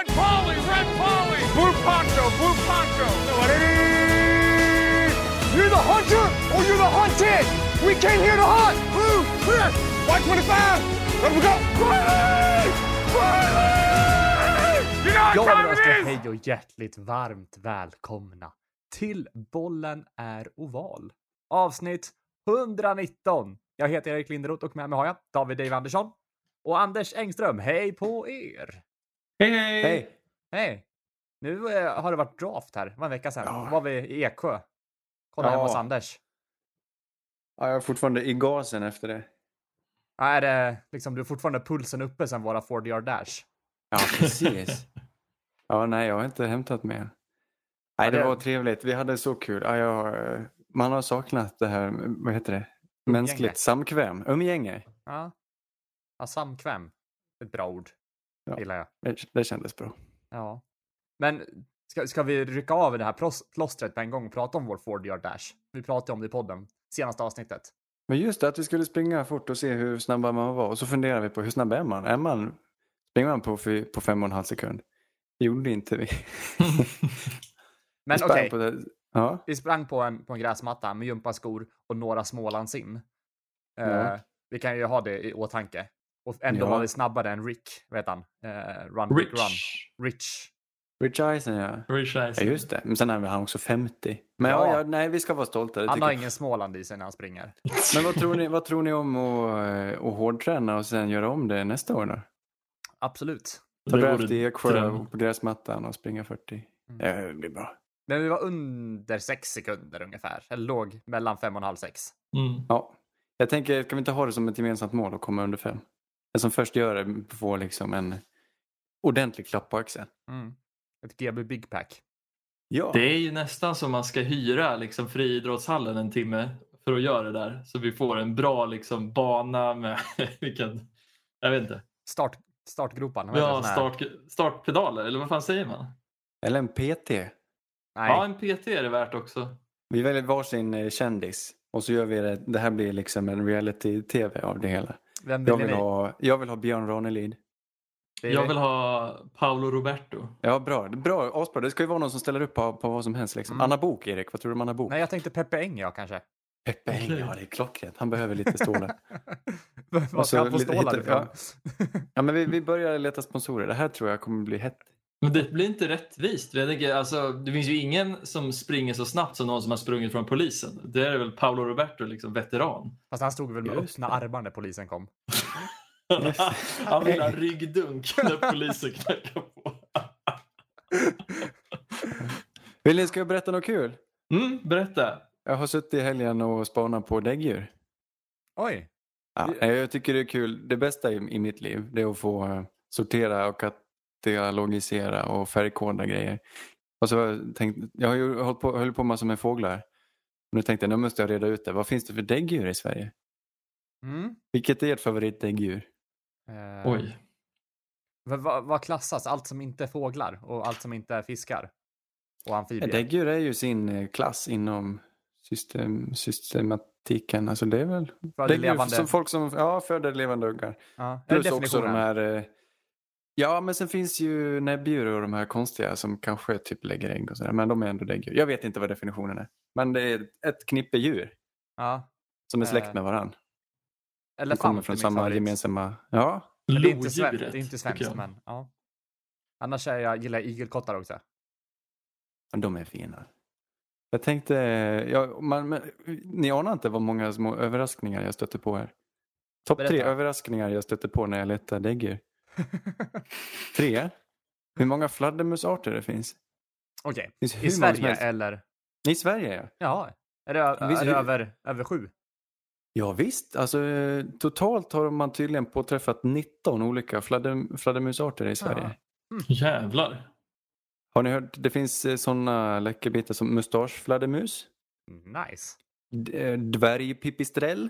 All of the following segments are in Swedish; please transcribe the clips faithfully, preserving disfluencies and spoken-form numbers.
Red Polly, Red Polly, Blue Poncho, Blue Poncho. You're the hunter or you're the hunted. We came here to hunt. Blue, clear. white twenty-five, let me go. Riley! Riley! You know what Jag time vill it önska is? hej och hjärtligt varmt välkomna till Bollen är oval. Avsnitt etthundranitton. Jag heter Erik Linderoth och med mig har jag David Dave Andersson och Anders Engström. Hej på er! Hej, hej! Hej! Hej! Nu eh, har det varit draft här. Det var en vecka sedan. Ja. Då var vi i Eksjö. Kolla Ja. hemma hos Anders. Ja, jag är fortfarande i gasen efter det. Ja, är det liksom, du är fortfarande pulsen uppe sen våra fyrtio yard dash? Ja, precis. Ja, nej, jag har inte hämtat mer. Nej, det det- var trevligt. Vi hade så kul. Ja, jag, man har saknat det här, vad heter det? Mänskligt samkväm. Umgänge. Ja. Ja, samkväm. Ett bra ord. Ja. Gillar jag. Det, det kändes bra. Ja. Men ska, ska vi rycka av det här plås- plåstret på en gång och prata om vår fyrtio yard dash? Vi pratade om det i podden. Senaste avsnittet. Men just det, att vi skulle springa fort och se hur snabba man var. Och så funderar vi på hur snabb är man? Är man springer man på, fy- på fem och en halv sekund? Det gjorde inte vi. Men Vi sprang okej. på det- Ja. Vi sprang på en, på en gräsmatta med gympaskor och några Smålandsim. Eh, Ja. Vi kan ju ha det i åtanke. Och ändå Ja. var vi snabbare än Rick, vet han. Eh, run, Rick, Rich. run. Rich. Rich Eisen, ja. Rich Ja, Eisen. just det. Men sen är han också femtio. Men Ja. ja, ja, nej, vi ska vara stolta. Det Han tycker har jag. ingen Småland i sig när han springer. Men vad tror ni, vad tror ni om att, att hårdträna och sen göra om det nästa år då? Absolut. Ta Det draft vore i Eksjö dröm. på gräsmattan och springa fyrtio. Mm. Ja, det blir bra. Men vi var under sex sekunder ungefär. Eller låg mellan fem och en halv sex. Mm. Ja. Jag tänker, kan vi inte ha det som ett gemensamt mål att komma under fem? Den som först gör det får liksom en ordentlig klapp på axeln. Mm. Ett G B Big Pack. Ja. Det är ju nästan som man ska hyra liksom friidrottshallen en timme för att göra det där. Så vi får en bra liksom bana med vilken, jag vet inte. Start, startgroparna. vad heter Ja, det, sån här? start, startpedaler eller vad fan säger man? Eller en P T. Nej. Ja, en P T är det värt också. Vi väljer varsin eh, kändis. Och så gör vi det. Det här blir liksom en reality-tv av det hela. Vem vill Jag vill ni? ha, jag vill ha Björn Ranelid. Det är Jag vi. vill ha Paolo Roberto. Ja, bra. Bra, asbra. Det ska ju vara någon som ställer upp på, på vad som helst. Liksom. Mm. Anna Bok, Erik. Vad tror du om Anna Bok? Nej, jag tänkte Peppe Eng, ja, kanske. Peppe Eng, Okej. ja, det är klockrent. Han behöver lite stålar. Vad Och ska så han få lite- stålar lite- ifrån? Ja, men vi, vi börjar leta sponsorer. Det här tror jag kommer bli hett. Men det blir inte rättvist. Jag tänker, alltså, det finns ju ingen som springer så snabbt som någon som har sprungit från polisen. Det är väl Paolo Roberto, liksom veteran. Fast han stod väl med Just öppna det. armar när polisen kom. Han vill ha ryggdunk när polisen knackar på. Vill ni, ska jag berätta något kul? Mm, berätta. Jag har suttit i helgen och spanat på däggdjur. Oj. Ja, jag tycker det är kul. Det bästa i, i mitt liv det är att få eh, sortera och katalogisera och färgkoda grejer. Och så har jag tänkt, jag har ju hållit på, höll på massor med fåglar. Och nu tänkte jag, nu måste jag reda ut det. Vad finns det för däggdjur i Sverige? Mm. Vilket är ert favoritdäggdjur? Eh, Oj. Vad, vad, vad klassas? Allt som inte är fåglar och allt som inte är fiskar? Och amfibier? Däggdjur är ju sin eh, klass inom system, systematiken. Alltså det är väl Föder däggdjur levande- som folk som ja, föder levande uggar. Ja. Är det Plus också de definitionen? här... eh, Ja, men sen finns ju näbbdjur och de här konstiga som kanske typ lägger ägg och sådär. Men de är ändå däggdjur. Jag vet inte vad definitionen är. Men det är ett knippe djur Ja. som är släkt Eh, med varann. De Elefant kommer är från min samma favorit. gemensamma... Ja, Men det är inte, svenskt, Lodjuret, det är inte tycker svenskt, jag. men ja. Annars är jag, gillar jag igelkottar också. de är fina. Jag tänkte... Ja, man, men, ni anar inte vad många små överraskningar jag stötte på här. Topp tre Berätta. överraskningar jag stötte på när jag letar däggdjur. Tre? Hur många fladdermusarter det finns? Okej. Det finns hur I många som Sverige helst. eller? I Sverige, ja. Ja. Är det, är Visst, det hur- över, över sju? Ja visst, alltså eh, totalt har man tydligen påträffat nitton olika fladder, fladdermusarter i Sverige. Ja. Jävlar. Har ni hört, det finns sådana läckerbitar som mustaschfladdermus, Nice. d- eh, dvärgpipistrell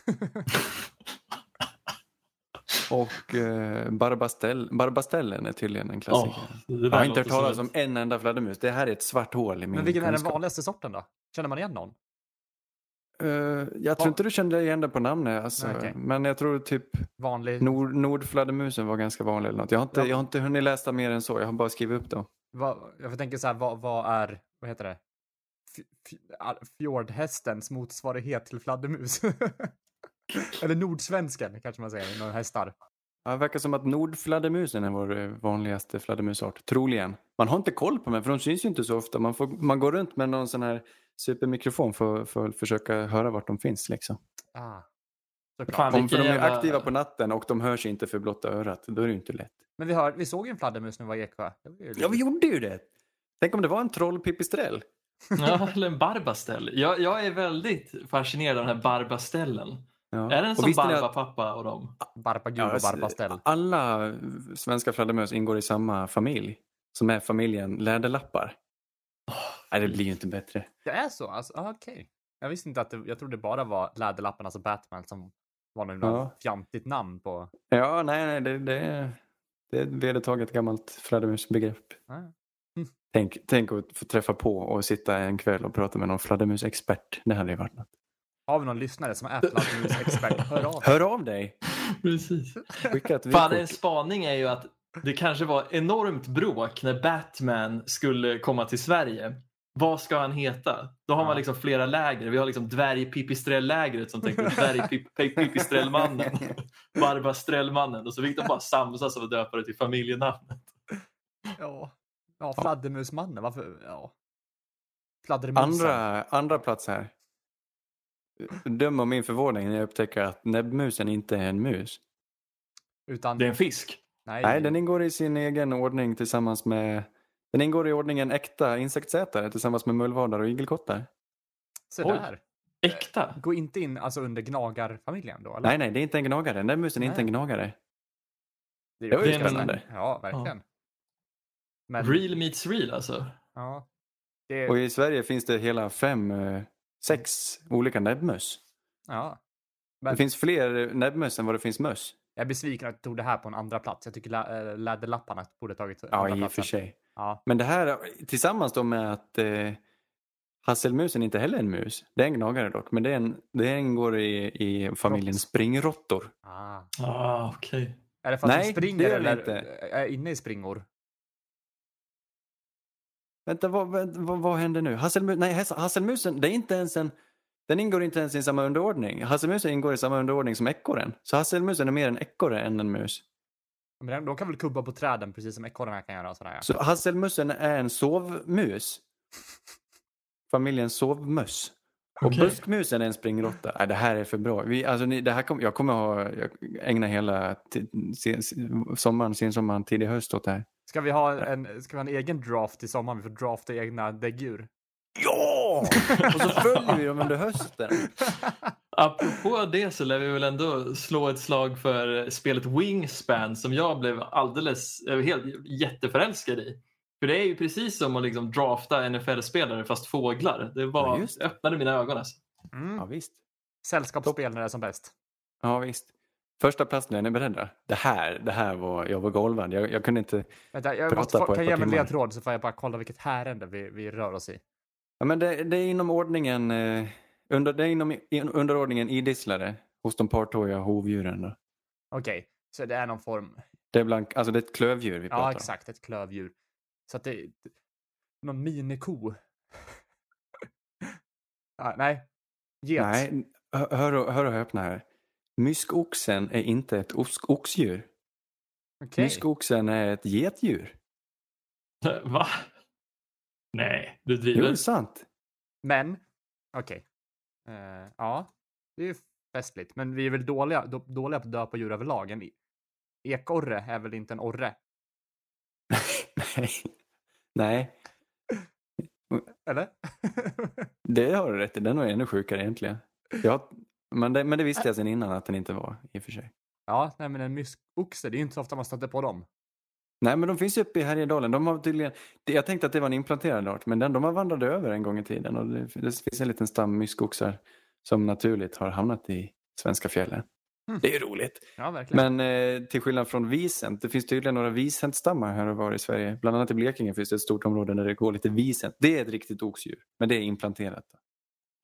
och eh, barbastell. Barbastellen är tydligen en klassiker. Ja, det där Jag har inte låter hört talas som om en enda fladdermus. Det här är ett svart hål i min Men vilken är den kunskap. vanligaste sorten då? Känner man igen någon? Uh, jag tror inte du kände igen det på namnet. Alltså. Nej, okay. Men jag tror typ vanlig... Nord, Nordfladdermusen var ganska vanlig. Eller något. Jag, har inte, ja. jag har inte hunnit läsa mer än så. Jag har bara skrivit upp dem. Va, jag tänker så här, vad, vad är, vad heter det? F, f, fjordhästens motsvarighet till fladdermus? Eller nordsvensken kanske man säger, några hästar. Ja, det verkar som att Nordfladdermusen är vår vanligaste fladdermusart. Troligen. Man har inte koll på dem, för de syns ju inte så ofta. Man, får, man går runt med någon sån här supermikrofon för, för att försöka höra vart de finns. Liksom. Ah, Fan, Om för de är jävla... aktiva på natten och de hörs inte för blotta örat. Då är det ju inte lätt. Men vi, hör, vi såg ju en fladdermus när vi var i Eksjö. Ja, vi gjorde ju det. Tänk om det var en trollpipistrell. Ja, eller en barbastell. Jag, jag är väldigt fascinerad av den här barbaställen. Ja. Är den som och Barbapappa och dem? Barbagud Ja, och Barbastell. Alla svenska fladdermöss ingår i samma familj. Som är familjen Läderlappar. Oh, nej, det blir ju inte bättre. Det är så? Alltså, ah, okej. Okay. Jag visste inte att det, jag trodde det bara var Läderlapparna, alltså Batman, som var något ja. fjantigt namn på. Ja, nej, nej, det, det, är, det är ett vedertaget gammalt fladdermusbegrepp. Ah. Mm. Tänk, tänk att få träffa på och sitta en kväll och prata med någon fladdermusexpert. Det hade ju varit något. Har vi någon lyssnare som är fladdermusexpert? Hör av Hör av dig. Precis. Skicka ett Fan, en spaning är ju att det kanske var enormt bråk när Batman skulle komma till Sverige. Vad ska han heta? Då har man liksom flera läger. Vi har liksom dvärgpipistrell-lägret som tänkte dvärgpipistrellmannen, Barbasträllmannen. Och så fick de bara samsas och döpa det till familjenamnet. Ja, ja fladdermusmannen. Varför? Ja. Fladdermusen. Andra, andra plats här. Döm om min förvåning när jag upptäcker att näbbmusen inte är en mus. Utan... Det är en fisk. Nej. Nej, den ingår i sin egen ordning tillsammans med... Den ingår i ordningen äkta insektsätare tillsammans med mullvadar och igelkottar. Så där. Äkta? Gå inte in alltså under gnagarfamiljen då? Eller? Nej, nej, det är inte en gnagare. Näbbmusen är inte en gnagare. Det, det var ju en... spännande. Ja, verkligen. Ja. Men... Real meets real alltså. Ja. Det... Och i Sverige finns det hela fem... Sex olika näbbmöss. Ja. Men... Det finns fler näbbmöss än vad det finns möss. Jag är besviken att jag tog det här på en andra plats. Jag tycker lä- Läderlapparna borde tagit ja, andra i och för platsen. sig. Ja. Men det här tillsammans då med att eh, hasselmusen inte heller är en mus. Det är en gnagare dock. Men det, är en, det ingår i, i familjen Rott. Springråttor. Ah, ah okej. Okay. Är det för att Nej, de springer det är eller inte. är inne i springor? Vänta, vad, vad, vad händer nu? Hasselmus, nej, hasselmusen, det är inte ens en... Den ingår inte ens i samma underordning. Hasselmusen ingår i samma underordning som ekorren. Så hasselmusen är mer en ekorre än en mus. Men de kan väl kubba på träden precis som ekorrarna kan göra. Sådär, ja. Så hasselmusen är en sovmus. Familjen sovmöss. Och okay. Buskmusen är en springråtta. Nej, det här är för bra. Vi, alltså, ni, det här kom, jag kommer ha jag ägna hela t- sen, sommaren, sen sommaren, tidig höst åt det här. Ska vi ha en, ska vi ha en egen draft i sommaren? Vi får drafta egna däggdjur. Ja! Och så följer vi dem under hösten. Apropå det så lär vi väl ändå slå ett slag för spelet Wingspan som jag blev alldeles helt jätteförälskad i. För det är ju precis som att liksom drafta N F L-spelare fast fåglar. Det var, ja, det öppnade mina ögon alltså. Mm. Ja, visst. Sällskapsspel när det är som bäst. Ja, visst. Första platsen, är ni beredda? Det här, det här var, jag var golvad. Jag, jag kunde inte Vänta, jag prata måste få, på ett kan par jag ge mig en timmar. ledtråd så får jag bara kolla vilket härende vi, vi rör oss i. Ja, men det, det är inom ordningen eh, under, det är inom in, underordningen idisslare hos de partoja hovdjuren. Då. Okej, okay, så det är någon form... Det är, blank, alltså det är ett klövdjur vi pratar om. Ja, exakt, ett klövdjur. Så att det är någon miniko. ja, nej, get. Nej, hör, hör, hör och öppna här. Myskoxen är inte ett ox, oxdjur. Okay. Myskoxen är ett getdjur. Va? Nej, du driver. Jo, det är sant. Men, okej. Okay. Uh, ja, det är ju festligt. Men vi är väl dåliga, då, dåliga på att döpa djur överlag. En ekorre är väl inte en orre? Nej. Nej. Eller? Det har du rätt i. Den var ännu sjukare egentligen. Ja, men, det, men det visste jag sedan innan att den inte var i och för sig. Ja, nej, men en myskoxe, det är inte så ofta man stöter på dem. Nej, men de finns uppe i Härjedalen. De har tydligen, jag tänkte att det var en implanterad art, men den, de har vandrat över en gång i tiden. Och det, det finns en liten stam myskoxar som naturligt har hamnat i svenska fjällen. Mm. Det är ju roligt. Ja, verkligen. Men eh, till skillnad från visent, det finns tydligen några visentstammar här och var i Sverige. Bland annat i Blekinge finns det ett stort område där det går lite visent. Det är ett riktigt oxdjur, men det är implanterat.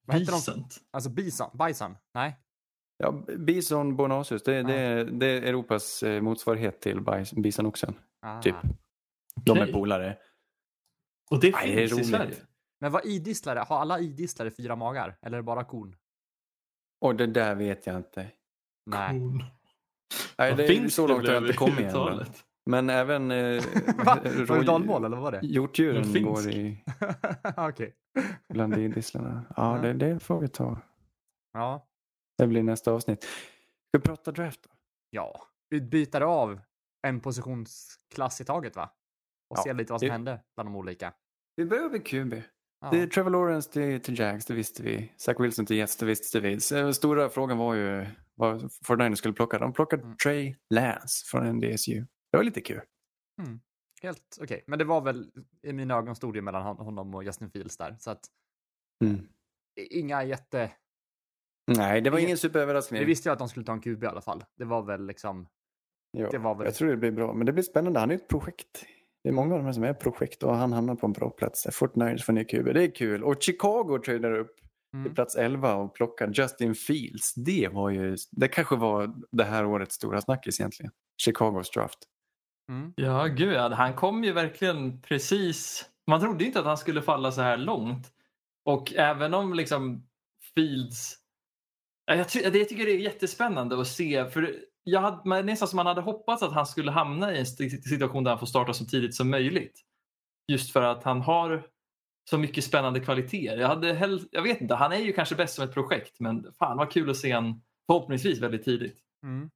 Vad heter de? Decent. Alltså bison? Bison? Nej. Ja, bison bonasus, det, det, är, det är Europas eh, motsvarighet till bajs- bisonoxen. Ah. Typ. De är Okej. polare. Och det Nej, det är finns i roligt. Sverige. Men vad idisslare? Har alla idisslare fyra magar? Eller är det bara kon? Och det där vet jag inte. Nej. Cool. Nej, Vad det är finns så det långt har jag väl inte kommit än. då. överhuvudtaget? Men även eh, Va? Var det rådjur- dalmål eller vad var det? hjortdjuren Men finsk. går i Okej. bland idisslarna. Ja, Ja. det, det får vi ta. Ja. Det blir nästa avsnitt. Ska vi prata draft då? Ja. Vi byter av en positionsklass i taget va? Och Ja. ser lite vad som Det- hände bland de olika. Vi börjar med Q B. Ja. Det är Trevor Lawrence till, till Jags, det visste vi. Zach Wilson till Jets, det visste vi. Så den stora frågan var ju vad fyrtionio skulle plocka. De plockade Mm. Trey Lance från N D S U. Det var lite kul. Helt okej. Men det var väl i mina ögon stod det mellan hon- honom och Justin Fields där. Så att Mm. inga jätte... Nej, det var Ingen- ingen superöverraskning. Vi visste ju att de skulle ta en Q B i alla fall. Det var väl liksom... Ja, det var väl- Jag tror det blir bra. Men det blir spännande. Han är ett projekt. Det är många av de här som är projekt och han hamnar på en bra plats. fyrtionio för ny Q B. Det är kul. Och Chicago tradar upp Mm. till plats elva och plockar Justin Fields. Det var ju... Det kanske var det här årets stora snackis egentligen. Chicagos draft. Mm. Ja, gud. ja, Han kom ju verkligen precis... Man trodde inte att han skulle falla så här långt. Och även om liksom Fields... Ja, Jag, ty- det- jag tycker det är jättespännande att se. För jag hade, man- nästan som man hade hoppats att han skulle hamna i en st- situation där han får starta så tidigt som möjligt. Just för att han har så mycket spännande kvaliteter. Jag, hade hell- jag vet inte, han är ju kanske bäst som ett projekt. Men fan vad kul att se han förhoppningsvis väldigt tidigt. Mm.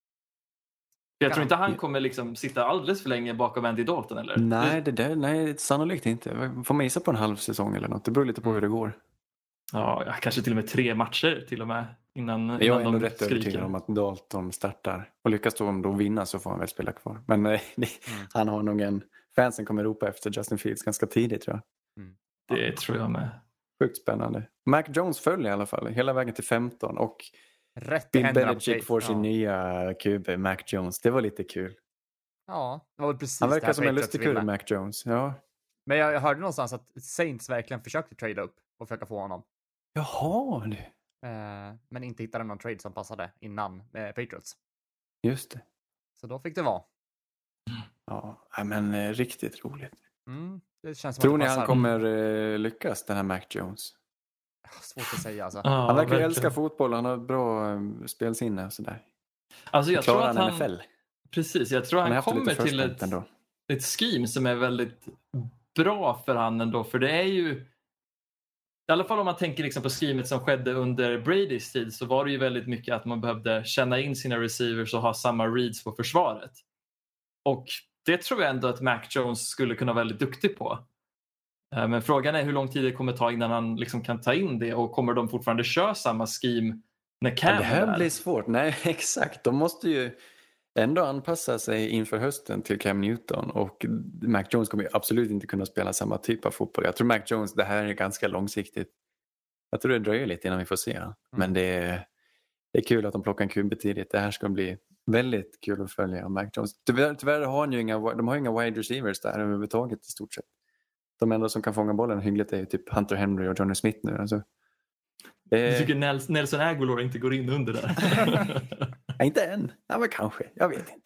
För jag tror Kan- inte han kommer liksom sitta alldeles för länge bakom Andy Dalton eller? Nej, det där, nej, sannolikt inte. Får man gissa på en halv säsong eller något? Det beror lite på hur det går. Ja, ja, kanske till och med tre matcher till och med innan, Jag är innan ändå de rätt övertygad skriker. om att Dalton startar. Och lyckas de då vinna så får han väl spela kvar. Men eh, det, Mm. han har nog en... Fansen kommer ropa efter Justin Fields ganska tidigt tror jag. Det tror jag med. Sjukt spännande. Mac Jones följer i alla fall hela vägen till femton. Och Rätt i Bill händerna på Belichick Jake. får sin Ja. nya Q B, Mac Jones. Det var lite kul. Ja, det var väl precis Han det verkar här som en Patriots lustigkurre, ville. Mac Jones. Ja. Men jag hörde någonstans att Saints verkligen försökte trada upp och försöka få honom. Jaha, du. Eh, men inte hittade någon trade som passade innan eh, Patriots. Just det. Så då fick det vara. Ja, nej, men eh, riktigt roligt. Mm, det känns som Tror att ni det han passar. kommer eh, lyckas, den här Mac Jones? Svårt att säga alltså. Ja, Han verkar verkligen. älska fotboll, han har bra eh, spelsinne och sådär. Alltså jag tror Klarar att han han... N F L? Precis, jag tror Han har han haft det lite kommer till förspänt ett, ändå. ett scheme som är väldigt bra för han ändå. För det är ju... I alla fall om man tänker liksom på schemet som skedde under Bradys tid så var det ju väldigt mycket att man behövde känna in sina receivers och ha samma reads på försvaret. Och det tror jag ändå att Mac Jones skulle kunna vara väldigt duktig på. Eh, Men frågan är hur lång tid det kommer ta innan han liksom kan ta in det och kommer de fortfarande köra samma scheme när Cam Ja, det är här där? blir svårt. Nej, exakt. De måste ju ändå anpassa sig inför hösten till Cam Newton och Mac Jones kommer ju absolut inte kunna spela samma typ av fotboll. Jag tror Mac Jones, det här är ganska långsiktigt. Jag tror det dröjer lite innan vi får se. Mm. Men det är, det är kul att de plockar en Q B tidigt. Det här ska bli väldigt kul att följa Mac Jones. Tyvärr, tyvärr har han ju inga, de har ju inga wide receivers där överhuvudtaget i stort sett. De enda som kan fånga bollen hyggligt är ju typ Hunter Henry och Johnny Smith nu. Alltså, det Du tycker Nels- Nelson Aguilar inte går in under där? Nej, inte än. Ja, men kanske. Jag vet inte.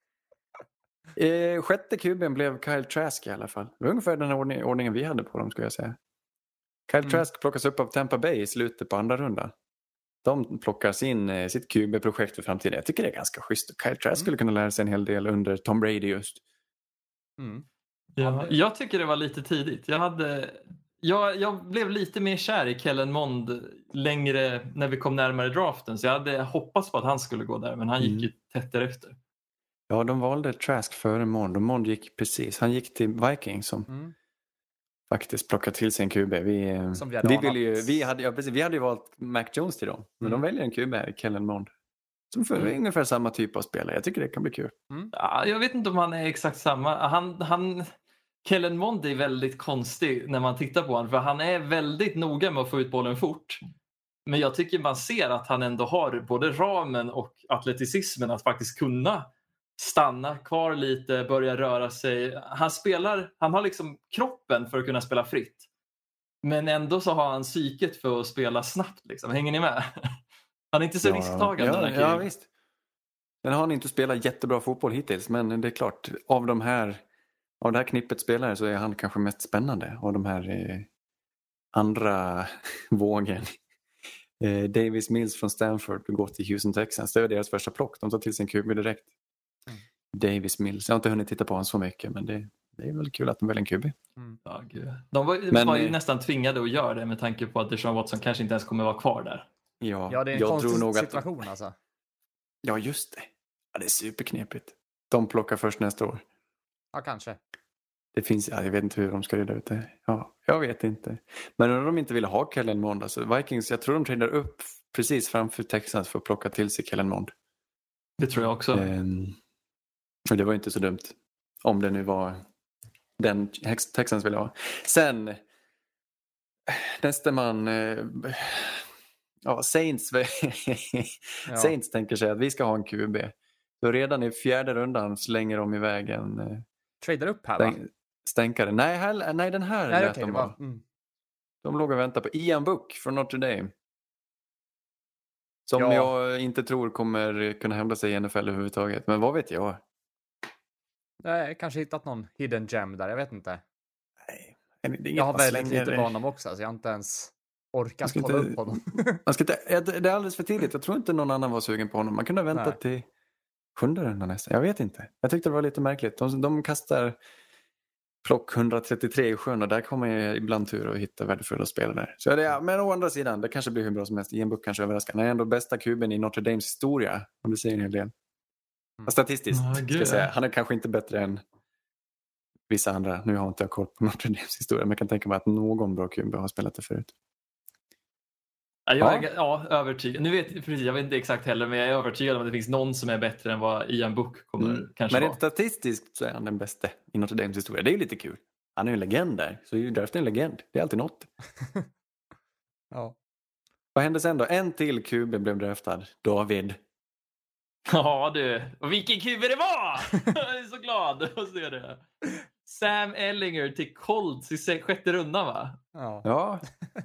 Eh, sjätte kuben blev Kyle Trask i alla fall. Det var ungefär den här ordning, ordningen vi hade på dem, skulle jag säga. Kyle Mm. Trask plockas upp av Tampa Bay i slutet på andra rundan. De plockar sin, eh, sitt Q B-projekt för framtiden. Jag tycker det är ganska schysst. Kyle Trask Mm. skulle kunna lära sig en hel del under Tom Brady just. Mm. Ja, jag tycker det var lite tidigt. Jag, hade, jag, jag blev lite mer kär i Kellen Mond längre när vi kom närmare draften. Så jag hade hoppats på att han skulle gå där, men han gick Mm. ju tätt därefter. Ja, de valde Trask före Mond och Mond gick precis. Han gick till Vikings som Mm. faktiskt plockade till sig en Q B. Vi, eh, Som vi hade vi, anat. ville ju, vi, hade, ja, precis, vi hade ju valt Mac Jones till dem. Men Mm. de väljer en Q B här, Kellen Mond. Som för Mm. ungefär samma typ av spelare. Jag tycker det kan bli kul. Ja, jag vet inte om han är exakt samma. Han, han, Kellen Mond är väldigt konstig när man tittar på honom. För han är väldigt noga med att få ut bollen fort. Men jag tycker man ser att han ändå har både ramen och atleticismen att faktiskt kunna stanna kvar lite, börja röra sig. Han spelar, han har liksom kroppen för att kunna spela fritt. Men ändå så har han psyket för att spela snabbt. Liksom. Hänger ni med? Han är inte så Ja, risktagande. ja, ja, visst. Sen har han inte spelat jättebra fotboll hittills. Men det är klart, av de här av det här knippet spelare så är han kanske mest spännande. Och de här eh, andra vågen. Eh, Davis Mills från Stanford går till Houston Texans. Det var deras första plock. De tar till sin Q B direkt. Mm. Davis Mills. Jag har inte hunnit titta på honom så mycket. Men det, det är väl kul att de väljer en Q B. Mm. Ja, gud. De var, men, var ju nästan tvingade att göra det med tanke på att Deshaun Watson kanske inte ens kommer vara kvar där. Ja, ja det är en jag konstig tror nog situation att, alltså. Ja, just det. Ja, det är superknepigt. De plockar först nästa år. Ja, kanske. Det finns, ja, jag vet inte hur de ska reda ut det. Ja, jag vet inte. Men om de inte ville ha Kellen Mond, alltså Vikings, jag tror de tränar upp precis framför Texans för att plocka till sig Kellen Mond. Det tror jag också. Um, och det var inte så dumt. Om det nu var den Texans ville ha. Sen nästa man eh, ja, Saints ja. Saints tänker sig att vi ska ha en Q B. Så redan i fjärde rundan slänger de iväg en eh, trader upp här va? Stänkare. Nej, här, nej den här nej, lät okay, de var, bara. mm. De låg och väntade på Ian Book från Notre Dame. Som ja. jag inte tror kommer kunna hämta sig i N F L överhuvudtaget. Men vad vet jag? Nej, kanske hittat någon hidden gem där, jag vet inte. Nej, det är jag har väldigt slänger... lite på honom också, så jag har inte ens orkat kolla inte... upp honom. man ska inte... Det är alldeles för tidigt. Jag tror inte någon annan var sugen på honom. Man kunde ha väntat nej. till sjunde rundan nästan. Jag vet inte. Jag tyckte det var lite märkligt. De, de kastar plock hundratrettiotre i sjön och där kommer jag ibland tur att hitta värdefulla spelare. Så det, men å andra sidan, det kanske blir hur bra som helst. Ian Book kanske överraskar. Han är ändå bästa kuben i Notre Dames historia. Om du säger en hel del. Mm. Statistiskt oh, ska jag säga. Han är kanske inte bättre än vissa andra. Nu har inte jag koll på Notre Dames historia. Men jag kan tänka mig att någon bra Q B har spelat det förut. Ja, jag är ja. ja, övertygad. Nu vet, precis, jag vet inte exakt heller, men jag är övertygad om att det finns någon som är bättre än vad Ian Book kommer mm. kanske men vara. Men statistiskt så är han den bästa i Notre Dames historia. Det är ju lite kul. Han är ju en legend där. Så är ju därför en legend. Det är alltid något. ja. Vad hände sen då? En till Q B blev draftad. David. Ja du. Och vilken Q B det var! Jag är så glad att se det. Sam Ellinger till Colts i sjätte rundan va? Ja. Ja.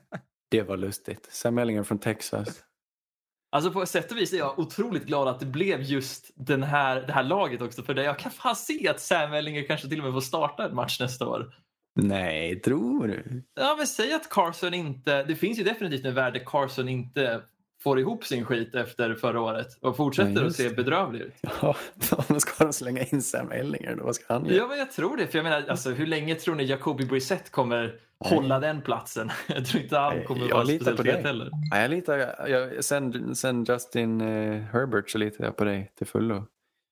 Det var lustigt. Sam Ellinger från Texas. Alltså på sätt och vis är jag otroligt glad att det blev just den här, det här laget också. För det. Jag kan fan se att Sam Ellinger kanske till och med får starta en match nästa år. Nej, tror du? Ja, men säg att Carson inte... Det finns ju definitivt en värld där Carson inte får ihop sin skit efter förra året. Och fortsätter ja, att se bedrövlig ut. Ja, men ska de slänga in Sam Ellinger då? Vad ska han göra? Ja, men jag tror det. För jag menar, alltså, hur länge tror ni Jacoby Brissett kommer Nej. hålla den platsen? Jag tror inte han kommer jag vara litar speciellt fet heller. Nej, jag litar... Jag, sen, sen Justin uh, Herbert så litar jag på dig till fullo.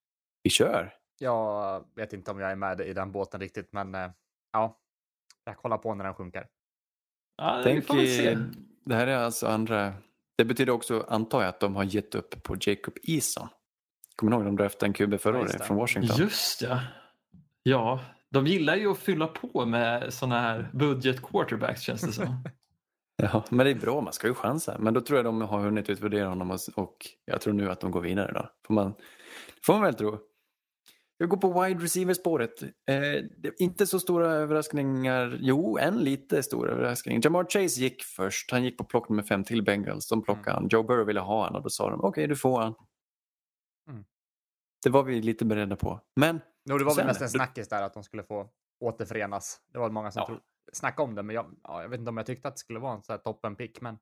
Vi kör! Jag vet inte om jag är med i den båten riktigt, men uh, ja. Jag kollar på när den sjunker. Ja, Tänk, det här är alltså andra... Det betyder också, antar jag, att de har gett upp på Jacob Eason. Kommer ni ihåg de draftade en Q B förra året från Washington? Just ja. Ja, de gillar ju att fylla på med såna här budget quarterbacks känns det som. Ja, men det är bra, man ska ju chansa. Men då tror jag de har hunnit utvärdera honom och, och jag tror nu att de går vidare då. Får man, får man väl tro. Jag går på wide receiver-spåret. Eh, inte så stora överraskningar. Jo, en lite stor överraskning. Jamar Chase gick först. Han gick på plock nummer fem till Bengals. De plockade mm. han. Joe Burrow ville ha han och då sa de, okej, okay, du får han. Mm. Det var vi lite beredda på. Men no, det var väl mest en snackis där att de skulle få återförenas. Det var många som ja. tro, snackade om det, men jag, ja, jag vet inte om jag tyckte att det skulle vara en sån här toppen-pick, men...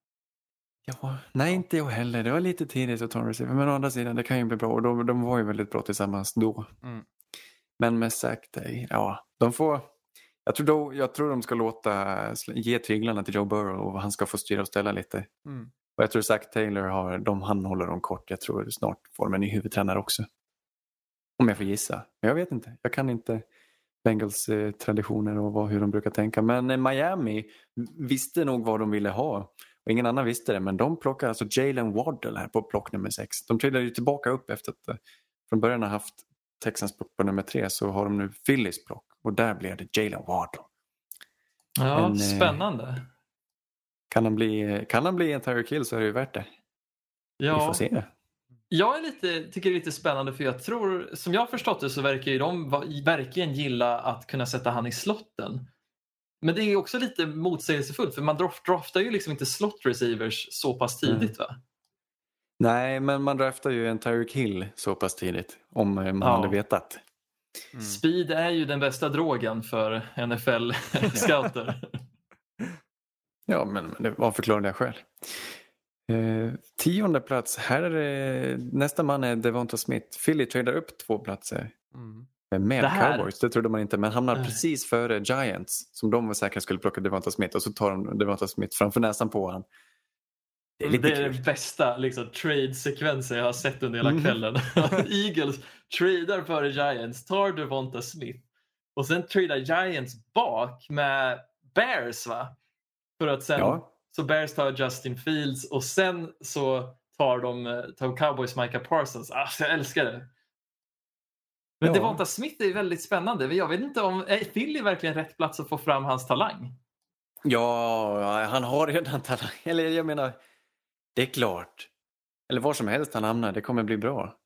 Ja, nej, inte jag heller. Det var lite tidigt att ta en receiver. Men å andra sidan, det kan ju bli bra. Och de, de var ju väldigt bra tillsammans då. Mm. Men med sagt, ja, de får... Jag tror, då, jag tror de ska låta ge tyglarna till Joe Burrow och han ska få styra och ställa lite. Mm. Och jag tror Zach Taylor har, de, han håller dem kort. Jag tror snart får de en ny huvudtränare också. Om jag får gissa. Men jag vet inte. Jag kan inte Bengals eh, traditioner och vad, hur de brukar tänka. Men eh, Miami visste nog vad de ville ha. Och ingen annan visste det. Men de plockar alltså Jalen Waddle här på plock nummer sex. De trillade ju tillbaka upp efter att eh, från början har haft Texans plock på nummer tre. Så har de nu Phillies plock. Och där blev det Jalen Waddle. Ja, men, spännande. Eh, kan han bli, kan han bli en Tyreek Hill så är det ju värt det. Ja. Vi får se. Jag är lite, tycker det är lite spännande för jag tror, som jag har förstått det så verkar ju de verkligen gilla att kunna sätta han i slotten. Men det är också lite motsägelsefullt för man draftar ju liksom inte slot receivers så pass tidigt va? Nej, men man draftar ju en Tyreek Hill så pass tidigt om man Ja. hade vetat. Mm. Speed är ju den bästa drogen för N F L-scouter. Ja, men, men det var förklarliga skäl. Eh, tionde plats. Här är det, nästa man är Devonta Smith. Philly tradar upp två platser. Mm. Med Det här- Cowboys, det trodde man inte. Men hamnar Nej. precis före Giants. Som de var säkra skulle plocka Devonta Smith. Och så tar de Devonta Smith framför näsan på han. Det är lite Det är kul. den bästa liksom, trade-sekvensen jag har sett under hela Mm. kvällen. Eagles tradar före Giants, tar Devonta Smith. Och sen tradar Giants bak med Bears va? För att sen, Ja. så Bears tar Justin Fields och sen så tar de tar Cowboys Micah Parsons. Ah, jag älskar det. Men Ja. Devonta Smith är väldigt spännande. Jag vet inte om är Philly verkligen rätt plats att få fram hans talang. Ja, han har redan talang. Eller jag menar, det är klart. Eller var som helst han hamnar, det kommer bli bra.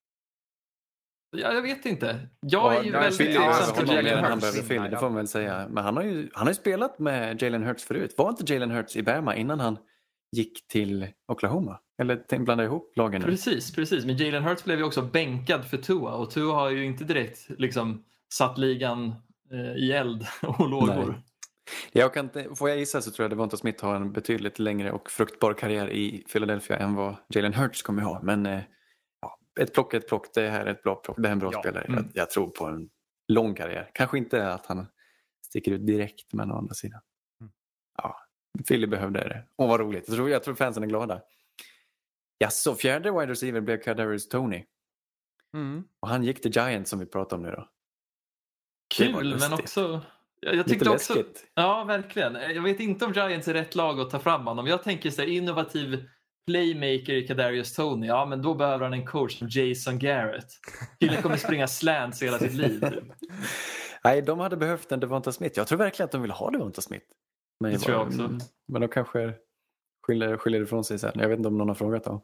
Ja, jag vet inte. Jag är ju Ja, väldigt Philly ja, tveksam ja, till behöver ja, honom mer Jalen än han Hurts. behöver Philly, det får man väl säga. Men han har ju, han har ju spelat med Jalen Hurts förut. Var inte Jalen Hurts i Bama innan han gick till Oklahoma? Eller blandade ihop lagen nu? Precis, precis. Men Jalen Hurts blev ju också bänkad för Tua. Och Tua har ju inte direkt liksom, satt ligan eh, i eld och lågor. Nej. Jag kan inte, får jag gissa så tror jag att Devonta Smith har en betydligt längre och fruktbar karriär i Philadelphia än vad Jalen Hurts kommer ha. Men eh, ja, ett plock är ett plock, det här är ett bra plock, det här är en bra Ja. spelare. Mm. Jag, jag tror på en lång karriär. Kanske inte att han sticker ut direkt, men å andra sidan. Mm. Ja, Philly behövde det. Åh, vad roligt. Jag tror, jag tror fansen är glada. Ja, så fjärde wide receiver blev Kadarius Toney. Mm. Och han gick till Giants som vi pratar om nu då. Det var Kul, men lustigt. också... Jag, jag Lite tyckte också... läskigt. Ja, verkligen. Jag vet inte om Giants är rätt lag att ta fram honom. Jag tänker så här, innovativ playmaker i Kadarius Toney. Ja, men då behöver han en coach som Jason Garrett. Killen kommer springa slants hela sitt liv. Typ. Nej, de hade behövt en Devonta Smith. Jag tror verkligen att de vill ha Devonta Smith. Men Det tror jag också. Men de kanske skiljer, skiljer ifrån sig sen. Jag vet inte om någon har frågat dem.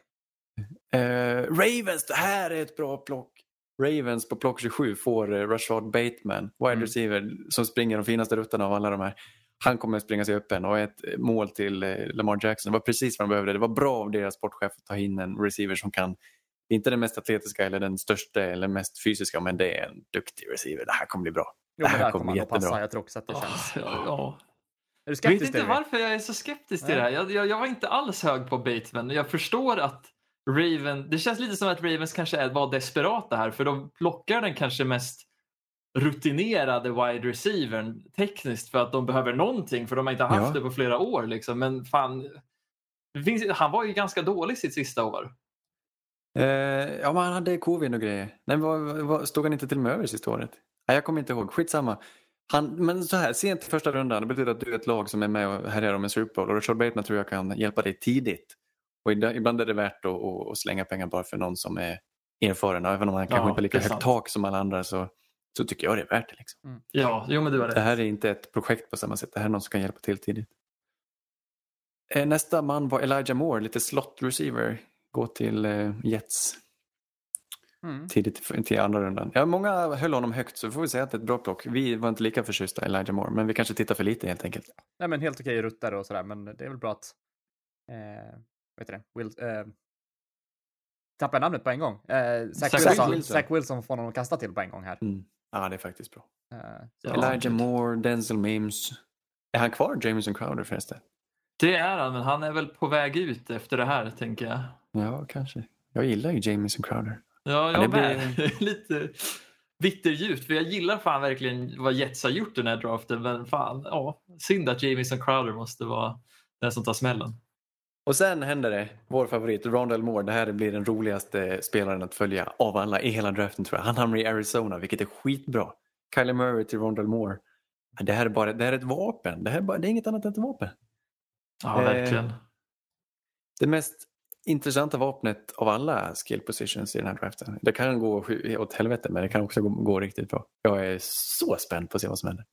Eh, Ravens, det här är ett bra plock. Ravens på plock tjugosju får eh, Rashad Bateman, wide Mm. receiver som springer de finaste rutterna av alla de här. Han kommer att springa sig öppen och ett mål till eh, Lamar Jackson. Det var precis vad de behövde. Det var bra av deras sportchef att ta in en receiver som kan, inte den mest atletiska eller den största eller mest fysiska, men det är en duktig receiver. Det här kommer bli bra. Jo, Det men här där kommer kommer han att jättebra. passa. Jag tror också att det Ja, känns. ja, ja. Är du Jag vet skeptisk inte till det? varför jag är så skeptisk till Nej. det här. Jag, jag, jag var inte alls hög på Bateman. Jag förstår att Raven, det känns lite som att Ravens kanske är, var desperata här. För de plockar den kanske mest rutinerade wide receivern tekniskt för att de behöver någonting. För de har inte haft Ja. det på flera år. Liksom. Men fan, det finns, han var ju ganska dålig sitt sista år. Eh, ja, men han hade covid och grejer. Nej, var, var, stod han inte till och med över sista året? Nej, jag kommer inte ihåg. Skitsamma. Han, men så här, sent i första rundan, det betyder att du är ett lag som är med och härjar om en Super Bowl. Och Rashad Bateman tror jag kan hjälpa dig tidigt. Och ibland är det värt att, att, att slänga pengar bara för någon som är erfaren. Och även om han kanske Ja, inte har lika det är högt sant. tak som alla andra så, så tycker jag det är värt det. Liksom. Ja, jo men du har Det rätt. här är inte ett projekt på samma sätt. Det här är någon som kan hjälpa till tidigt. Eh, nästa man var Elijah Moore, lite slot receiver. Gå till eh, Jets. Mm. Tidigt till andra rundan. Ja, många höll honom högt så får vi säga att det är ett bra plock. Vi var inte lika förtjusta i Elijah Moore, men vi kanske tittar för lite helt enkelt. Nej, men helt okej ruttare och sådär, men det är väl bra att eh, vad heter det? Will, eh, tappar namnet på en gång. Eh, Zach, Zach Wilson, Wilson. Zach Wilson får någon att kasta till på en gång här. Mm. Ja, det är faktiskt bra. Eh, Ja. Elijah Moore, Denzel Mims. Är han kvar, Jamison Crowder förresten? Det är han, men han är väl på väg ut efter det här, tänker jag. Ja, kanske. Jag gillar ju Jamison Crowder. Ja, det jag blir- med. Lite bitterljuvt, för jag gillar fan verkligen vad Jets har gjort den här draften, men fan, ja, synd att Jamison Crowder måste vara den som tar smällen. Och sen händer det, vår favorit, Rondell Moore. Det här blir den roligaste spelaren att följa av alla i hela draften tror jag. Han hamnar i Arizona, vilket är skitbra. Kyler Murray till Rondell Moore. Det här är bara det här är ett vapen. Det här är, bara, det är inget annat än ett vapen. Ja, Eh, verkligen. Det mest intressanta vapnet av alla skill positions i den här draften. Det kan gå sky- åt helvete, men det kan också gå, gå riktigt bra. Jag är så spänd på att se vad som händer.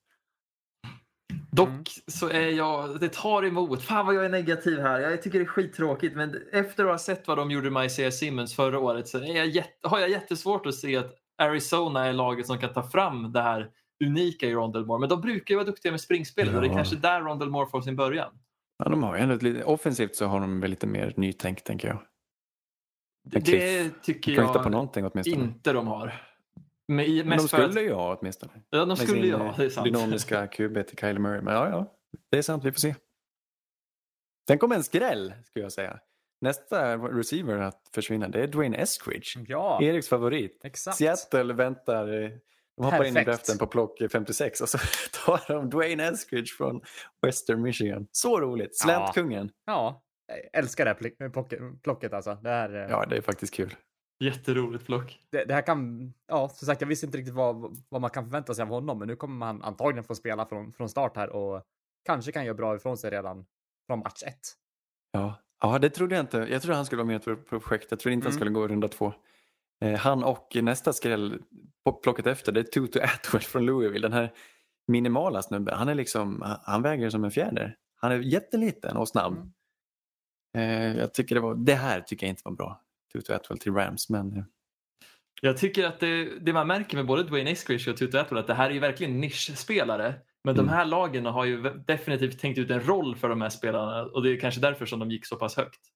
Dock Mm. så är jag, det tar emot. Fan vad jag är negativ här. Jag tycker det är skittråkigt, men efter att ha sett vad de gjorde med Isaiah Simmons förra året så är jag jätte, har jag jättesvårt att se att Arizona är laget som kan ta fram det här unika i Rondale Moore. Men de brukar ju vara duktiga med springspelet Ja. och det är kanske där Rondale Moore får sin början. Ja, de har ju ändå lite, offensivt så har de väl lite mer nytänk, tänker jag. Det, det tycker de kan hitta jag på någonting åtminstone. inte de har. Men, i, Men mest de för skulle att, ju ha åtminstone. Ja, de Med skulle sin, ju ha, det är sant. dynamiska Q B till Kyler Murray. Men ja, ja, det är sant, vi får se. Sen kommer en skräll, skulle jag säga. Nästa receiver att försvinna, det är Dwayne Eskridge. Ja, Eriks favorit. exakt. Seattle väntar, eh, de hoppar in i Perfekt. draften på plock femtiosex och så tar de Dwayne Eskridge från Western Michigan. Så roligt, slantkungen. Ja, jag älskar det här plock- plocket, plocket alltså. Det här, eh, Ja, det är faktiskt kul. Jätteroligt plock. det, det här kan, ja, som sagt, jag visste inte riktigt vad, vad man kan förvänta sig av honom, men nu kommer man antagligen få spela från, från start här och kanske kan göra bra ifrån sig redan från match ett. Ja. ja, det trodde jag inte. Jag trodde han skulle vara med på projekt. Jag trodde inte Mm. han skulle gå runda två. Eh, han och nästa skräll på plocket efter, det är Tutu Atwell från Louisville. Den här minimala snubben. Han är liksom, han väger som en fjäder. Han är jätteliten och snabb. Mm. Eh, jag tycker det var, det här tycker jag inte var bra. Tutu Atwell till Rams, men... Eh, Jag tycker att det, det man märker med både Dwayne Eskridge och Tutu Atwell att det här är ju verkligen nischspelare. Men Mm. de här lagen har ju definitivt tänkt ut en roll för de här spelarna och det är kanske därför som de gick så pass högt.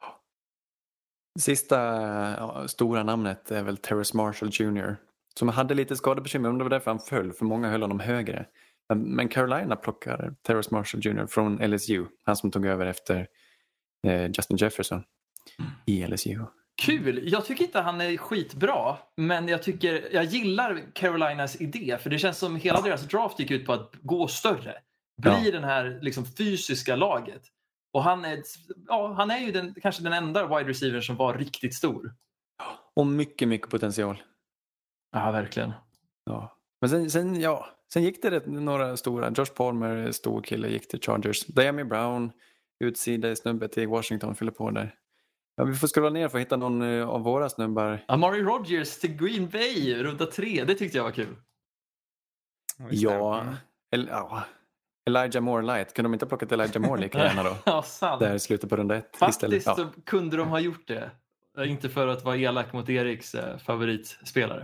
Sista ja, stora namnet är väl Terrace Marshall junior Som hade lite skadebekymmer, men det var därför han föll. För många höll honom högre. Men, men Carolina plockar Terrace Marshall junior från L S U. Han som tog över efter eh, Justin Jefferson i L S U. Kul! Jag tycker inte han är skitbra, men jag tycker jag gillar Carolinas idé för det känns som hela deras draft gick ut på att gå större. Bli Ja. den här liksom, fysiska laget. Och han är, ja, han är ju den, kanske den enda wide receiver som var riktigt stor. Och mycket, mycket potential. Ja, verkligen. Ja. Men sen, sen, ja, sen gick det rätt, några stora. Josh Palmer, stor kille, gick till Chargers. Diami Brown, utsida snubbe till Washington, fyller på där. Ja, vi får scrolla ner för att hitta någon eh, av våra snubbar. Amari Rodgers till Green Bay, runda tre. Det tyckte jag var kul. Just det. Ja, Mm. El, ja, Elijah Moore light. Kunde de inte ha plockat Elijah Moore lika gärna då? Ja, sant. Där i slutet på runda ett. Faktiskt istället. Ja. så kunde de ha gjort det. Inte för att vara elak mot Eriks eh, favoritspelare.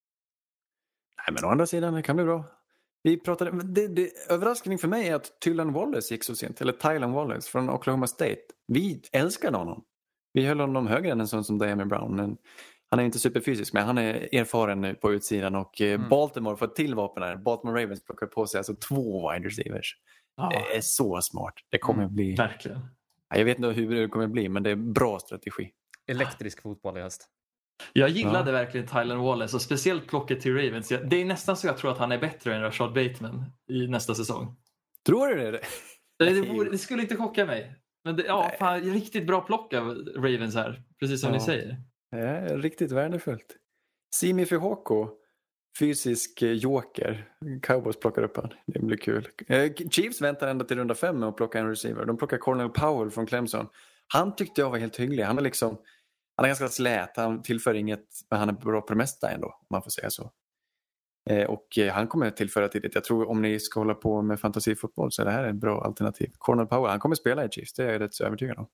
Nej, men å andra sidan, det kan bli bra. Vi pratade, det, det, överraskning för mig är att Tylan Wallace gick så sent. Eller Tylan Wallace från Oklahoma State. Vi älskade honom. Vi höll honom högre än en sån som Diami Brown. Men han är inte superfysisk, men han är erfaren nu på utsidan. Och mm. Baltimore får till vapen här. Baltimore Ravens plockar på sig alltså två wide receivers. Ja, Det är så smart. Det kommer Mm. bli... verkligen. Jag vet inte hur det kommer bli, men det är bra strategi. Elektrisk fotboll i höst. Jag gillade Ja. verkligen Tylan Wallace och speciellt plocket till Ravens. Det är nästan så jag tror att han är bättre än Rashad Bateman i nästa säsong. Tror du det? Det, det, vore, det skulle inte chocka mig. Men det, ja, Nej. fan, riktigt bra plock av Ravens här. Precis som Ja. ni säger. Det är riktigt värdefullt. Simi Fihoko, fysisk eh, joker. Cowboys plockar upp han. Det blir kul. Eh, Chiefs väntar ända till runda fem med att plocka en receiver. De plockar Cornell Powell från Clemson. Han tyckte jag var helt hygglig. Han är liksom, han är ganska slät. Han tillför inget, men han är bra på det mesta ändå, om man får säga så. Eh, och eh, han kommer tillföra tidigt. Jag tror om ni ska hålla på med fantasifotboll så är det här ett bra alternativ. Cornell Powell, han kommer spela i Chiefs. Det är jag rätt så övertygad om.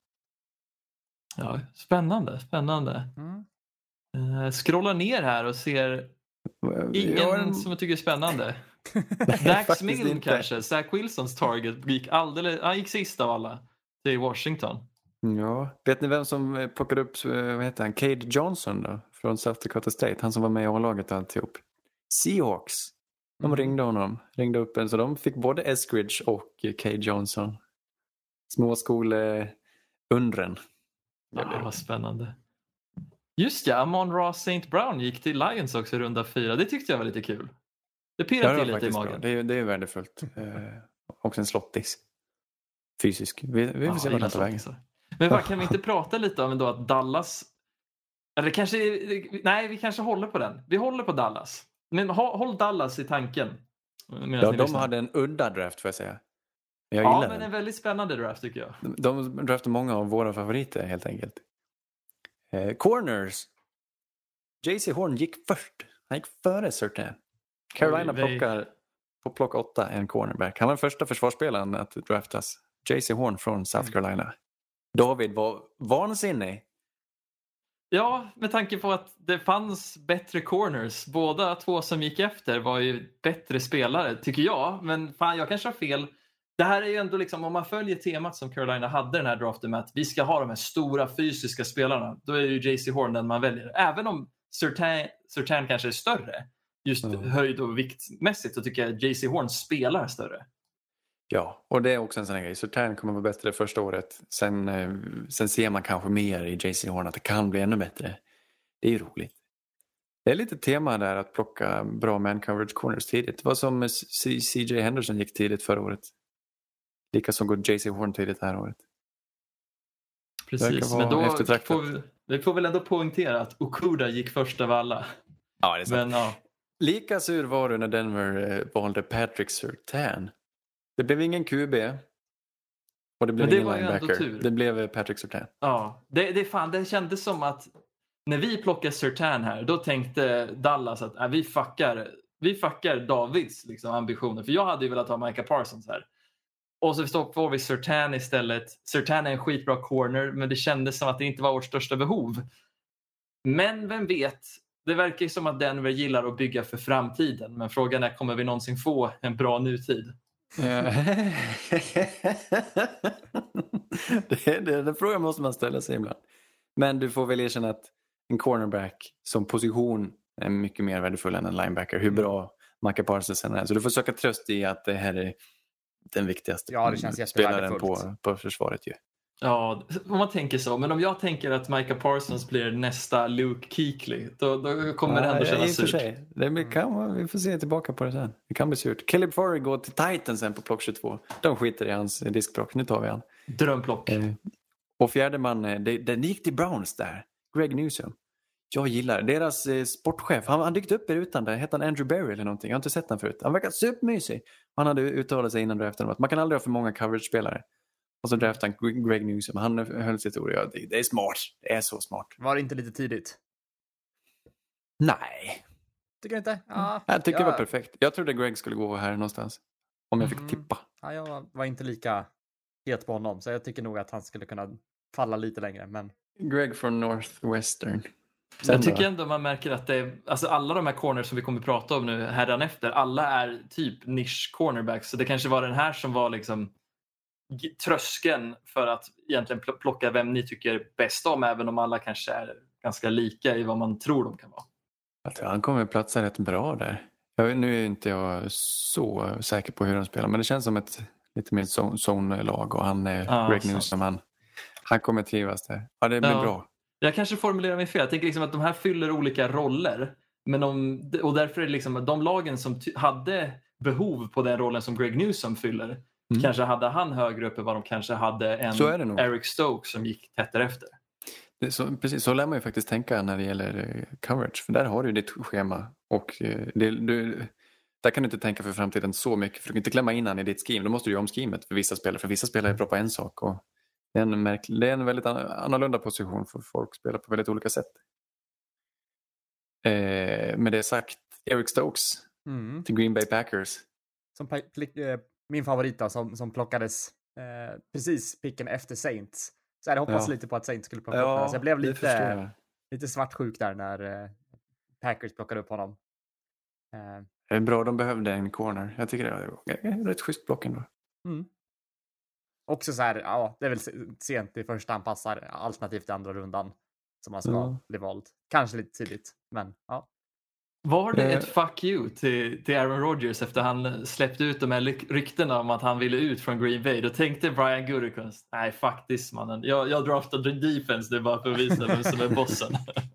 Ja, spännande, spännande. Mm. Uh, scrollar ner här och ser ingen Jag har en- som jag tycker är spännande. Nej, Dax faktiskt Milne inte. kanske. Zach Wilsons target gick alldeles, han gick sist av alla till Washington. Ja, vet ni vem som eh, plockade upp, eh, vad heter han, Cade Johnson då? Från South Dakota State, han som var med i A-laget och alltihop. Seahawks, de Mm. ringde honom, ringde upp en, så de fick både Eskridge och eh, Cade Johnson. Småskole-undren. Ja, vad spännande. Just ja, Amon-Ra Saint Brown gick till Lions också i runda fyra. Det tyckte jag var lite kul. Det pirrade Ja, till det, var lite i faktiskt bra. magen. det, är, det är värdefullt. Eh, också en slottis. Fysisk. Vi, vi får Ja, se jag vad den gillar tar vägen. slottisar. Men vad, kan vi inte prata lite om ändå att Dallas... Eller kanske... Nej, vi kanske håller på den. Vi håller på Dallas. Men håll, håll Dallas i tanken. medan Ja, ni de lyssnar. hade en udda draft får jag säga. Jag Ja, gillar men den. en väldigt spännande draft tycker jag. De, de draftade många av våra favoriter helt enkelt. Eh, corners. J C Horn gick först. Han gick före Surtain. Carolina Oj, vi- plockar på plock åtta en cornerback. Han var den första försvarsspelaren att draftas. J C Horn från South Carolina. David var vansinnig. Ja, med tanke på att det fanns bättre corners. Båda två som gick efter var ju bättre spelare, tycker jag. Men fan, jag kanske har fel. Det här är ju ändå liksom, om man följer temat som Carolina hade den här draften med att vi ska ha de här stora fysiska spelarna, då är ju J C Horn den man väljer. Även om Surtain, Surtain kanske är större, just mm. höjd och viktmässigt, så tycker jag J C Horn spelar större. Ja, och det är också en sån här grej. Surtain kommer vara bättre första året. Sen, eh, sen ser man kanske mer i J C Horn att det kan bli ännu bättre. Det är ju roligt. Det är lite tema där att plocka bra man coverage corners tidigt. Det var som C J Henderson gick tidigt förra året. Lika som går J C Horn tidigt det här året. Precis, men då får vi, vi får väl ändå poängtera att Okuda gick först av alla. Ja, det är sant. Men, ja. Lika sur var du när Denver eh, valde Patrick Surtain. Det blev ingen Q B. Och det blev men det ingen var linebacker. Ju ändå tur. Det blev Patrick Surtain. Ja, det, det, fan, det kändes som att när vi plockade Surtain här, då tänkte Dallas att äh, vi fuckar, vi fuckar Davids liksom, ambitioner. För jag hade ju velat ha Micah Parsons här. Och så får vi Surtain istället. Surtain är en skitbra corner, men det kändes som att det inte var vårt största behov. Men vem vet, det verkar ju som att Denver gillar att bygga för framtiden. Men frågan är, kommer vi någonsin få en bra nutid? det, det, den frågan måste man ställa sig ibland. Men du får väl erkänna att en cornerback som position är mycket mer värdefull än en linebacker. Hur bra Micah Parsons är. Så du får söka tröst i att det här är den viktigaste ja, det känns spelaren på, på försvaret ju. Ja, om man tänker så. Men om jag tänker att Micah Parsons blir nästa Luke Kuechly, då, då kommer ja, det ändå kännas surt. Sig. Det kan, vi får se tillbaka på det sen. Det kan bli surt. Caleb Farley går till Titans sen på plock tjugotvå. De skiter i hans diskplock. Nu tar vi han. Drömplock. Eh, och fjärde man, det, det gick till Browns där. Greg Newsome. Jag gillar deras eh, sportchef. Han, han dykt upp i rutan där. Hette han Andrew Berry eller någonting? Jag har inte sett han förut. Han verkar supermysig. Han hade uttalat sig innan draften att man kan aldrig ha för många coverage-spelare. Och så draftade han Greg Newsome. Han höll sitt ord. Ja, det, det är smart. Det är så smart. Var det inte lite tidigt? Nej. Tycker du inte? Ja, jag tycker ja. det var perfekt. Jag trodde Greg skulle gå här någonstans. Om jag fick mm. tippa. Ja, jag var inte lika het på honom. Så jag tycker nog att han skulle kunna falla lite längre. Men... Greg från Northwestern. Sen jag tycker ändå man märker att det är, alltså alla de här corners som vi kommer att prata om nu härdan efter, alla är typ niche cornerbacks. Så det kanske var den här som var liksom tröskeln för att egentligen plocka vem ni tycker bäst om, även om alla kanske är ganska lika i vad man tror de kan vara. Alltså, han kommer att platsa rätt bra där. Jag, nu är inte jag så säker på hur de spelar, men det känns som ett lite mer zone-lag och han är ah, Greg Newsome, han, han kommer trivas där. Ja, det blir ja. bra. Jag kanske formulerar mig fel. Jag tänker liksom att de här fyller olika roller. Men om, och därför är det liksom att de lagen som ty- hade behov på den rollen som Greg Newsome fyller, mm. kanske hade han högre upp än vad de kanske hade en Eric Stokes som gick tätt efter. Det, så, precis, så lär man ju faktiskt tänka när det gäller uh, coverage. För där har du ditt schema. Och uh, det, du, där kan du inte tänka för framtiden så mycket. För du kan inte klämma in han i ditt scheme. Då måste du ju om schemet för vissa spelare. För vissa spelare är bra på en sak. Och det är en, märklig, det är en väldigt annorlunda position för folk spelar på väldigt olika sätt. Eh, med det sagt, Eric Stokes mm. till Green Bay Packers. Som pl- min favorit då, som, som plockades eh, precis picken efter Saints. Så jag hoppas ja. lite på att Saints skulle plocka ja, upp honom. Så jag blev lite, lite svartsjuk där när eh, Packers plockade upp honom. Eh. Det är bra, de behövde en corner. Jag tycker det var rätt schysst block ändå. Mm. Också så här, ja, det är väl sent i första han passar, alternativt i andra rundan som man ska ja. bli vald. Kanske lite tidigt, men ja. Var det ett fuck you till, till Aaron Rodgers efter han släppte ut de här ryktena om att han ville ut från Green Bay? Då tänkte Brian Gutekunst, nej fuck this mannen. Jag, jag draftade defense, det är bara för att visa vem som är bossen.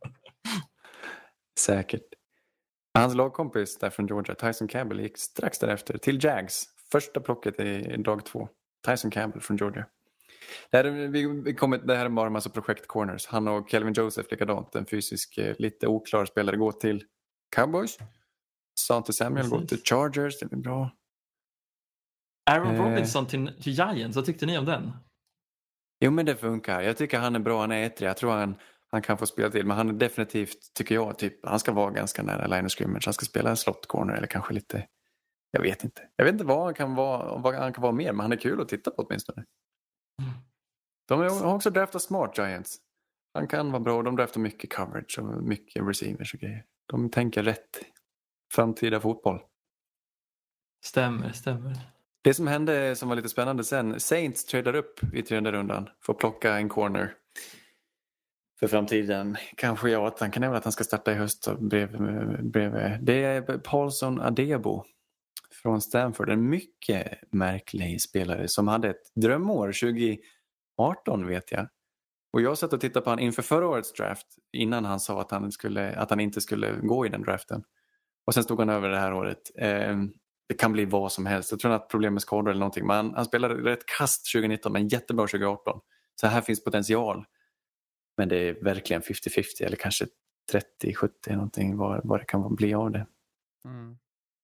Säkert. Hans lagkompis där från Georgia, Tyson Campbell, gick strax därefter till Jags. Första plocket i dag två. Tyson Campbell från Georgia. Det här, vi, vi kommit, det här är bara en massa projekt corners. Han och Kelvin Joseph likadant. En fysisk, lite oklar spelare går till Cowboys. Sante Samuel går till Chargers. Det blir bra. Aaron eh. Robinson till, till Giants. Vad tyckte ni om den? Jo, men det funkar. Jag tycker han är bra. Han är ettrig. Jag tror han, han kan få spela till. Men han är definitivt, tycker jag, typ, han ska vara ganska nära line of scrimmage. Han ska spela en slot corner eller kanske lite... Jag vet inte. Jag vet inte vad han kan vara, vad han kan vara mer, men han är kul att titta på åtminstone. De har också draftat smart Giants. Han kan vara bra. De draftar mycket coverage och mycket receivers och grejer. De tänker rätt. Framtida fotboll. Stämmer, stämmer. Det som hände som var lite spännande sen. Saints tradar upp i tredje rundan. För att plocka en corner. För framtiden. Kanske jag att han kan nämna att han ska starta i höst. Bredvid, bredvid. Det är Paulson Adebo. Från Stanford. En mycket märklig spelare. Som hade ett drömår tjugo arton vet jag. Och jag satt och tittade på han inför förra årets draft. Innan han sa att han, skulle, att han inte skulle gå i den draften. Och sen stod han över det här året. Eh, det kan bli vad som helst. Jag tror att problem med skador eller någonting. Men han, han spelade rätt kast tjugo nitton men jättebra tjugo arton. Så här finns potential. Men det är verkligen femtio femtio eller kanske trettio sjuttio någonting. Vad, vad det kan bli av det. Mm.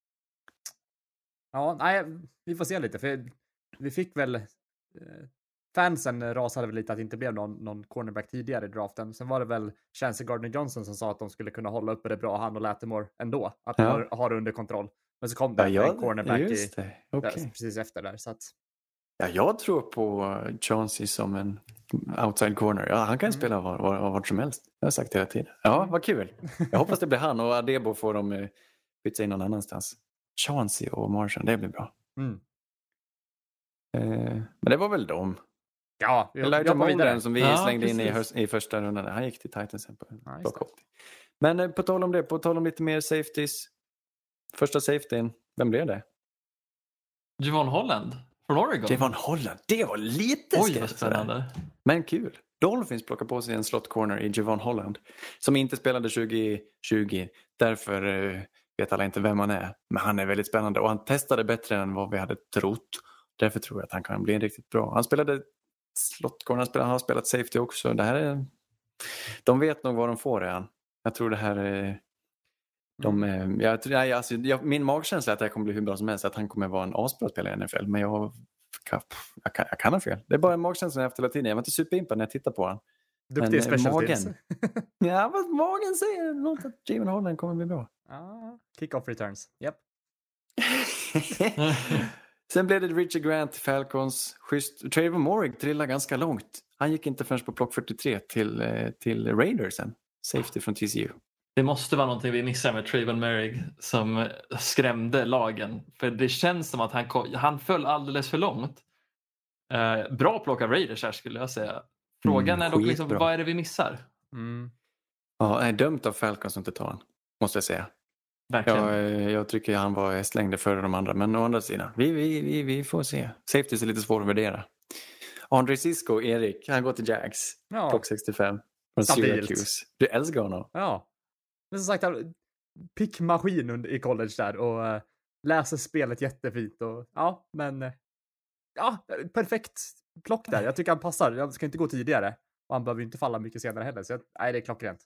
Ja, nej, vi får se lite. För vi fick väl... Eh, fansen rasade väl lite att det inte blev någon, någon cornerback tidigare i draften. Sen var det väl Chancey Gardner-Johnson som sa att de skulle kunna hålla uppe det bra, han och Lattimore ändå. Att de Ja. har, har det under kontroll. Men så kom det Ja, en cornerback just i, det. Okay. där, precis efter där. Så att... Ja, jag tror på Chauncey som en outside corner. Ja, han kan Mm. spela var, var, var som helst. Jag har sagt det hela tiden. Ja, vad kul. Jag hoppas det blir han och Adebo får de eh, byta in någon annanstans. Chauncey och Marshall, det blir bra. Mm. Eh, men det var väl dem. Ja, vi, Elijah vi hoppar vidare. Molden som vi Ja, slängde in i, precis. höst, i första rundan. Han gick till Titans på Ja, just block det. åttio. Men eh, på tal om det, på tal om lite mer safeties. Första safetyn, vem blev det? Javon Holland från Oregon. Javon Holland. Det var lite Oj, vad skrämt sådär. spännande. Men kul. Dolphins plockar på sig en slot corner i Javon Holland. Som inte spelade tjugo tjugo. Därför eh, vet alla inte vem han är. Men han är väldigt spännande. Och han testade bättre än vad vi hade trott. Därför tror jag att han kan bli riktigt bra. Han spelade slot corner. Han, spelade, han har spelat safety också. Det här är... De vet nog vad de får redan. Jag tror det här är... De, eh, jag, jag, alltså, jag, min magkänsla är att det kommer bli hur bra som helst. Att han kommer vara en asbra spelare i N F L. Men jag... Jag kan, jag kan ha fel. Det är bara en magkänsla efter hela tiden. Jag var inte superimpad när jag tittar på honom. Duktig i Men, special magen. teams. Ja, vad magen säger något att Javon Holland kommer bli bra. Ja, kick-off returns. Yep. Sen blev det Richard Grant till Falcons. Schysst. Trevor Morig trillade ganska långt. Han gick inte förrän på plock fyrtiotre till, till Raidersen. Safety från T C U. Det måste vara någonting vi missar med Trayvon Merrick som skrämde lagen. För det känns som att han, kom, han föll alldeles för långt. Eh, bra plock av Raiders här skulle jag säga. Frågan Mm, är dock liksom, skitbra. vad är det vi missar? Mm. Ja, är dömt av Falcons att inte ta han. Måste jag säga. Verkligen. Jag, jag tycker han var hästlängder före de andra. Men å andra sidan, vi, vi, vi, vi får se. Safety är lite svår att värdera. André Cisco, Erik, han går till Jags. Ja. Plock sextiofem. Från Stabilt. Syracuse. Du älskar honom. Ja. Men som sagt, han- pickmaskin under- i college där och uh, läser spelet jättefint och ja, men uh, ja, perfekt plock där. Jag tycker han passar. Jag ska inte gå tidigare och han behöver ju inte falla mycket senare heller. Så jag, nej, det är klockrent.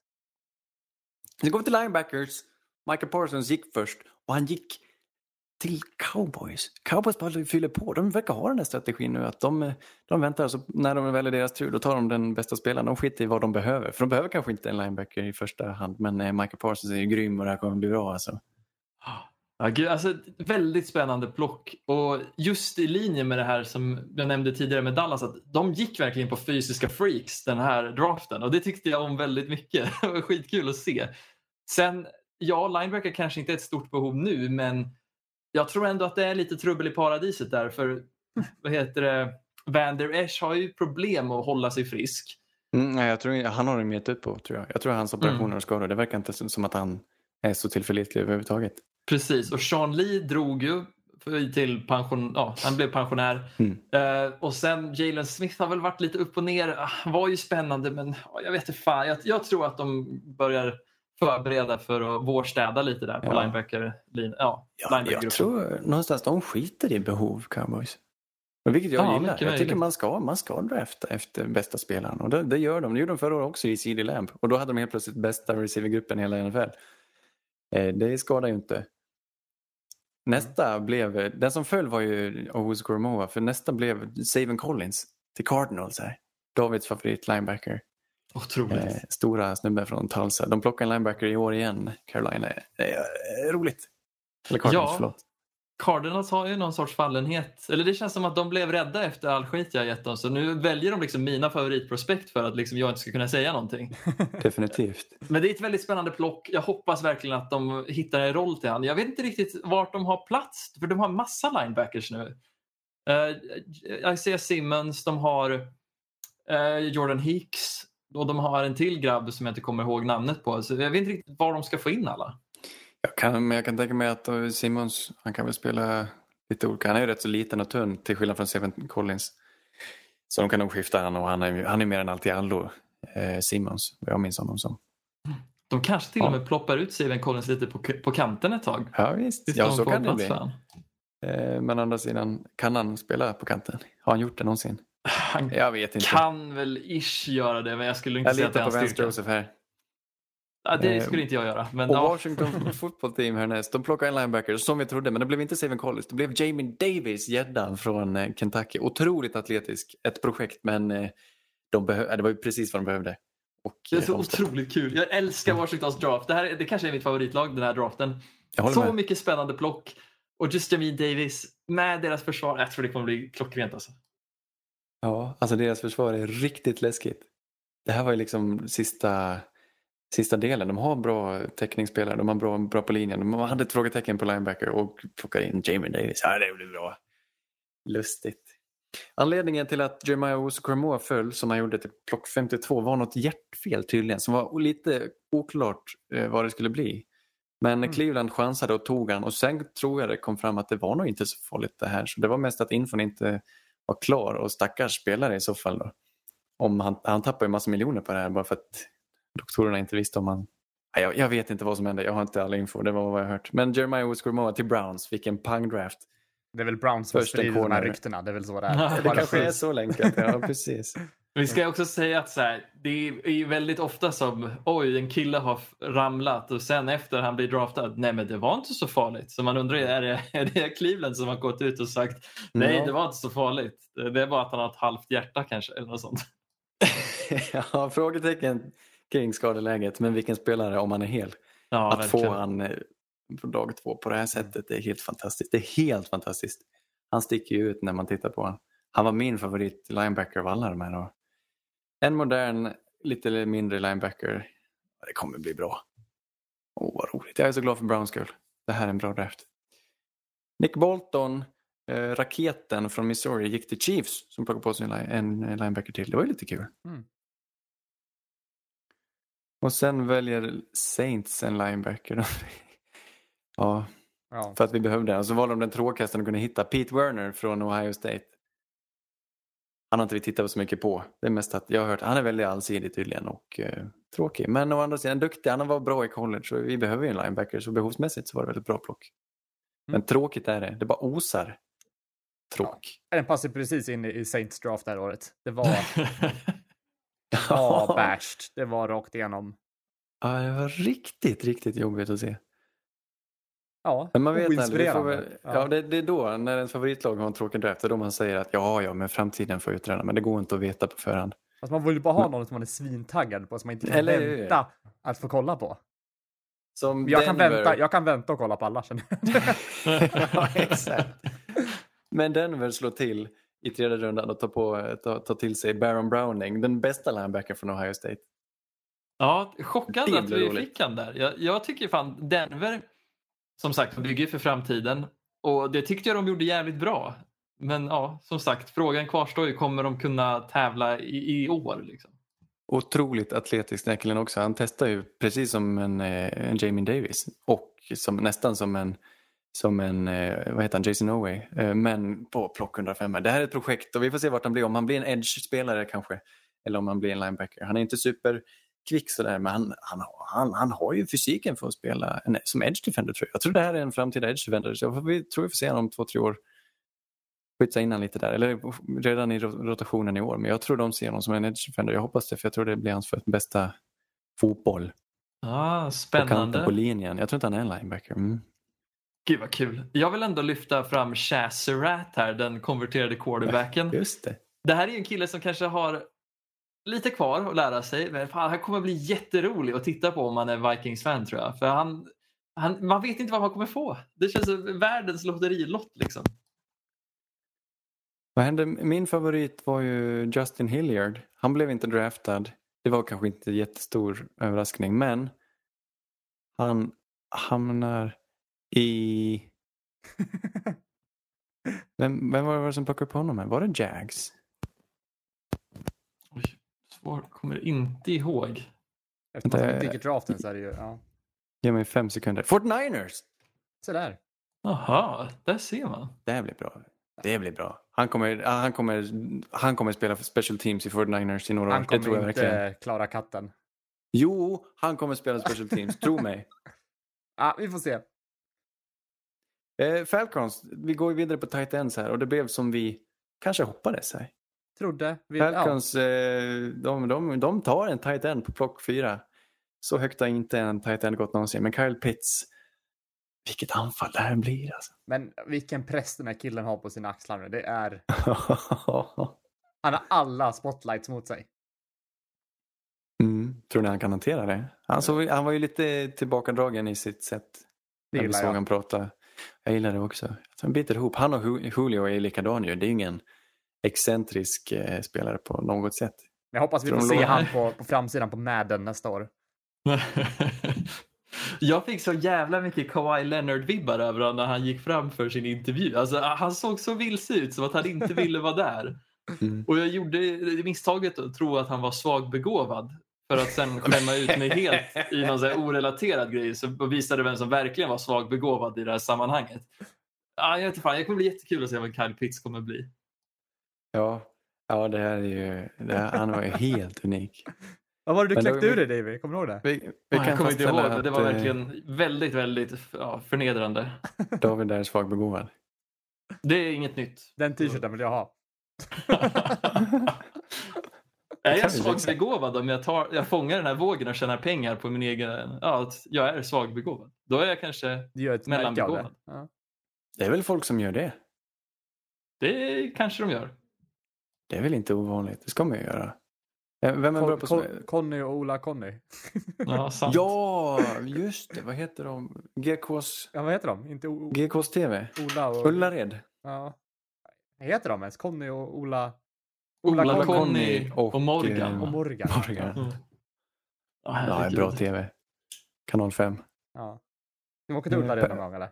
Så går vi till linebackers. Michael Parsons gick först och han gick till Cowboys. Cowboys bara fyller på. De verkar ha den här strategin nu att de, de väntar så när de väljer deras tur då tar de den bästa spelaren. De skiter i vad de behöver. För de behöver kanske inte en linebacker i första hand men eh, Michael Parsons är ju grym och det här kommer bli bra alltså. Ja, gud, alltså, väldigt spännande plock och just i linje med det här som jag nämnde tidigare med Dallas att de gick verkligen på fysiska freaks den här draften och det tyckte jag om väldigt mycket. Det var skitkul att se. Sen, ja, linebacker kanske inte är ett stort behov nu men jag tror ändå att det är lite trubbel i paradiset där för vad heter det, Van Der Esch har ju problem att hålla sig frisk. Mm, nej, jag tror han har det gett ut på tror jag. Jag tror hans operationer Mm. och skador. Det verkar inte som att han är så tillförlitlig överhuvudtaget. Precis, och Sean Lee drog ju till pension, ja, han blev pensionär. Mm. Uh, och sen Jalen Smith har väl varit lite upp och ner. Han var ju spännande men ja, jag vet inte fan. Jag, jag tror att de börjar förbereda för att vårstäda lite där på Ja. linebacker. Lin, ja, Ja, linebacker jag tror någonstans de skiter i behov Cowboys. Och vilket jag Ja, gillar. mycket Jag möjligt. tycker man ska, man ska drafta efter bästa spelaren. Och det, det gör de. Det gjorde de förra året också i C D Lamb. Och då hade de helt plötsligt bästa receivergruppen i hela N F L. Eh, det skadar ju inte. Nästa blev, den som föll var ju Owusu Koramoah. För nästa blev Savin Collins till Cardinals här. Davids favorit linebacker. Otroligt. Eh, stora snubben från Tulsa. De plockar en linebacker i år igen, Carolina. Eh, roligt. Eller Cardinals, Ja. förlåt. Cardinals har ju någon sorts fallenhet. Eller det känns som att de blev rädda efter all skit jag gett dem. Så nu väljer de liksom mina favoritprospekt för att liksom jag inte ska kunna säga någonting. Definitivt. Men det är ett väldigt spännande plock. Jag hoppas verkligen att de hittar en roll till han. Jag vet inte riktigt vart de har plats. För de har massa linebackers nu. Uh, Isaiah Simmons, de har uh, Jordan Hicks. Och de har en till grabb som jag inte kommer ihåg namnet på. Så jag vet inte riktigt var de ska få in alla. Jag kan, men jag kan tänka mig att Simmons, han kan väl spela lite olika. Han är ju rätt så liten och tunn till skillnad från Seven Collins. Så de kan nog skifta han och han är, han är mer än alltid allo. Eh, Simmons, jag minns honom som. De kanske till och med ploppar ut Seven Collins lite på, på kanten ett tag. Ja visst, ja, så kan det bli. Eh, men å andra sidan, kan han spela på kanten? Har han gjort det någonsin? Han jag vet inte. Kan väl ish göra det, men jag skulle inte jag säga att det är hans styrka. Joseph här. Ja, det skulle inte jag göra. Men och ja. Washington football team härnäst, de plockade en linebacker som vi trodde, men det blev inte Seven Collins. Det blev Jamin Davis, gäddan från Kentucky. Otroligt atletisk, ett projekt, men de behö- det var ju precis vad de behövde. Och det är så otroligt kul. Jag älskar Washingtons draft. Det, här, det kanske är mitt favoritlag, den här draften. Så med. Mycket spännande plock. Och just Jamin Davis med deras försvar. Jag tror det kommer bli klockrent alltså. Ja, alltså deras försvar är riktigt läskigt. Det här var ju liksom sista... Sista delen, de har bra täckningsspelare, de har bra, bra på linjen. De hade ett frågetecken på linebacker och plockade in Jamin Davis. Ja, det blir bra. Lustigt. Anledningen till att Jeremiah Owusu-Koramoah föll, som han gjorde till plock femtiotvå, var något hjärtfel tydligen. Som var lite oklart eh, vad det skulle bli. Men mm. Cleveland chansade och tog han. Och sen tror jag det kom fram att det var nog inte så farligt det här. Så det var mest att infon inte var klar. Och stackars spelare i så fall då. Om han, han tappade ju massa miljoner på det här bara för att doktorerna inte visste om han... Jag, jag vet inte vad som hände. Jag har inte alla info. Det var vad jag hört. Men Jeremiah Owusu-Koramoah till Browns fick en pang-draft. Det är väl Browns som sprider de här ryktena. Det är väl så det är. Det kanske är så länkat. Ja, precis. Vi ska också säga att så här, det är väldigt ofta som oj, en kille har ramlat och sen efter han blir draftad, nej men det var inte så farligt. Så man undrar, är det, är det Cleveland som har gått ut och sagt nej, no. det var inte så farligt. Det är bara att han har ett halvt hjärta kanske eller något sånt. Ja, frågetecken kring skadeläget, men vilken spelare om han är hel. Ja, att verkligen. Få han på dag två på det här sättet, det är helt fantastiskt. Det är helt fantastiskt. Han sticker ju ut när man tittar på honom. Han var min favorit linebacker av alla de här. Och en modern, lite mindre linebacker. Det kommer bli bra. Åh, oh, vad roligt. Jag är så glad för Browns skull. Det här är en bra draft. Nick Bolton, eh, raketen från Missouri, gick till Chiefs som plockade på sig en, en linebacker till. Det var ju lite kul. Mm. Och sen väljer Saints en linebacker. ja, ja, för att vi behövde. Och så var de den tråkigaste de kunde hitta. Pete Werner från Ohio State. Han har inte vi tittat så mycket på. Det är mest att jag har hört han är väldigt allsidig tydligen och eh, tråkig. Men å andra sidan duktig. Han var bra i college så vi behöver ju en linebacker. Så behovsmässigt så var det väldigt bra plock. Mm. Men tråkigt är det. Det bara osar. Tråk. Ja, den passar precis in i Saints draft det här året. Det var... Ja, bashed. Det var rakt igenom. Ja, det var riktigt, riktigt jobbigt att se. Ja, men man vet oinspirerande. Väl, ja, ja det, det är då, när ens favoritlag har en tråkig draft, då man säger att ja, ja, men framtiden får utreda. Men det går inte att veta på förhand. Alltså man vill ju bara ha någon som man är svintaggad på, som man inte kan Eller, vänta att få kolla på. Som jag, kan vänta, jag kan vänta och kolla på alla. Ja, exakt. Men Denver slår till i tredje rundan och tar, på, tar, tar till sig Baron Browning, den bästa linebacker från Ohio State. Ja, chockad att vi roligt. fick han där. Jag, jag tycker fan Denver, som sagt, bygger för framtiden. Och det tyckte jag de gjorde jävligt bra. Men ja, som sagt, frågan kvarstår ju, kommer de kunna tävla i, i år liksom? Otroligt atletisk den killen också. Han testar ju precis som en, en Jamin Davis. Och som, nästan som en som en, vad heter han, Jason Oway, men på plock hundrafem. Det här är ett projekt och vi får se vart han blir. Om han blir en edge-spelare kanske, eller om han blir en linebacker. Han är inte superkvick sådär, men han, han, han, han har ju fysiken för att spela en, som edge-defender tror jag. Jag tror det här är en framtida edge-defender, så vi tror vi får se honom om två, tre år skjutsa innan lite där, eller redan i rotationen i år. Men jag tror de ser honom som en edge-defender. Jag hoppas det, för jag tror det blir hans för bästa fotboll. Ah, spännande. På kanten på linjen. Jag tror inte han är en linebacker. Mm. Gud vad kul. Jag vill ändå lyfta fram Chaz Surratt här, den konverterade quarterbacken. Just det. Det här är en kille som kanske har lite kvar att lära sig. Men fan, han kommer bli jätterolig att titta på om man är Vikings-fan tror jag. För han, Han, man vet inte vad man kommer få. Det känns som världens lotterilott liksom. Vad hände? Min favorit var ju Justin Hilliard. Han blev inte draftad. Det var kanske inte en jättestor överraskning. Men han hamnar i... Vem, vem var det som plockade upp honom? Var det Jags? Oj, svår. Kommer inte ihåg. Eftersom Det- man inte gick draften så är det ju... Ja. Ge mig fem sekunder. forty-niners! Så där. Jaha, där ser man. Det här blir bra. Det blir bra. Han kommer, han kommer, han kommer spela för special teams i forty-niners i några år. Han Det kommer tror jag inte verkligen. klara katten. Jo, han kommer spela special teams. Tro mig. Ja, vi får se. Eh, Falcons, vi går ju vidare på tight ends här. Och det blev som vi kanske hoppades här. Trodde. Vi, Falcons, eh, de, de, de tar en tight end på plock fyra. Så högt har inte en tight end gått någonsin. Men Kyle Pitts, vilket anfall det här blir alltså. Men vilken press den här killen har på sina axlar nu. Det är... Han har alla spotlights mot sig. mm, tror ni han kan hantera det? Han, såg, han var ju lite tillbakadragen i sitt sätt. Det När vi gillar såg jag. han prata. Jag gillar det också. Att han biter ihop. Han och Ju- Julio är likadan ju. Det är ingen excentrisk eh, spelare på något sätt. Jag hoppas vi Tror får de se låter- han på, på framsidan på Madden nästa år. Jag fick så jävla mycket Kawhi Leonard-vibbar över honom när han gick fram för sin intervju. Alltså, han såg så vilse ut som att han inte ville vara där. Mm. Och jag gjorde det misstaget att tro att han var svagbegåvad. För att sen skämma ut mig helt i någon så här orelaterad grej. Så visade vem som verkligen var svagbegåvad i det här sammanhanget. Ja, jag vet inte fan, det kommer bli jättekul att se vad Kyle Pitts kommer bli. Ja. ja, det här är ju... Det här, han var ju helt unik. Vad var det du Men då- kläckte ur dig, David? Kommer du ihåg det? Vi, vi Jag kan kommer inte ihåg, fastställa men det att var eh, verkligen väldigt, väldigt ja, förnedrande. David är svagbegåvad. Det är inget nytt. Den t-shirten vill jag ha. Är kan jag vi svagbegåvad om jag, tar, jag fångar den här vågen och tjänar pengar på min egen... Ja, att jag är svagbegåvad. Då är jag kanske Du gör ett märke av det. mellanbegåvad. Ja. Det är väl folk som gör det? Det kanske de gör. Det är väl inte ovanligt. Det ska man ju göra. Eh, Vem är bra Con, på... Con, Conny och Ola Conny. Ja, sant. Ja, just det. Vad heter de? G K:s... Ja, vad heter de? Inte o, G K:s T V. Ola och... Ullared. Ja. Vad heter de ens? Conny och Ola... Ola, Ola Conny Conny och, och, Morgan. eh, Och Morgan. Morgan. Mm. Ja, Ja, herregud. bra T V. Kanal fem. Ja. Du åker till Ullared någon gång, eller?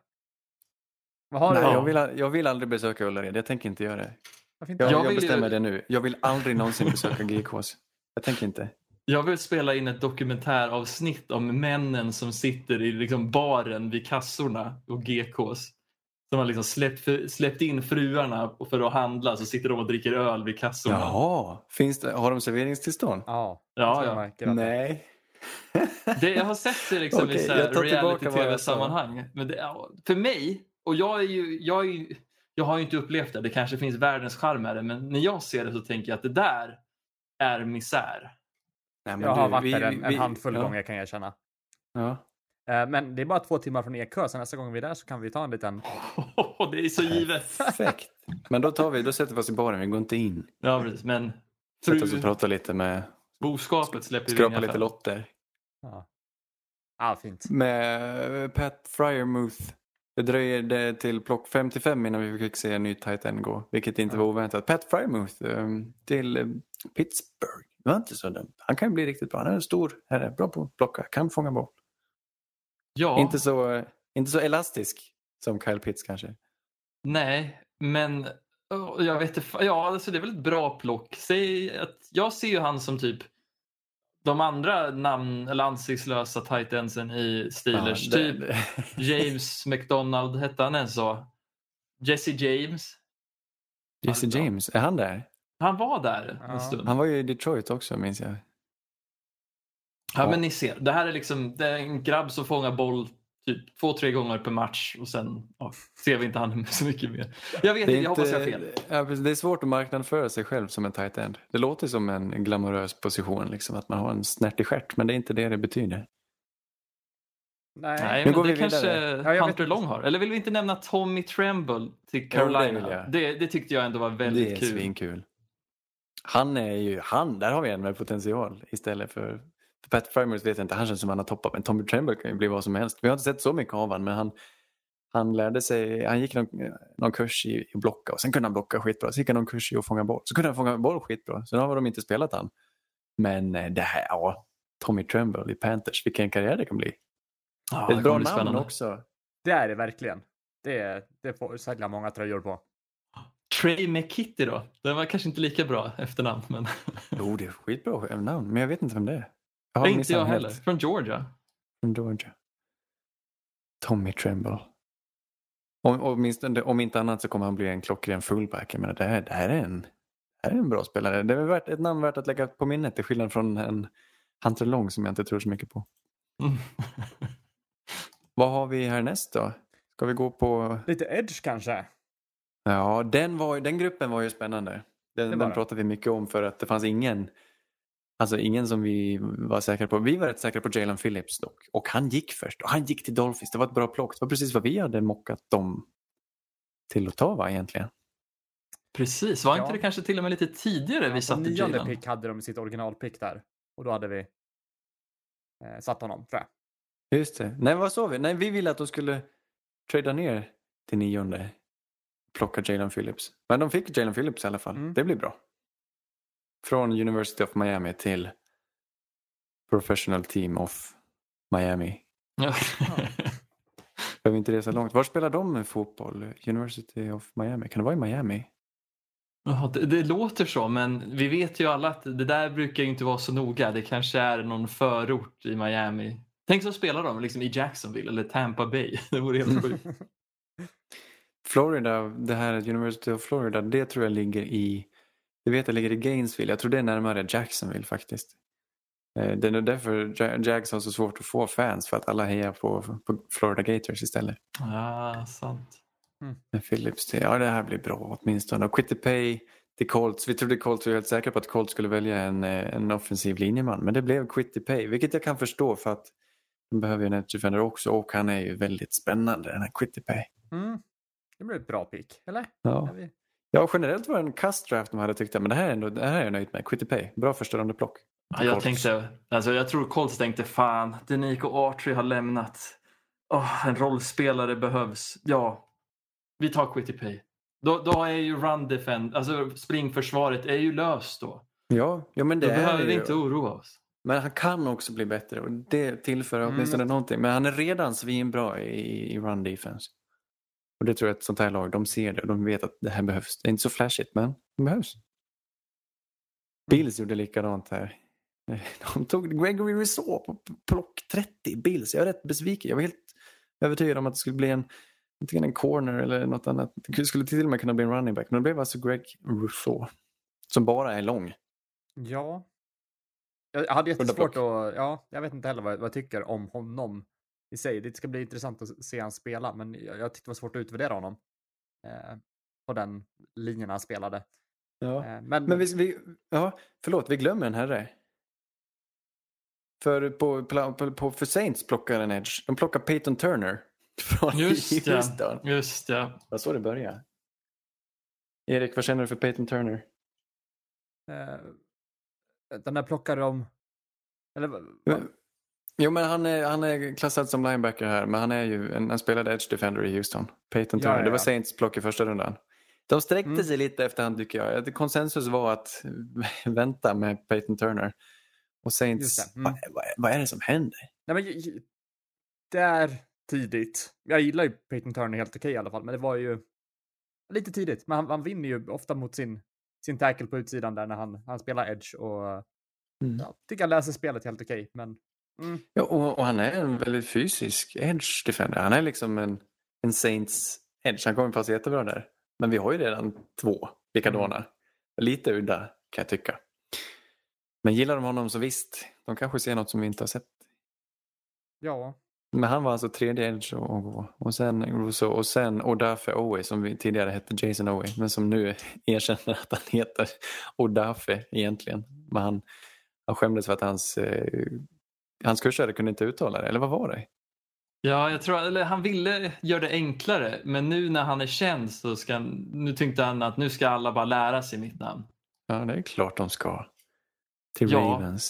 Vad har Nej, du? jag vill, jag vill aldrig besöka Ullared. Jag tänker inte göra det. Varför inte? Jag, Jag jag vill ju- bestämmer det nu. Jag vill aldrig någonsin besöka G K:s. Jag tänker inte. Jag vill spela in ett dokumentäravsnitt om männen som sitter i liksom baren vid kassorna och G K:s. Som har liksom släppt, släppt in fruarna för att handla, så sitter de och dricker öl vid kassorna. Jaha, finns det, har de serveringstillstånd? Ja. Ja, jag tror jag ja. märker att det- Nej. Det, jag har sett det liksom Okej, i så jag här tar tillbaka vad jag sa. reality-tv-sammanhang. Men det, ja, för mig, och jag är ju, jag är ju, jag har ju inte upplevt det, det kanske finns världens charm med det, men när jag ser det så tänker jag att det där är misär. Nej, men Jag har du, varit vi- där en, en vi- handfull ja, gånger kan jag erkänna. Ja. Eh, Men det är bara två timmar från Eksjö, så nästa gång vi är där så kan vi ta en liten... Det är så givet. Perfekt. Men då, tar vi, då sätter vi oss i baren. Vi går inte in. Ja, precis. Men Sätter oss och fru, pratar lite med... boskapet släpper vi Skrapa inga lite fall. lotter. Ja, ah, fint. Med Pat Fryermuth. Det dröjer det till plock femtiofem innan vi fick se en ny tight end gå. Vilket inte var oväntat. Pat Fryermuth um, till um, Pittsburgh. Det var inte så dumt. Han kan ju bli riktigt bra. Han är en stor herre. Bra på att plocka. Kan fånga boll. Ja, Inte, så, uh, inte så elastisk som Kyle Pitts kanske. nej, men oh, jag vet inte, ja, alltså det är väl ett bra plock. Säg att jag ser ju han som typ de andra namn eller ansiktslösa tight endsen i Steelers. Ja, det- typ det- James McDonald, hette han ens så? Jesse James. Jesse James, är han där? Han var där Ja. en stund. Han var ju i Detroit också, minns jag. Ja, men ni ser, det här är liksom det är en grabb som fångar boll typ två, tre gånger per match och sen ja, ser vi inte han så mycket mer. Jag vet Det inte, är, jag hoppas jag har fel. ja, precis. Det är svårt att marknadsföra sig själv som en tight end. Det låter som en glamorös position, liksom, att man har en snärtig stjärt, men det är inte det det betyder. Nej. Nej, Nu men går det vi kanske vidare. Ja, jag Hunter vet- Long har. Eller vill vi inte nämna Tommy Tremble till Jo, Carolina? det vill jag. det, det tyckte jag ändå var väldigt Det är kul. svinkul. Han är ju, han, där har vi en med potential istället för Pat Frymers vet jag inte, han känns som han har toppat, men Tommy Tremble kan ju bli vad som helst. Vi har inte sett så mycket av han, men han, han lärde sig, han gick någon, någon kurs i, i blocka och sen kunde han blocka skitbra. Så gick han någon kurs i att fånga boll. Så kunde han fånga boll skitbra. Så nu har de inte spelat han. Men det här, ja, Tommy Tremble i Panthers, vilken karriär det kan bli. Ja, det är ett bra kommer bli namn spännande. också. Det är det verkligen. Det, det får sälja många tröjor på. Trey McKitty då? Den var kanske inte lika bra efternamn. Men... Jo, det är skitbra namn, men jag vet inte vem det är. Jag har Nej, inte missat jag helt. heller. Från Georgia. Från Georgia. Tommy Tremble. Om, åtminstone, om inte annat så kommer han bli en klockren fullback. Jag menar, det, här, det, här är en, det här är en bra spelare. Det är värt, ett namn värt att lägga på minnet, till skillnad från en Hunter Long som jag inte tror så mycket på. Mm. Vad har vi härnäst då? Ska vi gå på... Lite edge kanske. Ja, den, var, den gruppen var ju spännande. Den, Det var den det. pratade vi mycket om för att det fanns ingen... Alltså ingen som vi var säkra på. Vi var rätt säkra på Jalen Phillips dock. Och han gick först. Och han gick till Dolphins. Det var ett bra plock. Det var precis vad vi hade mockat dem till att ta, va, egentligen. Precis, var Ja. inte det kanske till och med lite tidigare vi Ja, på satte nionde Jalen? pick hade de i sitt originalpick där. Och då hade vi eh, satt honom, tror jag. Just det. Nej, vad sa vi? Nej, vi ville att de skulle trada ner till nionde. Plocka Jalen Phillips. Men de fick Jalen Phillips i alla fall. Mm. Det blir bra. Från University of Miami till Professional Team of Miami. Ja. Behöver inte resa långt. Var spelar de med fotboll? University of Miami. Kan det vara i Miami? Ja, det, det låter så, men vi vet ju alla att det där brukar ju inte vara så noga. Det kanske är någon förort i Miami. Tänk så spelar de liksom i Jacksonville eller Tampa Bay. Det vore helt sjukt. Florida, det här University of Florida, det tror jag ligger i, jag vet det ligger i Gainesville. Jag tror det är närmare Jacksonville faktiskt. Eh, Det är nog därför Ja- Jags har så svårt att få fans, för att alla hejar på, på Florida Gators istället. Ja, sant. Men Phillips, det, ja, det här blir bra åtminstone. Och Quittipay till Colts. Vi trodde Colts, vi var helt säkra på att Colts skulle välja en, eh, en offensiv linjeman. Men det blev Quittipay, vilket jag kan förstå för att de behöver ju en edge defender också. Och han är ju väldigt spännande, den här Quittipay. Mm. Det blir ett bra pick, eller? Ja. Är vi- Ja, generellt var det en kast-draft de hade tyckt jag, men det här är, ändå, det här är jag nöjd med. Quittipay, bra förstörande plock. Ja, jag Colts. tänkte, alltså jag tror Colts tänkte fan, Denico Autry har lämnat. Åh, en rollspelare behövs. Ja, vi tar Quittipay. Då, då är ju run defend, alltså springförsvaret är ju löst då. Ja, ja men det Då är behöver ju... vi inte oroa oss. Men han kan också bli bättre och det tillför Mm. åtminstone någonting. Men han är redan svinbra i, i run defense. Och det tror jag att ett sånt här lag, de ser det och de vet att det här behövs. Det är inte så flashigt, men det behövs. Bills gjorde likadant här. De tog Gregory Rousseau på plock trettio. Bills, jag är rätt besviken. Jag var helt övertygad om att det skulle bli en, antingen en corner eller något annat. Det skulle till och med kunna bli en running back. Men det blev alltså Greg Rousseau. Som bara är lång. Ja. Jag hade Udda jättesvårt plock. att... Ja, jag vet inte heller vad, vad jag tycker om honom i sig. Det ska bli intressant att se han spela, men jag, jag tyckte det var svårt att utvärdera honom. Eh, på den linjen han spelade. Ja. Eh, men Men vi, vi, ja, förlåt, vi glömmer en herre. För, på, på, på, för Saints plockar en edge. De plockar Peyton Turner från Just ja, Houston. just ja. Det var så det började. Erik, vad känner du för Peyton Turner? eh, den där plockar de... Eller, vad- Men- Jo, men han är, han är klassad som linebacker här. Men han är ju en, han spelade edge defender i Houston. Peyton Ja, Turner. ja, Det var ja. Saints plock i första rundan. De sträckte Mm. sig lite efterhand tycker jag. Det- Konsensus var att vänta med Peyton Turner. Och Saints, Just det. Mm. vad, vad, vad är det som händer? Nej, men j- j- det är tidigt. Jag gillar ju Peyton Turner helt okej i alla fall, men det var ju lite tidigt. Men han, han vinner ju ofta mot sin, sin tackle på utsidan där när han, han spelar edge och Mm. ja, tycker han läser spelet helt okej. Men mm, Ja, och, och han är en väldigt fysisk edge defender. Han är liksom en, en Saints edge. Han kommer passa jättebra där. Men vi har ju redan två likadana. Mm. Lite udda kan jag tycka. Men gillar de honom så visst. De kanske ser något som vi inte har sett. ja, Men han var alltså tredje edge och, och, och sen Rousseau och sen Odafe Owe som vi tidigare hette Jason Owe. Men som nu erkänner att han heter Odafe egentligen. Men han, han skämdes för att hans, eh, hans kursare kunde inte uttala det. Eller vad var det? Ja, jag tror, eller han ville göra det enklare, men nu när han är känd så ska han, nu tyckte han att nu ska alla bara lära sig mitt namn. Ja, det är klart de ska. Till Ja. Ravens.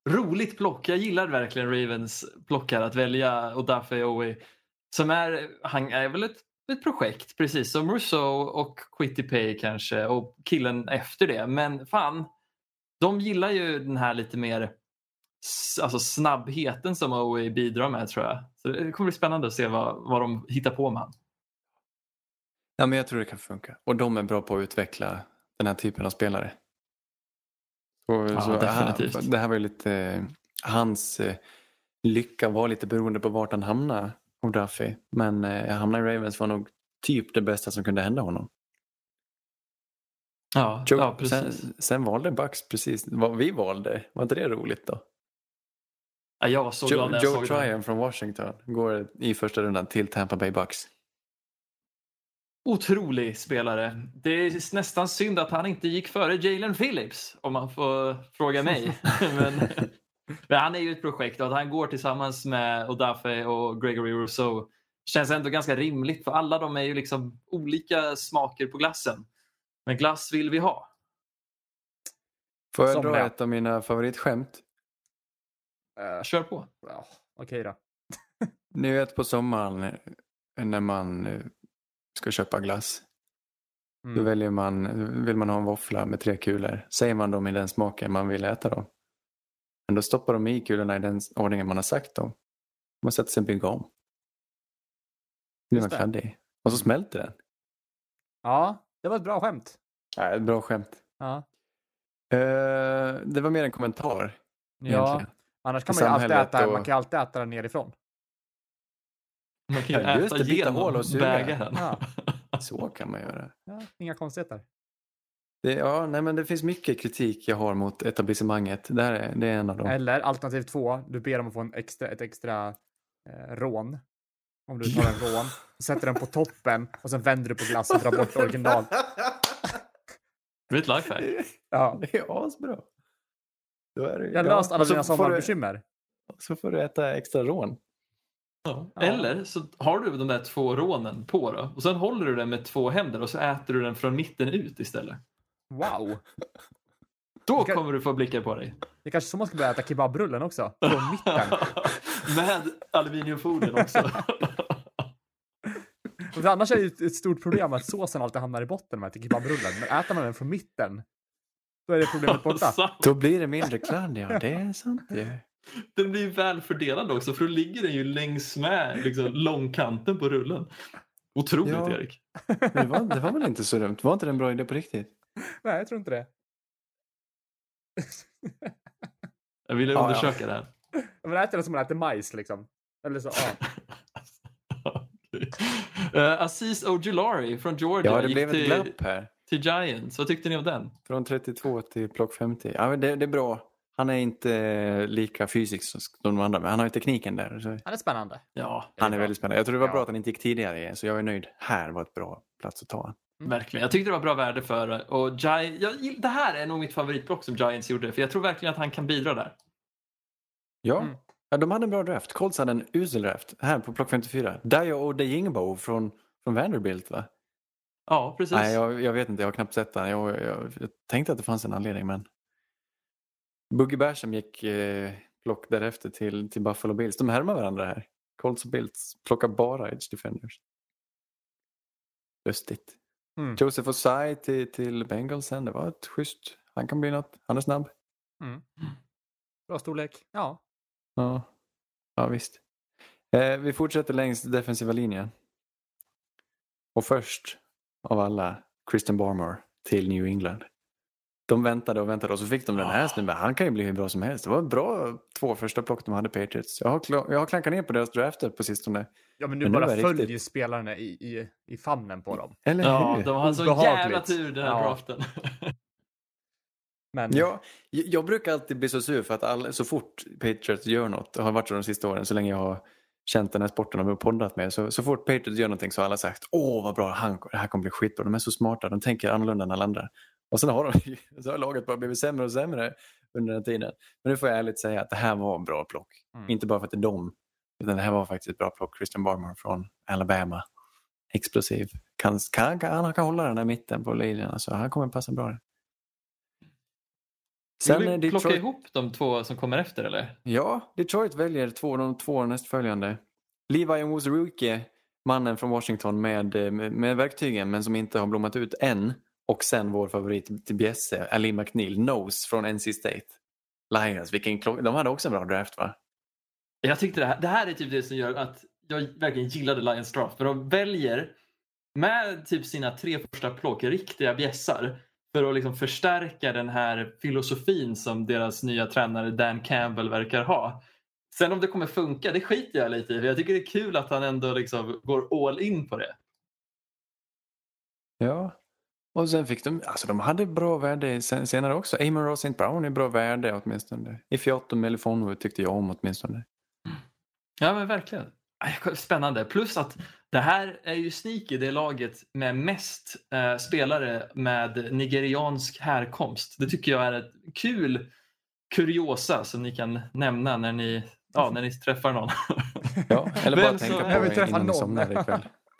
roligt plock. Jag gillar verkligen Ravens plockar att välja Odafe Oweh. Som är, han är väl ett, ett projekt precis som Rousseau och Quitty Pay kanske och killen efter det. Men fan, de gillar ju den här lite mer alltså snabbheten som Oweh bidrar med tror jag. Så det kommer bli spännande att se vad, vad de hittar på med han. Ja, men jag tror det kan funka. Och de är bra på att utveckla den här typen av spelare. Så, Ja, så definitivt. Det här, det här var ju lite... Hans eh, lycka var lite beroende på vart han hamnade, Odafe. Men eh, hamna i Ravens var nog typ det bästa som kunde hända honom. Ja, Joe, ja precis. Sen, sen valde Bucks precis vad vi valde. Var inte det roligt då? Ja, jag var så glad när Joe, jag Joe såg det. Tryon från Washington går i första rundan till Tampa Bay Bucks. Otrolig spelare. Det är nästan synd att han inte gick före Jalen Phillips om man får fråga mig. men, men han är ju ett projekt och att han går tillsammans med Odafe och Gregory Rousseau känns ändå ganska rimligt för alla de är ju liksom olika smaker på glassen. Men glass vill vi ha. Får jag Som dra det. ett av mina favoritskämt? Uh, Kör på. ja, Okej då. Ni vet på sommaren när man eh, ska köpa glass. Då Mm. väljer man, vill man ha en våffla med tre kulor. Säger man dem i den smaken man vill äta dem. Men då stoppar de i kulorna i den ordningen man har sagt dem. Man sätter sig en bygga om. Blir man Just det. kladdig. Och så smälter den. Ja, det var ett bra skämt. Ja, ett bra skämt. Ja, Eh, det var mer en kommentar. ja. Egentligen. Annars kan I man ju alltid samhället äta, och- man kan ju alltid äta den nerifrån. Man kan ju Ja, just äta det, bita genom hål och suga. bägaren. Ja. Så kan man göra. Ja, inga konstigheter. Det, ja, nej, men det finns mycket kritik jag har mot etablissemanget. Det, här är, det är en av dem. Eller alternativ två, du ber dem att få en extra, ett extra eh, rån. Om du tar en rån, sätter den på toppen och sen vänder du på glassen och drar bort original. Det är ett lifehack. Ja. Det är asbra. Då är det, Jag har löst alla och så dina får du- sommarbekymmer. Så får du äta extra rån. Ja. Ja. Eller så har du de där två rånen på då. Och sen håller du den med två händer och så äter du den från mitten ut istället. Wow. Då Okej. kommer du få blickar på dig. Det är kanske så man ska börja äta kebabrullen också. Från mitten. Med aluminiumfolien också. För annars är det ju ett- ett stort problem att såsen alltid hamnar i botten med kebabrullen. Men äter man den från mitten, då är det problemet borta. Sant. Då blir det mindre kladd, ja. Det är sant. Det. Den blir väl fördelad också för då ligger den ju längs med liksom, långkanten på rullen. Otroligt Ja. Erik. Det, var, det var väl inte så dumt? Var inte det en bra idé på riktigt? Nej, jag tror inte det. Jag ville Ja, undersöka det här. Man äter det som man äter majs liksom. Eller så, ja. uh, Aziz Ojulari från Georgia Ja, det gick blev ett till, glapp här. till Giants. Vad tyckte ni om den? Från trettiotvå till plock femtio. Ja, men det, det är bra. Han är inte lika fysisk som de andra, men han har ju tekniken där. Så Han är spännande. Ja, han är väldigt spännande. Jag tror det var Ja. bra att han inte gick tidigare igen, så jag är nöjd. Här var ett bra plats att ta han. verkligen. Jag tyckte det var bra värde för det. Och Gi- jag, gill- det här är nog mitt favoritblock som Giants gjorde. För jag tror verkligen att han kan bidra där. Ja. Mm. Ja, de hade en bra draft. Colts hade en usel draft. Här på plock femtiofyra. Dio Odeyingbo från, från Vanderbilt, va? Ja, precis. Nej, jag, jag vet inte. Jag har knappt sett den. Jag, jag, jag tänkte att det fanns en anledning, men... Boogie Basham gick eh, plock därefter till, till Buffalo Bills. De härmar varandra här. Colts och Bills plockar bara edge defenders. Lustigt. Mm. Joseph Osai till, till Bengals sen. Det var ett schysst. Han kan bli något. Han är snabb. Mm. Bra storlek. Ja. Ja, ja visst. Eh, vi fortsätter längs defensiva linjen. Och först av alla, Christian Barmore till New England. De väntade och väntade och så fick de den här snubben. Han kan ju bli hur bra som helst. Det var bra två första plock de hade Patriots. Jag har, kla- jag har klankat ner på deras drafter på sistone. Ja, men nu Men nu bara är det följer riktigt. spelarna i, i, i famnen på dem. Eller Ja, hur? de har så Obehagligt. jävla tur den här Ja. draften. Men Ja, jag jag brukar alltid bli så sur för att all, så fort Patriots gör något, det har varit så de sista åren så länge jag har känt den här sporten och poddat med, så, så fort Patriots gör någonting så har alla sagt åh vad bra, han, det här kommer bli skitbra, de är så smarta, de tänker annorlunda än alla andra. Och sen har, de, så har laget bara blivit sämre och sämre under den tiden. Men nu får jag ärligt säga att det här var en bra plock. Mm. Inte bara för att det är dem, utan det här var faktiskt ett bra plock. Christian Barmore från Alabama. Explosiv. Kan, kan, kan, han kan hålla den här mitten på linjen, så han kommer passa bra. Sen Vill är du plocka Detroit... ihop de två som kommer efter eller? Ja, Detroit väljer två, de två nästföljande. Levi Onwuzurike, mannen från Washington med, med, med verktygen men som inte har blommat ut än. Och sen vår favorit till Bjesse, Ali McNeil, Nose från N C State. Lions, vilken klock... de hade också en bra draft va? Jag tyckte det här, det här är typ det som gör att jag verkligen gillade Lions draft. För de väljer med typ sina tre första plock riktiga bjässar för att liksom förstärka den här filosofin som deras nya tränare Dan Campbell verkar ha. Sen om det kommer funka, det skiter jag lite i. För jag tycker det är kul att han ändå liksom går all in på det. Ja, och sen fick de, alltså de hade bra värde sen, senare också. Amon Ross Saint Brown är bra värde åtminstone. Ifeatu Melifonwu tyckte jag om åtminstone. Ja men verkligen. Spännande. Plus att det här är ju sneaky, det laget med mest eh, spelare med nigeriansk härkomst. Det tycker jag är ett kul kuriosa som ni kan nämna när ni, ja, när ni träffar någon. Ja, eller bara Vem tänka så- på Jag vill det träffa innan ni någon. somnar ikväll.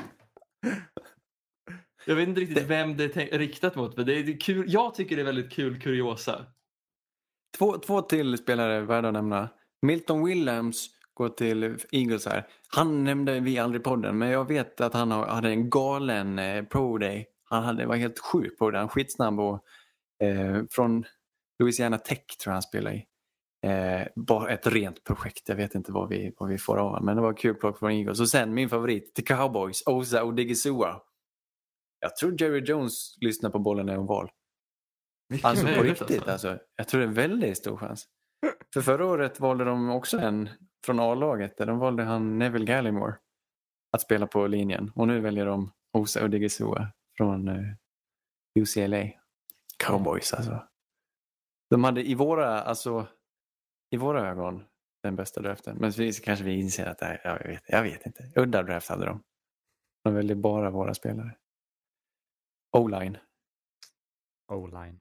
Jag vet inte riktigt vem det är tänk- riktat mot, men det är det är kul. Jag tycker det är väldigt kul kuriosa. Två, två till spelare värda att nämna. Milton Williams går till Eagles här. Han nämnde vi aldrig i podden, men jag vet att han har- hade en galen eh, pro day. Han hade, var helt sjuk på det. Han skitsnabb och eh, från Louisiana Tech tror jag han spelar i. Eh, bara ett rent projekt. Jag vet inte vad vi, vad vi får av, men det var kul plock från Eagles. Och sen min favorit till Cowboys, Osa Odigizua. Jag tror Jerry Jones lyssnar på Bollen är oval. Alltså på möjligt, riktigt alltså. alltså. Jag tror det är en väldigt stor chans. För förra året valde de också en från A-laget. Där de valde han Neville Gallimore att spela på linjen. Och nu väljer de Osa Odigizua från uh, U C L A. Cowboys alltså. De hade i våra, alltså, i våra ögon den bästa draften. Men så kanske vi inser att det här, jag vet, jag vet inte. Udda draft hade de. De väljer bara våra spelare. O-line. O-line.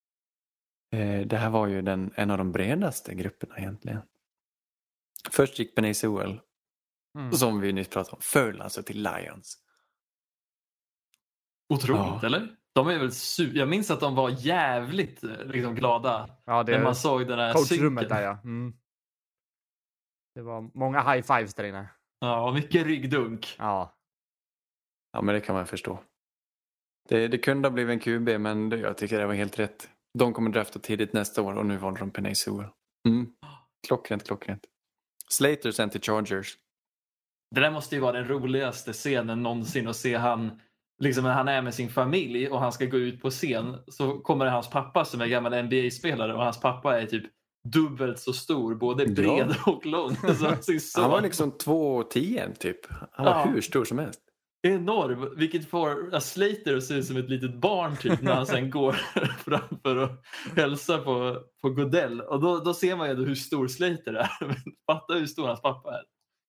Eh, det här var ju den, en av de bredaste grupperna egentligen. Först gick Penei Sewell, Mm. som vi nyss pratade om, föll alltså till Lions. Otroligt, Ja. eller? De är väl su- Jag minns att de var jävligt liksom, glada Ja, det när man är såg den här coachrummet synken. där ja. Mm. Det var många high fives där inne. Ja, mycket ryggdunk. Ja. Ja, men det kan man förstå. Det, det kunde ha blivit en Q B, men det, jag tycker det var helt rätt. De kommer drafta tidigt nästa år och nu valde de Penei Sewell. Mm. Klockrent, klockrent. Slater sen till Chargers. Det där måste ju vara den roligaste scenen någonsin att se han, liksom när han är med sin familj och han ska gå ut på scen, så kommer det hans pappa som är gammal N B A-spelare och hans pappa är typ dubbelt så stor, både bred Ja. och lång. Så han, ser så Han var liksom två tio typ. Han var Ja. hur stor som helst. enorm, vilket får Slater att se ut som ett litet barn typ när han sen går framför och hälsa på, på Goodell. Och då, då ser man ju hur stor Slater är. Fatta hur stor hans pappa är.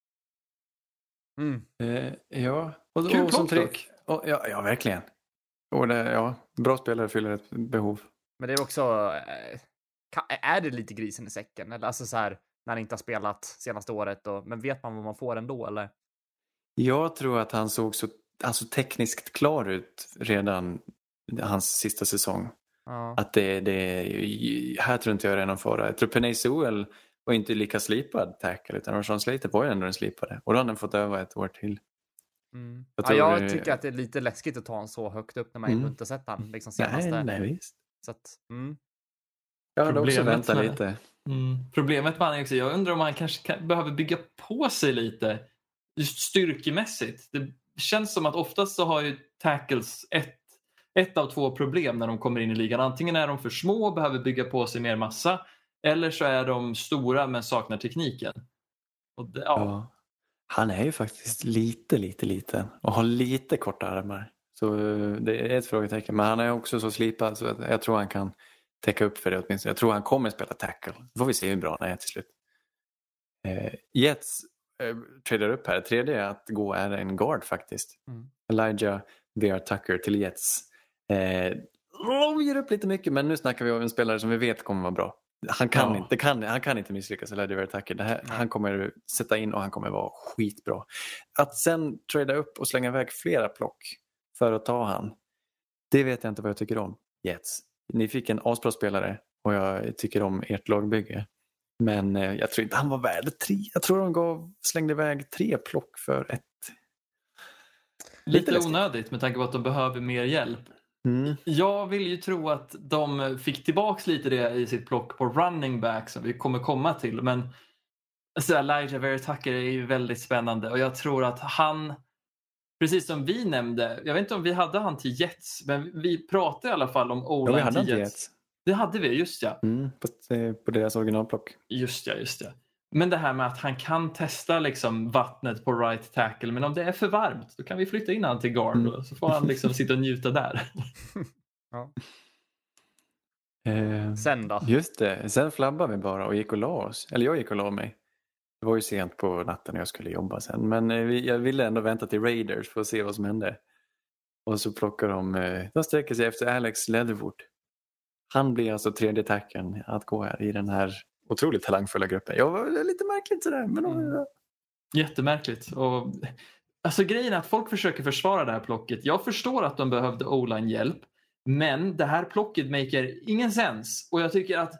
Mm. Eh, ja. Och, Kul och som plock tre... dock. och, ja, ja, verkligen. Och det, ja, bra spelare fyller ett behov. Men det är också, eh, ka- är det lite grisen i säcken? Eller alltså så här, när han inte har spelat senaste året. Och, men vet man vad man får ändå eller? Jag tror att han såg så alltså, tekniskt klar ut redan hans sista säsong. Ja. Att det, det här tror inte jag det är någon fara. Jag tror Penei Sewell var inte lika slipad tackle, utan Rashawn Slater var ju ändå den slipade. Och då hade han fått öva ett år till. Mm. Jag Jag, tror ja, jag det- tycker att det är lite läskigt att ta en så högt upp när man Mm. mm. inte sett han liksom senaste. Nej, nej visst. Så att, mm. Jag hade också Problemet väntat med- lite. Mm. Problemet med han är också, jag undrar om han kanske kan, behöver bygga på sig lite just styrkemässigt. Det känns som att oftast så har ju tackles ett, ett av två problem när de kommer in i ligan. Antingen är de för små och behöver bygga på sig mer massa, eller så är de stora men saknar tekniken. Och det, ja. Ja. Han är ju faktiskt lite, lite liten och har lite korta armar. Så eh, det är ett frågetecken. Men han är också så slipad så att jag tror han kan täcka upp för det åtminstone. Jag tror han kommer spela tackle. Då får vi se hur bra han är till slut. Eh, Jets eh, tradar upp här. Tredje att gå är en guard faktiskt. Mm. Elijah V R Tucker till Jets. Eh, de ger upp lite mycket, men nu snackar vi om en spelare som vi vet kommer vara bra. Han kan, Ja. inte, kan, han kan inte misslyckas, Elijah V R Tucker. Det här, han kommer sätta in och han kommer vara skitbra. Att sen trada upp och slänga iväg flera plock för att ta han, det vet jag inte vad jag tycker om. Jets. Ni fick en asbra spelare och jag tycker om ert lagbygge. Men eh, jag tror inte han var värd tre. Jag tror de gav, slängde iväg tre plock för ett. Lite, Lite onödigt med tanke på att de behöver mer hjälp. Mm. Jag vill ju tro att de fick tillbaks lite det i sitt plock på running back som vi kommer komma till. Men alltså, Elijah Vera-Tucker är ju väldigt spännande och jag tror att han, precis som vi nämnde, jag vet inte om vi hade han till Jets, men vi pratade i alla fall om O-line Ja, vi hade till Jets. Jets. Det hade vi, just ja. Mm, på, på deras originalplock. Just ja, just ja. Men det här med att han kan testa liksom vattnet på right tackle, men om det är för varmt då kan vi flytta in han till guard Mm. och så får han liksom sitta och njuta där. Ja. Eh, Sen då? Just det, sen flabbade vi bara och gick och la oss. Eller jag gick och la mig. Det var ju sent på natten när jag skulle jobba sen. Men eh, vi, jag ville ändå vänta till Raiders för att se vad som hände. Och så plockar de, eh, de sträcker sig efter Alex Leatherwood. Han blir alltså tredje tacken att gå här i den här otroligt talangfulla gruppen. Jag var lite märkligt sådär. Men de, Mm. Jättemärkligt. Och, alltså grejen är att folk försöker försvara det här plocket. Jag förstår att de behövde O-line hjälp. Men det här plocket maker ingen sens. Och jag tycker att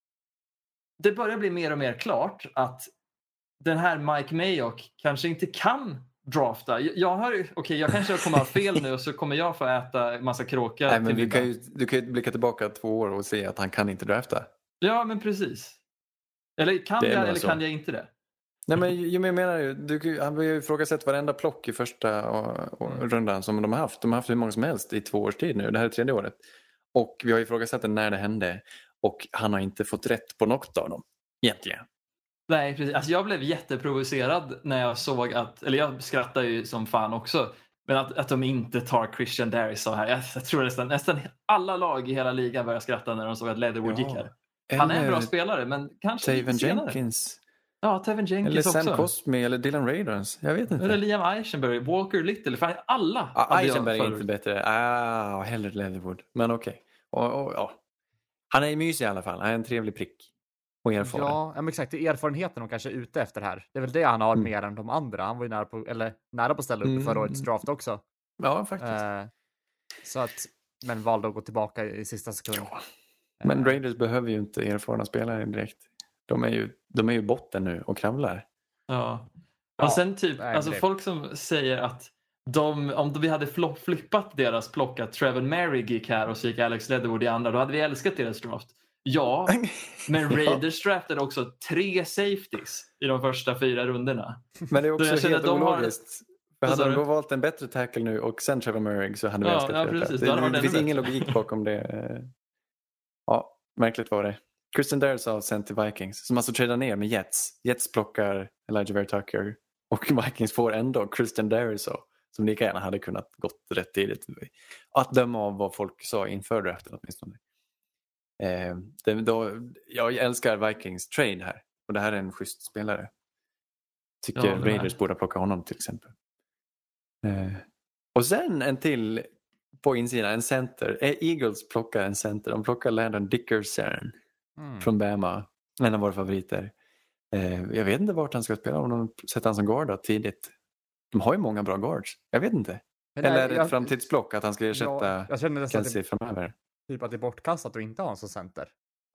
det börjar bli mer och mer klart att den här Mike Mayock kanske inte kan drafta. Jag, har, okej, okay, jag kanske kommer ha fel nu och så kommer jag få äta massa kråka. Nej, men till du kan, ju, du kan ju blicka tillbaka två år och se att han kan inte drafta. Ja, men precis. Eller kan Det är jag nog eller så. kan jag inte det? Nej, men jag menar ju, du, han har ju ifrågasatt varenda plock i första och, och Mm. rundan som de har haft. De har haft hur många som helst i två års tid nu. Det här är tredje året. Och vi har ifrågasatt det när det hände. Och han har inte fått rätt på något av dem. Egentligen. Nej, precis. Alltså jag blev jätteprovocerad när jag såg att, eller jag skrattar ju som fan också, men att, att de inte tar Christian Darius så här. Jag, jag tror nästan, nästan alla lag i hela ligan började skratta när de såg att Leatherwood Ja. gick här. Han är en Eller bra spelare, men kanske Taven lite senare. Jenkins. Ja, Taven Eller Jenkins Sam också. Cosme eller Dylan Raiders. Jag vet inte. Eller Liam Eichenberg, Walker Little, fan alla. Ja, hade jag Eisenberg är förut. inte bättre. Ah, hellre Leatherwood. Men okej. Okay. Och, och, ja. Han är mysig i alla fall. Han är en trevlig prick. Och erfaren. Ja, men exakt. Det är erfarenheten de kanske är ute efter här. Det är väl det han har Mm. mer än de andra. Han var ju nära på, eller nära på att ställa upp i förra Mm. årets draft också. Ja, faktiskt. Eh, så att, men valde att gå tillbaka i sista sekund. Ja. Men Eh, Raiders behöver ju inte erfarna spelare direkt. De är ju, de är ju botten nu och kravlar. Ja. Ja, Och sen typ, nej, alltså det- folk som säger att de, om vi hade flop, flippat deras plock, att Trevor Mary gick här och så gick Alex Leatherwood i andra, då hade vi älskat deras draft. Ja, men Raiders draftade också tre safeties i de första fyra rundorna. Men det är Så jag också känner helt att de har- ologiskt. För Vad hade sa de du? då valt en bättre tackle nu och sen Trevor Murray så hade vi Ja, älskat ja, det. precis. Det, Då hade det, det det varit finns ännu ingen bättre. logik bakom det. Ja, märkligt var det. Christian Darius har sänt till Vikings som alltså trädde ner med Jets. Jets plockar Elijah Vera-Tucker och Vikings får ändå Christian Darius som lika gärna hade kunnat gått rätt tidigt. Att döma av vad folk sa inför draften åtminstone. Eh, det, då, jag älskar Vikings trade här och det här är en schysst spelare. Tycker Ja, det är. Raiders borde plocka honom till exempel. Eh, och sen en till på insidan, en center. Eh, Eagles plockar en center. De plockar Landon Dickerson mm. från Bama. En av våra favoriter. Eh, jag vet inte vart han ska spela om de sätter han som guard då, tidigt. De har ju många bra guards. Jag vet inte. Men Eller nej, är det ett jag- framtidsblock att han ska ersätta Ja, jag känner nästan att det, Kelsey framöver? typ att det är bortkastat att inte ha en som center.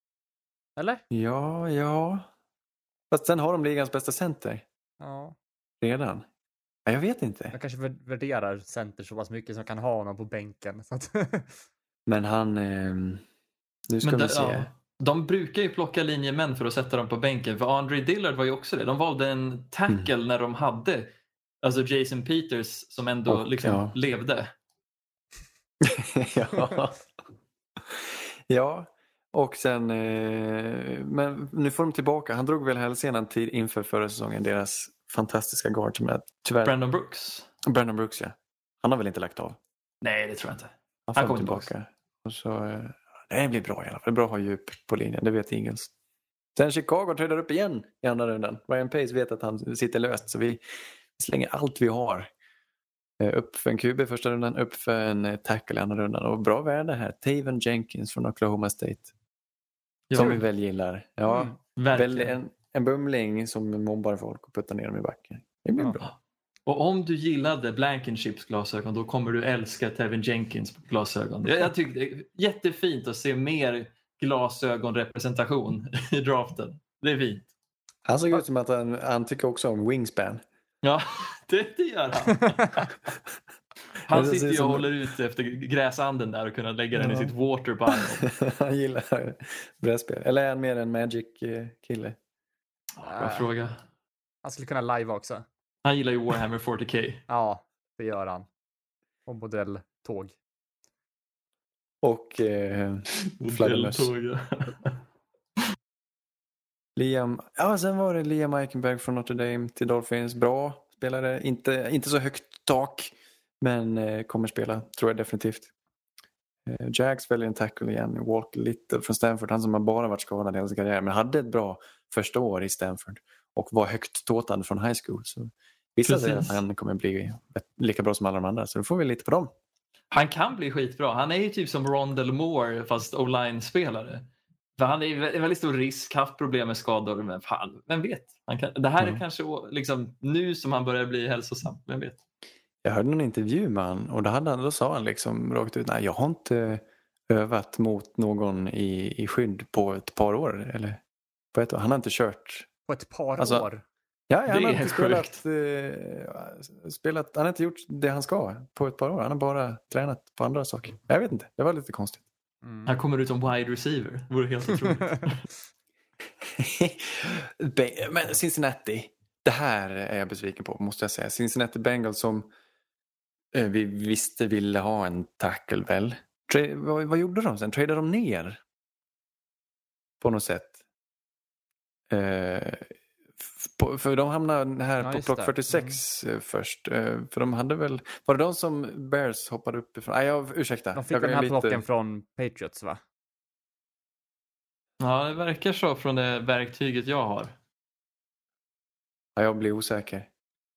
Eller? Ja, ja. Fast sen har de ligans bästa center Ja. redan. Ja, jag vet inte. Jag kanske vär- värderar center så pass mycket som jag kan ha honom på bänken. Så att Men han... Eh, nu ska Men vi det, se. ja, de brukar ju plocka linjemän för att sätta dem på bänken. För Andre Dillard var ju också det. De valde en tackle Mm. när de hade alltså Jason Peters som ändå Och, liksom ja. levde. ja. ja, och sen... Eh, men nu får de tillbaka. Han drog väl hälsenan till inför förra säsongen. Deras fantastiska guard som är tyvärr... Brandon Brooks. Brandon Brooks, ja. Han har väl inte lagt av. Nej, det tror jag inte. Han, Han får kommer tillbaka. Och så, eh, det blir bra i alla fall. Det är bra att ha djup på linjen, det vet Eagles. Sen Chicago trädar upp igen i andra rundan. Ryan Pace vet att han sitter löst så vi slänger allt vi har. Eh, Upp för en Q B i första rundan, upp för en eh, tackle i andra rundan. Och bra värde här. Taven Jenkins från Oklahoma State. Som Jo, vi väl gillar. Ja, Mm, väl verkligen. en, en bumling som mobbar folk och puttar ner dem i backen. Det blir Ja. bra. Och om du gillade Blankenchips glasögon då kommer du älska Tevin Jenkins glasögon. Jag, jag tycker det är jättefint att se mer glasögonrepresentation i draften. Det är fint. Han såg ut som att han, han tycker också om wingspan. Ja, det, det gör han. Han Det ser sitter ju och som- håller ut efter gräsanden där och kunna lägga den i Ja. sitt waterbiome. Han gillar brädspel. Eller är han mer en Magic-kille? Bra fråga. Han skulle kunna live också. Han gillar ju Warhammer fyrtio K. Ja, det gör han. Och modelltåg. Och eh, flaggermöss. Deltåg. Liam, ja sen var det Liam Eichenberg från Notre Dame till Dolphins. Bra spelare, inte, inte så högt tak, men eh, kommer spela, tror jag definitivt. Eh, Jags väljer en tackle igen, Walker Little från Stanford, han som har bara varit skadad hela sin karriär, men hade ett bra första år i Stanford och var högt tåtad från high school. Så vissa säger att han kommer bli lika bra som alla de andra, så då får vi lite på dem. Han kan bli skitbra. Han är ju typ som Rondell Moore fast O-line-spelare. För han är ju en väldigt stor risk, haft problem med skador, men fan, vem vet? Han kan, det här Mm. är kanske liksom nu som han börjar bli hälsosam, vem vet? Jag hörde någon intervju med han och då, hade han, då sa han liksom rakt ut, nej jag har inte övat mot någon i, i skydd på ett par år. Eller på ett år. Han har inte kört. På ett par Alltså, år. Ja, han Det har är inte spelat, eh, spelat, han har inte gjort det han ska på ett par år. Han har bara tränat på andra saker. Jag vet inte, det var lite konstigt. Mm. Han kommer ut som wide receiver, det vore helt otroligt. Be- Men Cincinnati, det här är jag besviken på, måste jag säga. Cincinnati Bengals som eh, vi visste ville ha en tackle väl. Tra- vad, vad gjorde de sen? Tradade de ner? På något sätt. Eh, f- på, för de hamnade här Ja, på just plock det. fyrtiosex eh, först. Eh, för de hade väl... Var det de som Bears hoppade upp ifrån? Nej, jag, ursäkta. De fick jag den är här lite- plocken från Patriots, va? Ja, det verkar så från det verktyget jag har. Ja, jag blir osäker.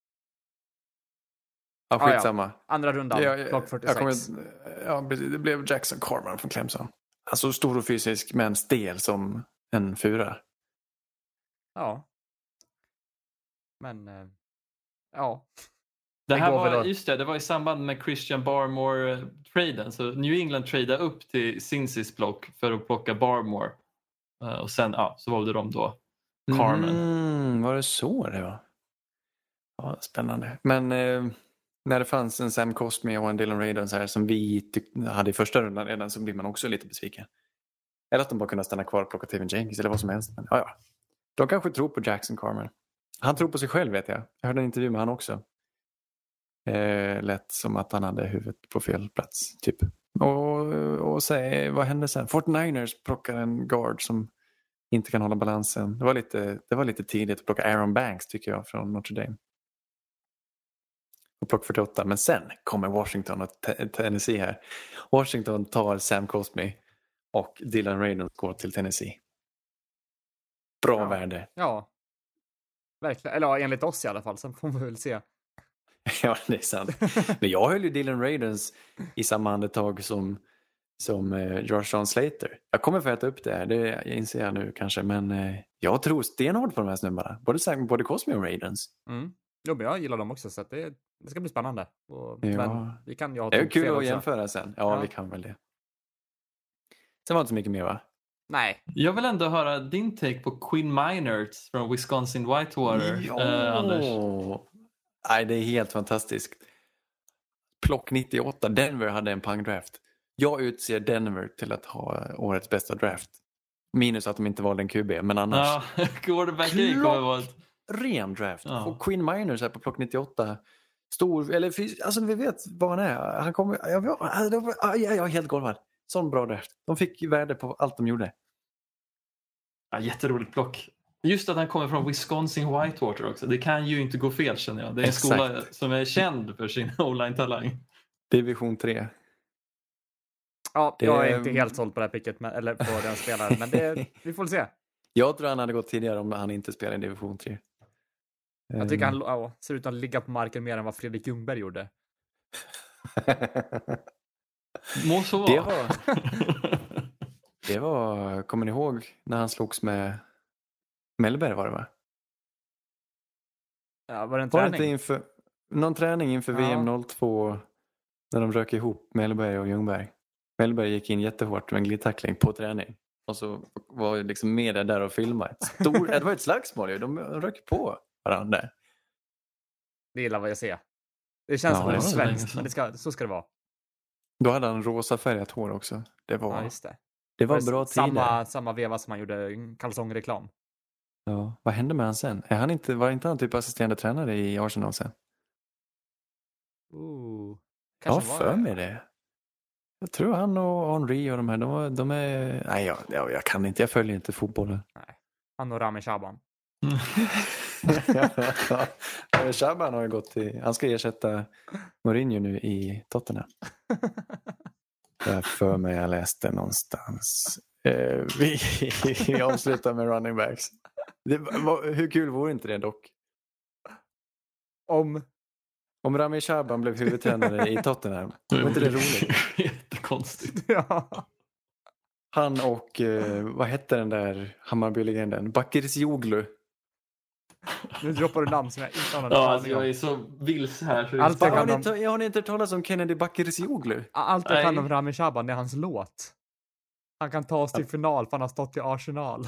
Ja, Ah, ja. skitsamma. Andra rundan, Ja, jag- plock fyrtiosex. Jag kommer, ja, precis. Det blev Jackson Carman från Clemson. Alltså stor och fysisk men stel som en fura. Ja. Men, eh, ja. Det Det här går var, väl att- just det, det var i samband med Christian Barmore-traden. Så New England tradade upp till Cincy's block för att plocka Barmore. Eh, Och sen, ja, så valde de då Carmen. Mm, var det så det var? Ja, spännande. Men eh, när det fanns en Sam Cosmi och en Dylan Radons här som vi tyck- hade i första rundan redan, så blir man också lite besviken. Eller att de bara kunde stanna kvar och plocka Tevin Jenkins eller vad som helst. Men, ja, ja. De kanske tror på Jackson Carmen. Han tror på sig själv, vet jag. Jag hörde en intervju med han också. Eh, lät som att han hade huvudet på fel plats, typ. Och, och säg, vad hände sen? forty-niners plockar en guard som inte kan hålla balansen. Det var lite, det var lite tidigt att plocka Aaron Banks, tycker jag, från Notre Dame. Och plock fyrtioåtta. Men sen kommer Washington och T- Tennessee här. Washington tar Sam Cosmi och Dylan Radons går till Tennessee. Bra Ja. värde. Ja. Verkligen. Eller ja, enligt oss i alla fall. Sen får vi väl se. Ja, det är sant. Men jag höll ju Dylan Radons i samma andetag som, som eh, Josh Slater. Jag kommer få äta upp det här, det inser jag nu kanske. Men eh, jag tror stenhårt på de här snubbarna. Både, Sam- både Cosmi och Radons. Mm. Jo, men jag gillar dem också, så att det, det ska bli spännande. Och, Ja. Men vi kan ju ha Det är typ kul fel att också. jämföra sen. Ja, Ja. vi kan väl det. Sen var det inte så mycket mer, va? Nej. Jag vill ändå höra din take på Quinn Meinerz från Wisconsin Whitewater, eh, Anders. Nej, det är helt fantastiskt. Plock nittioåtta. Denver hade en pangdraft. Jag utser Denver till att ha årets bästa draft. Minus att de inte valde en Q B, men annars. Ja, quarterback-grej kommer vara ett... Ren draft. Ja. Och Quinn Miners här på plock nittioåtta. Stor, eller fys- alltså vi vet vad han är. Han kommer, jag, jag, jag, jag är helt golvad. Sån bra draft. De fick värde på allt de gjorde. Ja, jätteroligt plock. Just att han kommer från Wisconsin Whitewater också. Det kan ju inte gå fel, känner jag. Det är en Exakt. skola som är känd för sin O-line-talang. Division tre. Ja, Det- jag är inte helt såld på det här picket, men, eller på den spelaren. Men det, vi får väl se. Jag tror han hade gått tidigare om han inte spelade i division tre. Jag tycker Ehm. han ja, ser ut att ligga på marken mer än vad Fredrik Ljungberg gjorde. Må så Det vara. var, det var, kommer ni ihåg när han slogs med Mellberg, var det, va? Ja, var det en Var det träning? inte inför, någon träning inför Ja. V M noll två när de rök ihop Mellberg och Ljungberg? Mellberg gick in jättehårt med en glidtackling på träning. och så var liksom med det där och filmade. Stor, det var ett slagsmål ju. De rök på varandra. Det gillar vad jag ser. Det känns Ja, som det är det var svenskt, men det ska, så ska det vara. Då hade han rosa färgat hår också. Det var, Ja, just det. det var Det bra samma, tider. samma veva som han gjorde kalsongreklam. Ja. Vad hände med han sen? Är han inte, var inte han typ assisterande tränare i Arsenal sen? Ooh, Jag har kanske var för det. mig det. Jag tror han och Henry och de här, de, var, de är... Nej, jag, jag, jag kan inte, jag följer inte fotbollen. Nej. Han och Rami Shaban. Shaban har ju gått till... Han ska ersätta Mourinho nu i Tottenham. Jag för mig jag läste någonstans. Eh, vi, vi avslutar med running backs. Det, var, hur kul vore inte det dock? Om... Om Rami Shaban blev huvudtränare i Tottenham. Var inte det roligt? Jättekonstigt. Ja. Han och, eh, vad hette den där Hammarby-legenden? Bakircioglu. Nu droppar du namn som jag inte har någon Ja, aning alltså, jag om. är så vilse här. Så Allt det jag Har kan ni, om, inte, har ni inte hört talas om Kennedy Bakircioglu? allt jag kan Nej. om Rami Shaban är hans låt. Han kan ta oss till final för han har stått i Arsenal.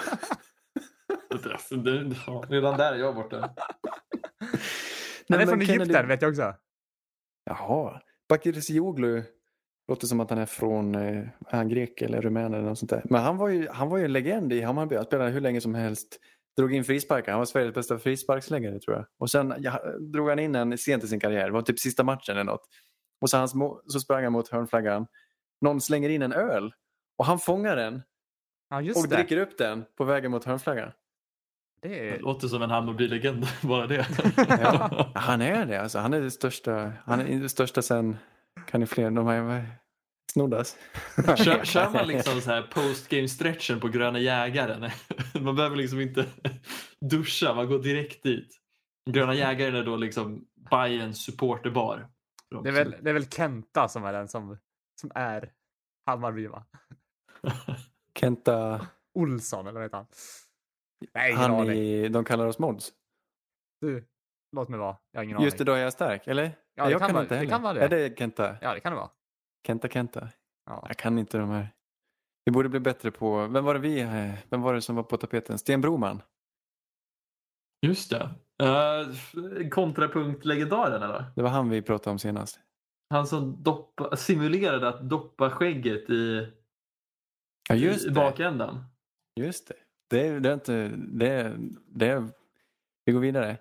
det, ja, redan där är jag borta. Han Nej, är men från Kennedy- Egypten, vet jag också. Jaha. Bakircioglu låter som att han är från eh, är han grek eller rumän eller något sånt där. Men han var ju, han var ju en legend i Hammarby. Han spelade hur länge som helst. Drog in frisparkar. Han var Sveriges bästa frisparksläggare tror jag. Och sen ja, drog han in en sent i sin karriär. Det var typ sista matchen eller något. Och så, hans, må- så sprang han mot hörnflaggan. Någon slänger in en öl. Och han fångar den. Ja, Och just det. dricker upp den på vägen mot hörnflaggan. Det Det är... låter som en Hammarby-legend, bara det. Ja, han är det. Alltså, han är det största. Han är det största sen. Kan ni fler? De här snoddas. Kör, kör man liksom så här post-game-stretchen på Gröna Jägaren? Man behöver liksom inte duscha, man går direkt dit. Gröna Jägaren är då liksom Bayerns supporterbar. Det är, väl, det är väl Kenta som är den som, som är Hammarby, va? Kenta. Olsson, eller vad heter han? Nej, ingen Han aning. i, de kallar oss mods. Du, låt mig vara. Jag har ingen Just aning. idag är jag stark, eller? Ja, det jag kan vara- inte det heller. kan vara det. Är det Kenta? Ja, det kan det vara. Kenta, Kenta. Ja. Jag kan inte de här. Vi borde bli bättre på... Vem var det vi... eh, Vem var det som var på tapeten? Sten Broman. Just det. Uh, kontrapunkt-legendaren, eller? Det var han vi pratade om senast. Han som doppa, simulerade att doppa skägget i, Ja, just i det. bakändan. Just det. Det är, det är inte... Det är, det är, vi går vidare.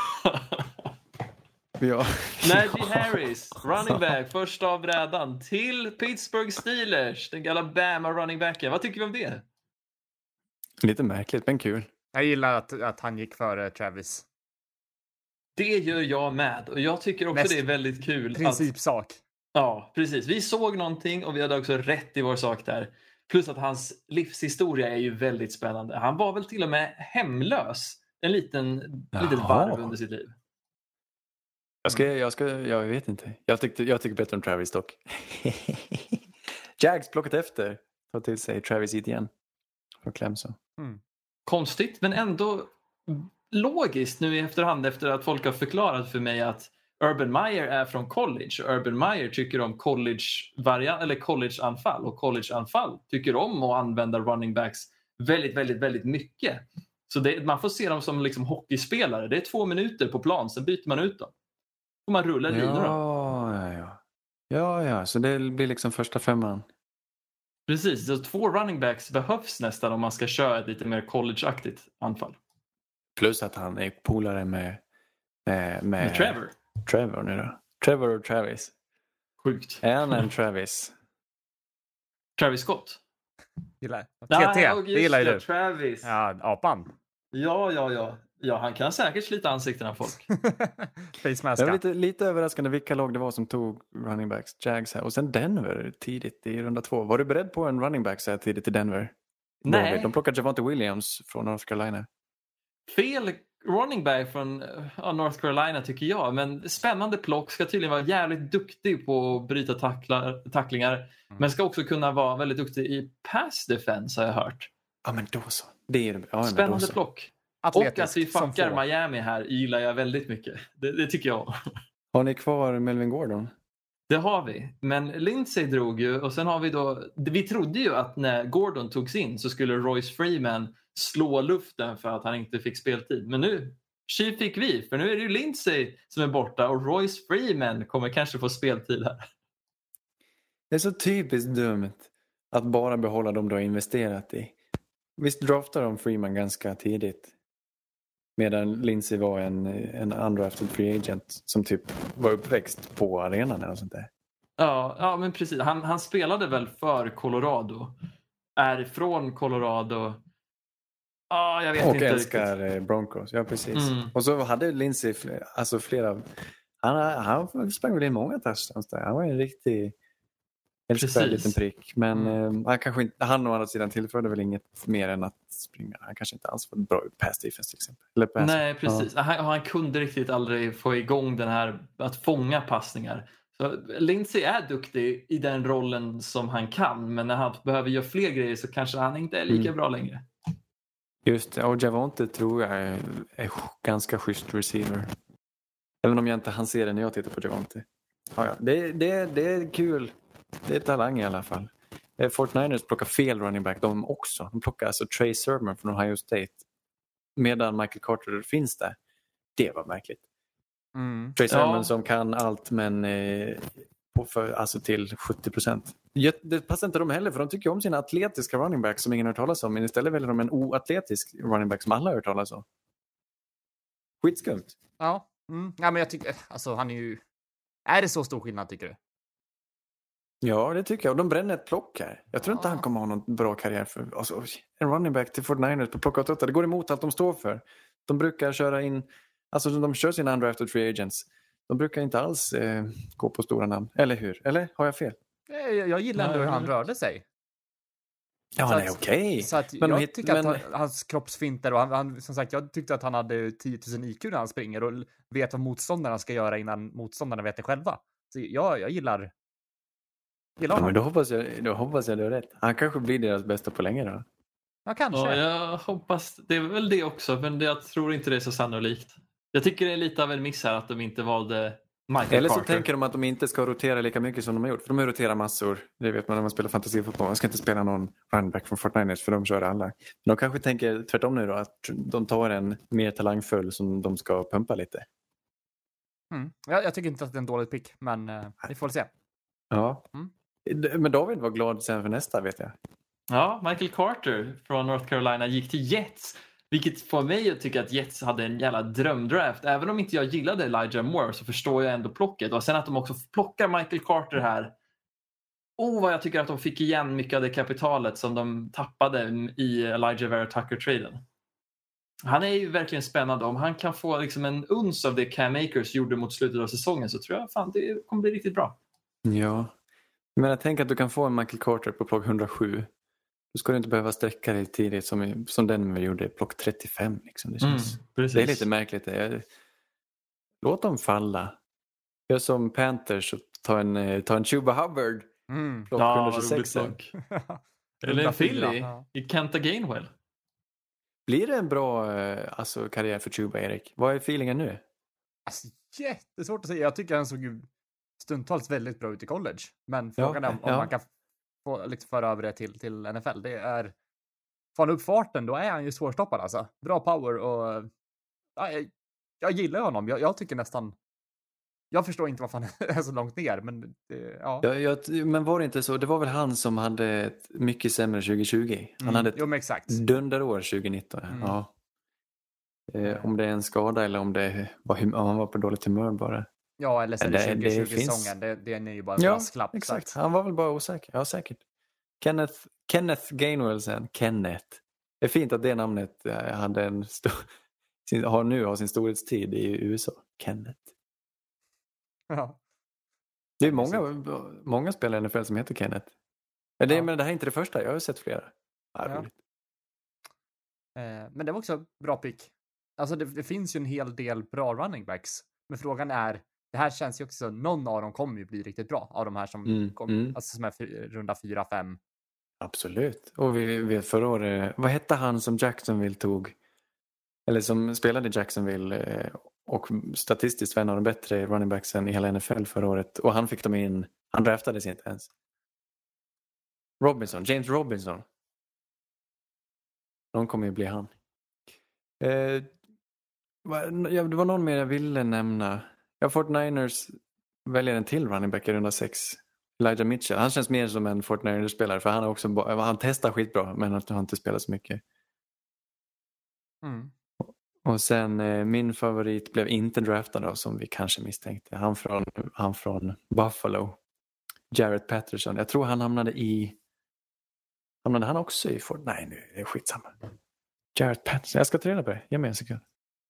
Vi har, Najee Harris, running back, första av brädan till Pittsburgh Steelers. Den Alabama running backen. Vad tycker vi om det? Lite märkligt, men kul. Jag gillar att, att han gick före Travis. Det gör jag med. Och jag tycker också Mest det är väldigt kul. Att, Principsak. ja, precis. Vi såg någonting och vi hade också rätt i vår sak där. Plus att hans livshistoria är ju väldigt spännande. Han var väl till och med hemlös en liten, litet Jaha. varv under sitt liv. Jag ska, jag ska, jag vet inte. Jag tyckte, jag tycker bättre om Travis dock. Jags plockat efter. Ta till sig Travis igen. Från Clemson. Konstigt, men ändå logiskt nu i efterhand efter att folk har förklarat för mig att Urban Meyer är från college och Urban Meyer tycker om college-variant eller college-anfall och college-anfall tycker om att använda running backs väldigt, väldigt, väldigt mycket. Så det, man får se dem som liksom hockeyspelare. Det är två minuter på plan, sen byter man ut dem. Och man rullar linor då. Ja, ja, ja. Ja, ja. Så det blir liksom första femman. Precis, så två running backs behövs nästan om man ska köra ett lite mer college-aktigt anfall. Plus att han är polare med... Med, med, Med Trevor. Trevor nu då. Trevor och Travis. Sjukt. Är han en Travis? Travis Scott. Gillar. T Nej, T, och det just gillar ju det, du. Travis. Ja, apan. Ja, ja, ja. Ja, han kan säkert slita ansikten av folk. Det Facemaska. var lite, lite överraskande vilka lag det var som tog running backs. Jags här. Och sen Denver tidigt i runda två. Var du beredd på en running back så här tidigt i Denver? Nej. David, de plockade Javonte Williams från North Carolina. Fel running back från ja, North Carolina tycker jag. Men spännande plock. Ska tydligen vara jävligt duktig på att bryta tacklar, tacklingar. Mm. Men ska också kunna vara väldigt duktig i pass defense har jag hört. Ja, men då så. Det är, ja, men Spännande då så. plock. Atletisk, och att vi som fuckar få. Miami här gillar jag väldigt mycket. Det, det tycker jag. Har ni kvar Melvin Gordon? Det har vi. Men Lindsay drog ju och sen har vi då... Vi trodde ju att när Gordon togs in så skulle Royce Freeman slå luften för att han inte fick speltid. Men nu, tji fick vi. För nu är det ju Lindsay som är borta och Royce Freeman kommer kanske få speltid här. Det är så typiskt dumt att bara behålla dem du har investerat i. Visst draftar de Freeman ganska tidigt. Medan Lindsay var en, en undrafted free agent som typ var uppväxt på arenan eller sånt där. Ja, ja men precis. Han, han spelade väl för Colorado. Är från Colorado. Ja, jag vet och inte älskar riktigt. Broncos, ja precis. Mm. Och så hade Lindsay alltså flera... Han, han sprang väl in många touchdowns där. Han var en riktig... älskvärd liten prick. Men Mm. eh, han, kanske inte, han å andra sidan tillförde väl inget mer än att springa. Han kanske inte alls var bra i pass defense till exempel. Eller pass. Nej, precis. Ja. Han, han kunde riktigt aldrig få igång den här att fånga passningar. Så Lindsay är duktig i den rollen som han kan. Men när han behöver göra fler grejer så kanske han inte är lika Mm. bra längre. Just det. Och Javonte tror jag är, är ganska schysst receiver. Även om jag inte han ser det när jag tittar på Javonte. Ja, ja. Det, det, det är kul. Det är talang i alla fall. forty-niners plockar fel running back de också. De plockar alltså Trey Sermon från Ohio State. Medan Michael Carter finns där. Det var märkligt. Mm. Trey Sermon Ja. som kan allt men eh, på för, alltså till sjuttio procent. Det passar inte dem heller för de tycker om sina atletiska running backs som ingen har hört talas om. Men istället väljer de en oatletisk running back som alla har hört talas om. Skitskumt. Ja. Mm. Ja, men jag tycker, alltså han är ju... Är det så stor skillnad tycker du? Ja, det tycker jag. Och de bränner ett plock här. Jag tror inte Ja. han kommer ha någon bra karriär för... Alltså, en running back till forty-niners på plock åtta. Det går emot allt de står för. De brukar köra in... Alltså de kör sina undrafted free agents. De brukar inte alls eh, gå på stora namn. Eller hur? Eller har jag fel? Jag, jag gillar ändå hur han rörde sig. Ja, Så han är att- okej. Så att Men jag de hit- tycker men- att han, hans kroppsfinter och han, han, som sagt, jag tyckte att han hade tio tusen I Q när han springer och vet vad motståndarna ska göra innan motståndarna vet det själva. Så jag, jag gillar, gillar Ja, honom. men då hoppas jag, då hoppas jag du har rätt. Han kanske blir deras bästa på länge då. Ja, kanske. Ja, jag hoppas det är väl det också, men jag tror inte det är så sannolikt. Jag tycker det är lite av en miss här att de inte valde Michael Eller så Carter. tänker de att de inte ska rotera lika mycket som de har gjort. För de har roterat massor. Det vet man när man spelar fantasifotboll. Man ska inte spela någon running back från forty-niners för de kör alla. Men de kanske tänker tvärtom nu då. Att de tar en mer talangfull som de ska pumpa lite. Mm. Jag, jag tycker inte att det är en dålig pick, men uh, vi får väl se. Ja. Mm. Men David var glad sen för nästa vet jag. Ja, Michael Carter från North Carolina gick till Jets. Vilket får mig att tycka att Jets hade en jävla drömdraft. Även om inte jag gillade Elijah Moore så förstår jag ändå plocket. Och sen att de också plockar Michael Carter här. Oh, vad jag tycker att de fick igen mycket av det kapitalet som de tappade i Elijah Vera Tucker-traden. Han är ju verkligen spännande. Om han kan få liksom en uns av det Cam Akers gjorde mot slutet av säsongen så tror jag fan det kommer bli riktigt bra. Ja. Men jag tänker att du kan få en Michael Carter på plock hundrasju. Du ska inte behöva sträcka dig tidigt som, som den vi gjorde plock trettiofem. Liksom. Det, känns, Mm, precis. det är lite märkligt. Det. Låt dem falla. Gör som Panthers och ta en, ta en Chuba Hubbard. Mm. Plock Ja, vad etthundratjugosex. roligt dock. Eller en Philly Ja. i Kenta Gainwell. Blir det en bra eh, alltså, karriär för Chuba, Erik? Vad är feelingen nu? Alltså, jättesvårt att säga. Jag tycker han såg ju stundtals väldigt bra ut i college. Men Ja, frågan är om, om ja. man kan få, liksom, föra över det till, till N F L. Det är... Får han upp farten, då är han ju svårstoppad alltså. Bra power och... Ja, jag, jag gillar honom. Jag, jag tycker nästan... Jag förstår inte varför han är så långt ner, men det, ja. Ja, jag, men var det inte så? Det var väl han som hade ett mycket sämre tjugo tjugo. Han Mm. hade ett Jo, men exakt. dunderår tjugo nitton. Mm. Ja. Eh, om det är en skada eller om det var, hum- om han var på dåligt humör bara. Ja, eller så är Det- det det tjugo finns- tjugo-säsongen. Det, det är ju bara en Ja, brasklapp. så exakt. att- Han var väl bara osäker. Ja, säkert. Kenneth, Kenneth Gainwell sen. Kenneth. Det är fint att det namnet eh, hade en stor, sin, har nu har sin storhetstid i U S A. Kenneth. Ja. Det är många, många spelare i N F L som heter Kenneth. Men det, Ja. men det här är inte det första. Jag har sett flera. Ja, Ja. roligt. Eh, men det var också bra pick. Alltså det, det finns ju en hel del bra running backs. Men frågan är, det här känns ju också, någon av dem kommer ju bli riktigt bra. Av de här som, Mm, kom, mm. alltså som är fy- runda fyra, fem. Absolut. Och vi vet förra året, vad hette han som Jacksonville tog? Eller som spelade i Jacksonville eh, och statistiskt var en av de bättre running backsen i hela N F L förra året. Och han fick dem in, han draftades inte ens. Robinson, James Robinson. De kommer ju bli han. Eh, det var någon mer jag ville nämna. Ja, forty-niners väljer en till running back i runda sex. Elijah Mitchell. Han känns mer som en forty-niners-spelare för han har också han testar skitbra men han har inte spelat så mycket. Mm. Och sen eh, min favorit blev inte draftad då, som vi kanske misstänkte. Han från, han från Buffalo. Jarrett Patterson. Jag tror han hamnade i hamnade han också i Ford? Nej, nu är det skitsamma. Jarrett Patterson. Jag ska ta reda på det. Ge mig en sekund.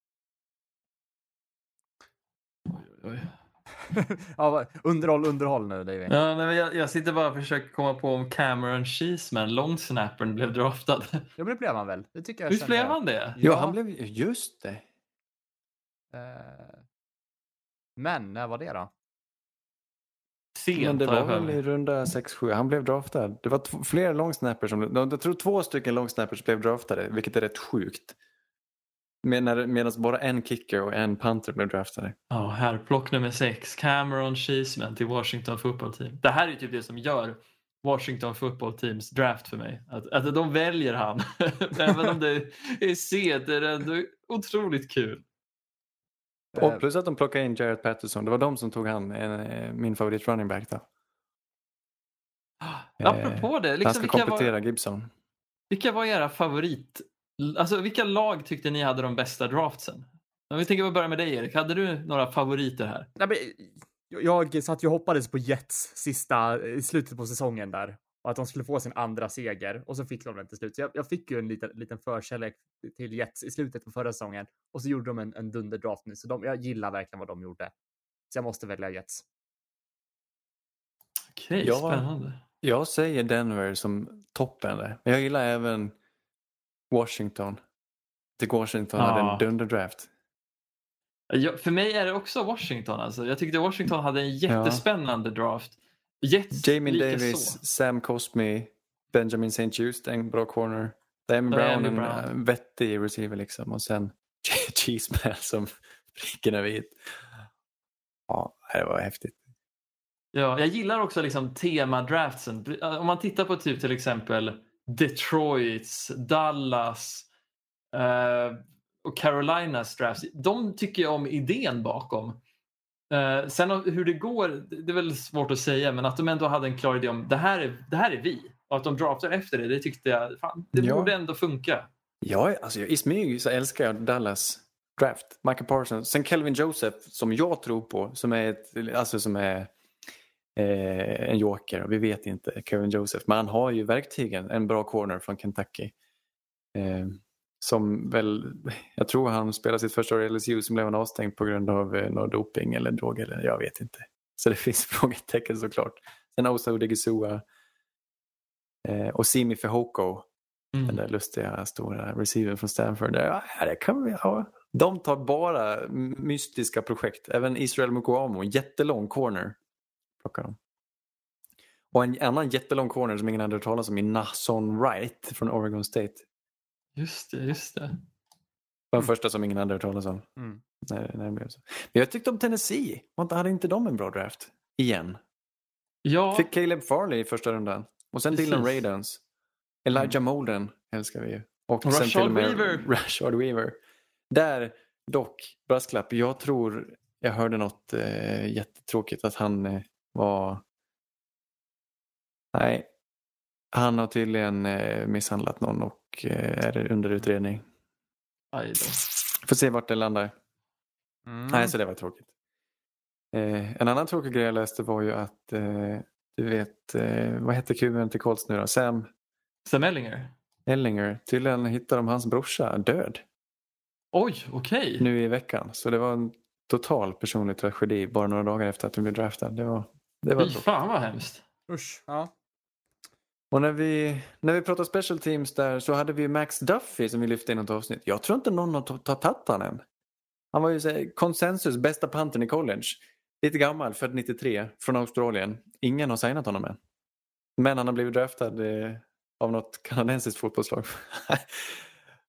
Oj, oj. Ja, underhåll, underhåll nu, David. Ja, nej, men jag, jag sitter bara och försöker komma på om Cameron Cheeseman, longsnappern, blev draftad. Ja, men det blev han väl? Det tycker jag. Visst blev han det? Ja, han blev just det. Eh, men när var det då? Sent, Men det har jag var för väl mig. i runda sex sju. Han blev draftad. Det var t- fler longsnappers som jag tror två stycken longsnappers blev draftade, vilket är rätt sjukt. Medan medan bara en kicker och en punter blev draftade. Ja, här plock nummer sex. Cameron Cheeseman till Washington Football Team. Det här är typ det som gör Washington Football Teams draft för mig. Att, att de väljer han. Även om det är sent, det är ändå otroligt kul. Och plus att de plockade in Jarrett Patterson. Det var de som tog han, en, min favorit running back då. Apropå det, Han liksom, ska vilka, komplettera var, Gibson. vilka var era favorit... Alltså vilka lag tyckte ni hade de bästa draftsen? Om vi tänker att börja med dig, Erik. Hade du några favoriter här? Nej, men, jag, jag satt ju och hoppades på Jets sista, i slutet på säsongen där. Och att de skulle få sin andra seger. Och så fick de den till slut. Så jag, jag fick ju en liten, liten förkärlek till Jets i slutet på förra säsongen. Och så gjorde de en, en dunderdraft nu. Så de, jag gillar verkligen vad de gjorde. Så jag måste välja Jets. Okej, Ja. spännande. Jag säger Denver som toppen där. Men jag gillar även Washington. Jag tycker Washington Ja. hade en dunderdraft. Ja, för mig är det också Washington. Alltså. Jag tyckte Washington hade en jättespännande draft. Jets Jamie lika Davis, så. Sam Cosmi, Benjamin Saint Just, en bra corner. Diamond Brown, Diamond en Brown. äh, vettig receiver liksom. Och sen Cheeseman som pricken är vit. Ja, det var häftigt. Ja, jag gillar också liksom tema-draftsen. Om man tittar på typ till exempel Detroits, Dallas eh, och Carolinas drafts. De tycker jag om idén bakom. Eh, sen hur det går, det är väl svårt att säga, men att de ändå hade en klar idé om det här är, det här är vi. Och att de draftar efter det, det tyckte jag, fan, det Ja. borde ändå funka. Ja, alltså i smyg så älskar jag Dallas draft. Michael Parsons. Sen Kelvin Joseph som jag tror på, som är, ett, alltså som är eh, en joker. Vi vet inte Kelvin Joseph, men han har ju verktygen. En bra corner från Kentucky. Eh, som väl, jag tror han spelade sitt första år i L S U som blev han avstängd på grund av eh, någon doping eller drog eller jag vet inte. Så det finns frågetecken såklart. Sen Osa Odigizua eh, och Simi Fehoko. Mm. Den där lustiga stora receiver från Stanford. Ja, det kan vi ha. De tar bara mystiska projekt. Även Israel Mukuamo, jättelång corner. Plockar de. Och en annan jättelång corner som ingen hade hört talas om i Nason Wright från Oregon State. Just det, just det. Den första som ingen hade hört talas om. Mm. När, när det blev så. Men jag tyckte om Tennessee. Hade inte de en bra draft? Igen. Ja, Fick Caleb Farley i första rundan. Och sen Precis. Dylan Radens. Elijah Molden älskar vi ju. Och Och sen Rashard till och med Weaver. Rashard Weaver. Där dock, brasklapp, jag tror jag hörde något eh, jättetråkigt att han eh, var... Nej, han har tydligen eh, misshandlat någon och eh, är under utredning. aj då. Får se vart det landar. Mm. Nej, så det var tråkigt. Eh, en annan tråkig grej jag läste var ju att eh, du vet, eh, vad heter kuben till Colts nu då? Sam Sam Ellinger. Ellinger. Tydligen hittade de hans brorsa död Oj, okej. nu i veckan. Så det var en total personlig tragedi bara några dagar efter att de blev draftad. Det var, det var Fy tråkigt. fan vad hemskt. Usch, ja. Och när vi, när vi pratade special teams där så hade vi Max Duffy som vi lyfte in något avsnitt. Jag tror inte någon har t- tagit han än. Han var ju så här, konsensus bästa pantern i college. Lite gammal, född nittiotre, från Australien. Ingen har signat honom än. Men han har blivit draftad eh, av något kanadensiskt fotbollslag.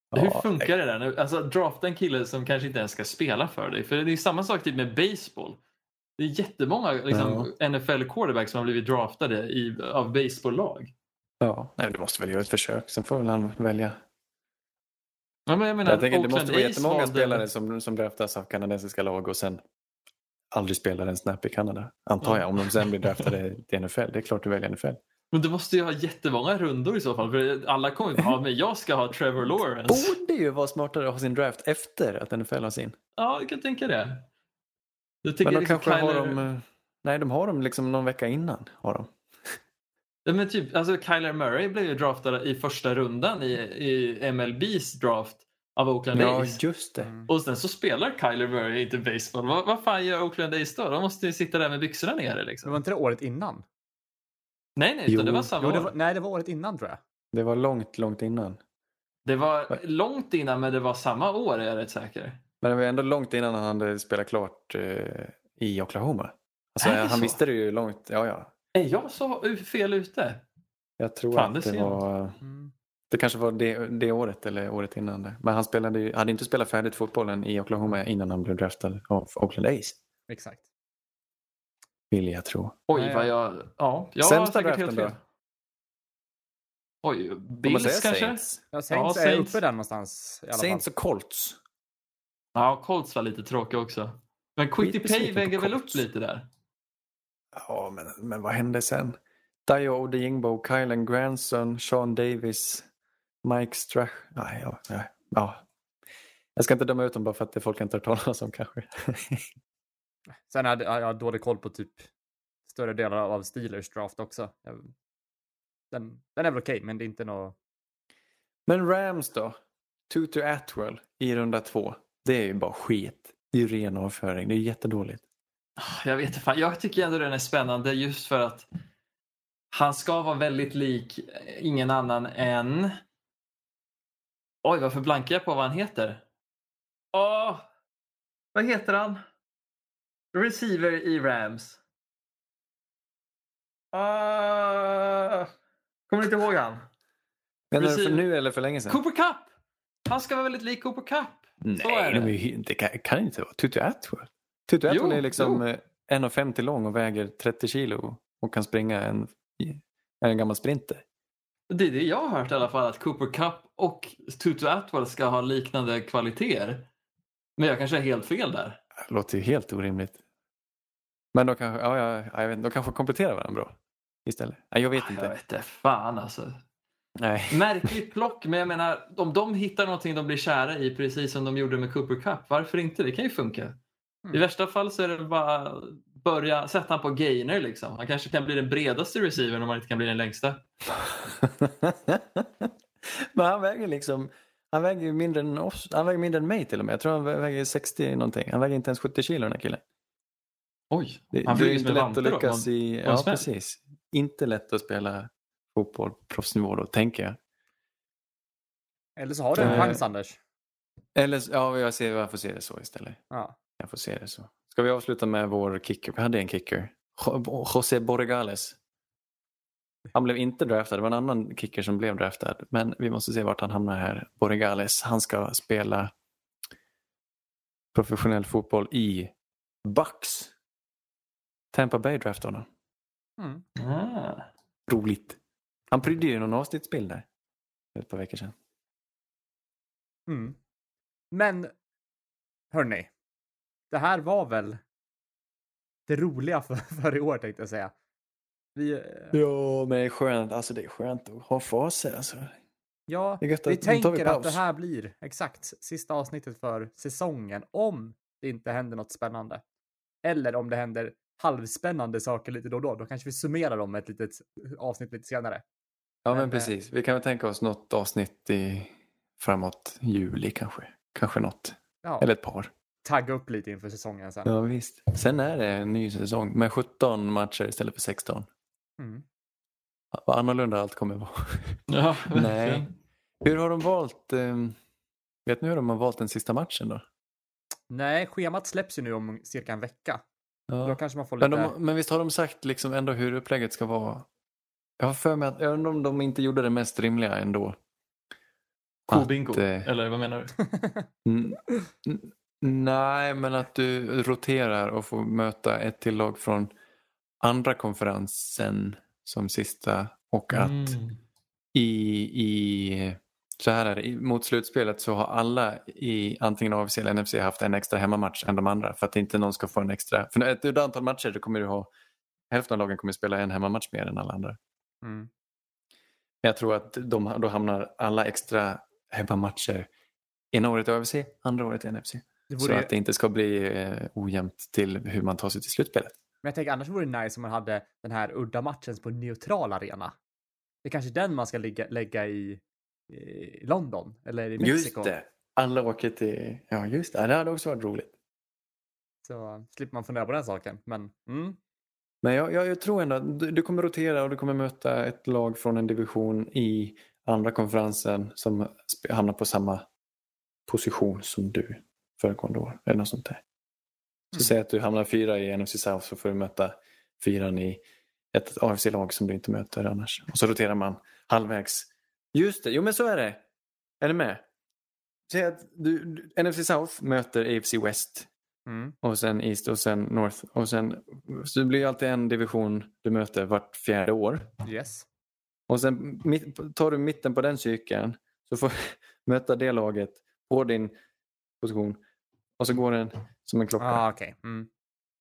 Hur Ja, funkar det där? nu? Alltså drafta en kille som kanske inte ens ska spela för dig. För det är samma sak typ med baseball. Det är jättemånga liksom, Ja. N F L-quarterbacks som har blivit draftade i, av baseball-lag. Ja, nej, du måste väl göra ett försök. Sen får väl han välja. Ja, men jag menar, Jag tänker, det måste Oakland vara A's jättemånga valde- spelare som, som draftas av kanadensiska lag och sen aldrig spelar en snap i Kanada. Antar Ja. jag, om de sen blir draftade till N F L. Det är klart du väljer N F L. Men du måste ju ha jättemånga rundor i så fall. För alla kommer ju ha, men jag ska ha Trevor Lawrence. Borde ju vara smartare att ha sin draft efter att N F L har sin. Ja, jag kan tänka det. Jag tycker Men de liksom kanske Kyler... har dem... eh, Nej, de har dem liksom någon vecka innan. Har de. Ja, men typ, alltså Kyler Murray blev ju draftad i första rundan i, i M L B's draft av Oakland Ja, A's. just det. Mm. Och sen så spelar Kyler Murray inte baseball. Vad, vad fan gör Oakland A's då? De måste ju sitta där med byxorna nere Det liksom. var inte det året innan? Nej, nej, utan Jo. det var samma Jo, det år. var, nej, det var året innan tror jag. Det var långt, långt innan. Det var långt innan, men det var samma år, är jag rätt säker. Men det var ändå långt innan han hade spelat klart eh, i Oklahoma. Alltså, Är det han så? visste det ju långt. Ja, ja. Är jag så fel ute? Jag tror Fan, det att det ser jag. var... Mm. Det kanske var det, det året eller året innan det. Men han spelade ju, hade inte spelat färdigt fotbollen i Oklahoma innan han blev draftad av Oakland A's. Exakt. Vill jag tro. Oj, Nej, vad jag... Ja, jag har Sämsta säkert draften helt då? fel. Oj, Får man Bills säga kanske? Saints? Ja, Saints Ja, är Saints. uppe där någonstans i alla Saints fall. och Colts. Ja, Colts var lite tråkiga också. Men Quitty Pay Skitbesviken på väger väl upp Colts. lite där? Ja, men, men vad hände sen? Dio Odeyingbo, Kylan Granson, Sean Davis, Mike Strach. Nej, ja, ja, ja. Jag ska inte döma ut dem bara för att det folk inte har talat om kanske. Sen hade jag har dålig koll på typ större delar av Steelers draft också. Jag- Den, den är väl okej, men det är inte något... Men Rams då? Tutu Atwell i runda två. Det är ju bara skit. Det är ju ren avföring. Det är jättedåligt. Jag vet inte, fan. Jag tycker ändå den är spännande just för att han ska vara väldigt lik ingen annan än... Oj, varför blankar jag på vad han heter? Åh, vad heter han? Receiver i Rams. Uh, kommer du inte ihåg han? Men är det för Receiver- nu eller för länge sedan? Cooper Cup! Han ska vara väldigt lik Cooper Cup. Så är Nej, det. de är ju, det kan, kan inte vara. Tutu Atwell. Tutu Jo, Atwell är liksom jo. eh, en komma femtio lång och väger trettio kilo och kan springa en, en gammal sprinter. Det är det jag har hört i alla fall, att Cooper Cup och Tutu Atwell ska ha liknande kvaliteter. Men jag kanske är helt fel där. Det låter ju helt orimligt. Men de kanske, ja, ja, jag vet, inte, de kanske kompletterar varandra bra istället. Nej, jag vet Jag inte. vet inte, fan alltså. Nej. Märkligt plock, men jag menar, om de hittar någonting de blir kära i, precis som de gjorde med Cooper Cup, varför inte? Det kan ju funka. Mm. I värsta fall så är det bara börja sätta han på gainer liksom. Han kanske kan bli den bredaste receivern om han inte kan bli den längsta. Men han väger liksom, han väger ju mindre än oss, han väger mindre än mig till och med. Jag tror han väger sextio någonting. Han väger inte ens sjuttio kilo den här killen. Oj, Det, han det är flyger inte som en lätt att vante då. lyckas Man- i, man ja smäll. precis. Inte lätt att spela fotboll på proffsnivå då, tänker jag. Eller så har du en Eh. chans, Anders. Eller, ja, jag, ser, jag får se det så istället. Ja. Jag får se det så. Ska vi avsluta med vår kicker? Vi hade en kicker. Jo- José Borregales. Han blev inte draftad. Det var en annan kicker som blev draftad. Men vi måste se vart han hamnar här. Borregales. Han ska spela professionell fotboll i Bucks. Tampa Bay draftade honom. Mm. Ah. Roligt. Han prydde ju någon avsnittsbild där. För ett par veckor sedan. Mm. Men, hörni. Det här var väl det roliga för, för i år, tänkte jag säga. Vi, eh, Ja, men det är skönt. Alltså det är skönt att ha faser. Alltså. ja, Det är gött vi att- nu tar vi tänker att paus. det här blir exakt sista avsnittet för säsongen. Om det inte händer något spännande. Eller om det händer halvspännande saker lite då och då. Då kanske vi summerar dem med ett litet avsnitt lite senare. Ja, men Men, precis. Vi kan väl tänka oss något avsnitt i framåt juli kanske. Kanske något. Ja, Eller ett par. tagga upp lite inför säsongen sen. Ja, visst. Sen är det en ny säsong med sjutton matcher istället för sexton. Mm. Vad annorlunda allt kommer vara. Ja, Nej. verkligen. Hur har de valt... Eh, vet ni hur de har valt den sista matchen då? Nej, schemat släpps ju nu om cirka en vecka. Ja. Då kanske man får Men, lite... de, men visst har de sagt liksom ändå hur upplägget ska vara? Jag har för mig att, jag undrar om de inte gjorde det mest rimliga ändå. Kobingo, Att, eh, eller vad menar du? N- n- nej, men att du roterar och får möta ett till lag från andra konferensen som sista. Och att Mm. i, i så här är det, i- mot slutspelet så har alla i antingen A F C eller N F C haft en extra hemmamatch än de andra. För att inte någon ska få en extra. För ett, ett antal matcher så kommer du ha, hälften av lagen kommer spela en hemmamatch mer än alla andra. Mm. Jag tror att de, då hamnar alla extra hemmamatcher ena året i A F C, andra året i N F C. Det Så vore, att det inte ska bli eh, ojämnt till hur man tar sig till slutspelet. Men jag tänker annars vore det nice om man hade den här udda matchen på en neutral arena. Det är kanske den man ska ligga, lägga i, i London eller i Mexiko. Just det. Alla åker till... Ja, just det. Det hade också varit roligt. Så slipper man fundera på den saken. Men mm. Men jag, jag, jag tror ändå att du, du kommer rotera och du kommer möta ett lag från en division i andra konferensen som sp- hamnar på samma position som du föregående år. Eller något sånt där. Så Mm. säg att du hamnar fyra i N F C South så får du möta fyran i ett A F C-lag som du inte möter annars. Och så roterar man halvvägs. Just det, jo men så är det. Är ni med? Säg att du, du, N F C South möter A F C West. Mm. Och sen East och sen North. Och sen, så det blir alltid en division du möter vart fjärde år. Yes. Och sen mitt, tar du mitten på den cykeln så får du möta det laget på din position. Och så går den som en klocka. Ah, okej. Okay. Mm.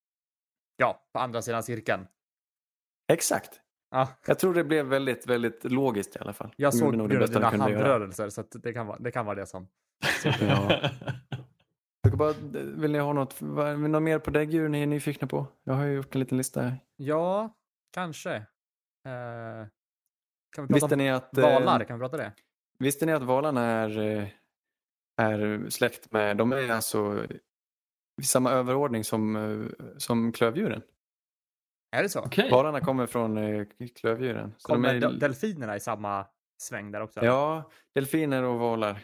Ja, på andra sidan cirkeln. Exakt. Ah, Jag tror det blev väldigt, väldigt logiskt i alla fall. jag De såg gjorde nog det dina bästa de kunde göra. handrörelser så att det, kan vara, det kan vara det som... Ja. Jag ska bara, vill ni ha något, vad- något mer på däggdjur ni är nyfikna på? Jag har ju gjort en liten lista här. Ja, kanske. Eh, kan vi prata Visste om ni att, eh, valar? Kan vi prata det? Visste ni att valarna är, eh, är släkt med, de är alltså i samma överordning som, eh, som klövdjuren. Är det så? Okej. Valarna kommer från eh, klövdjuren. Så Kommer de är, de delfinerna i samma sväng där också? ja, delfiner och valar.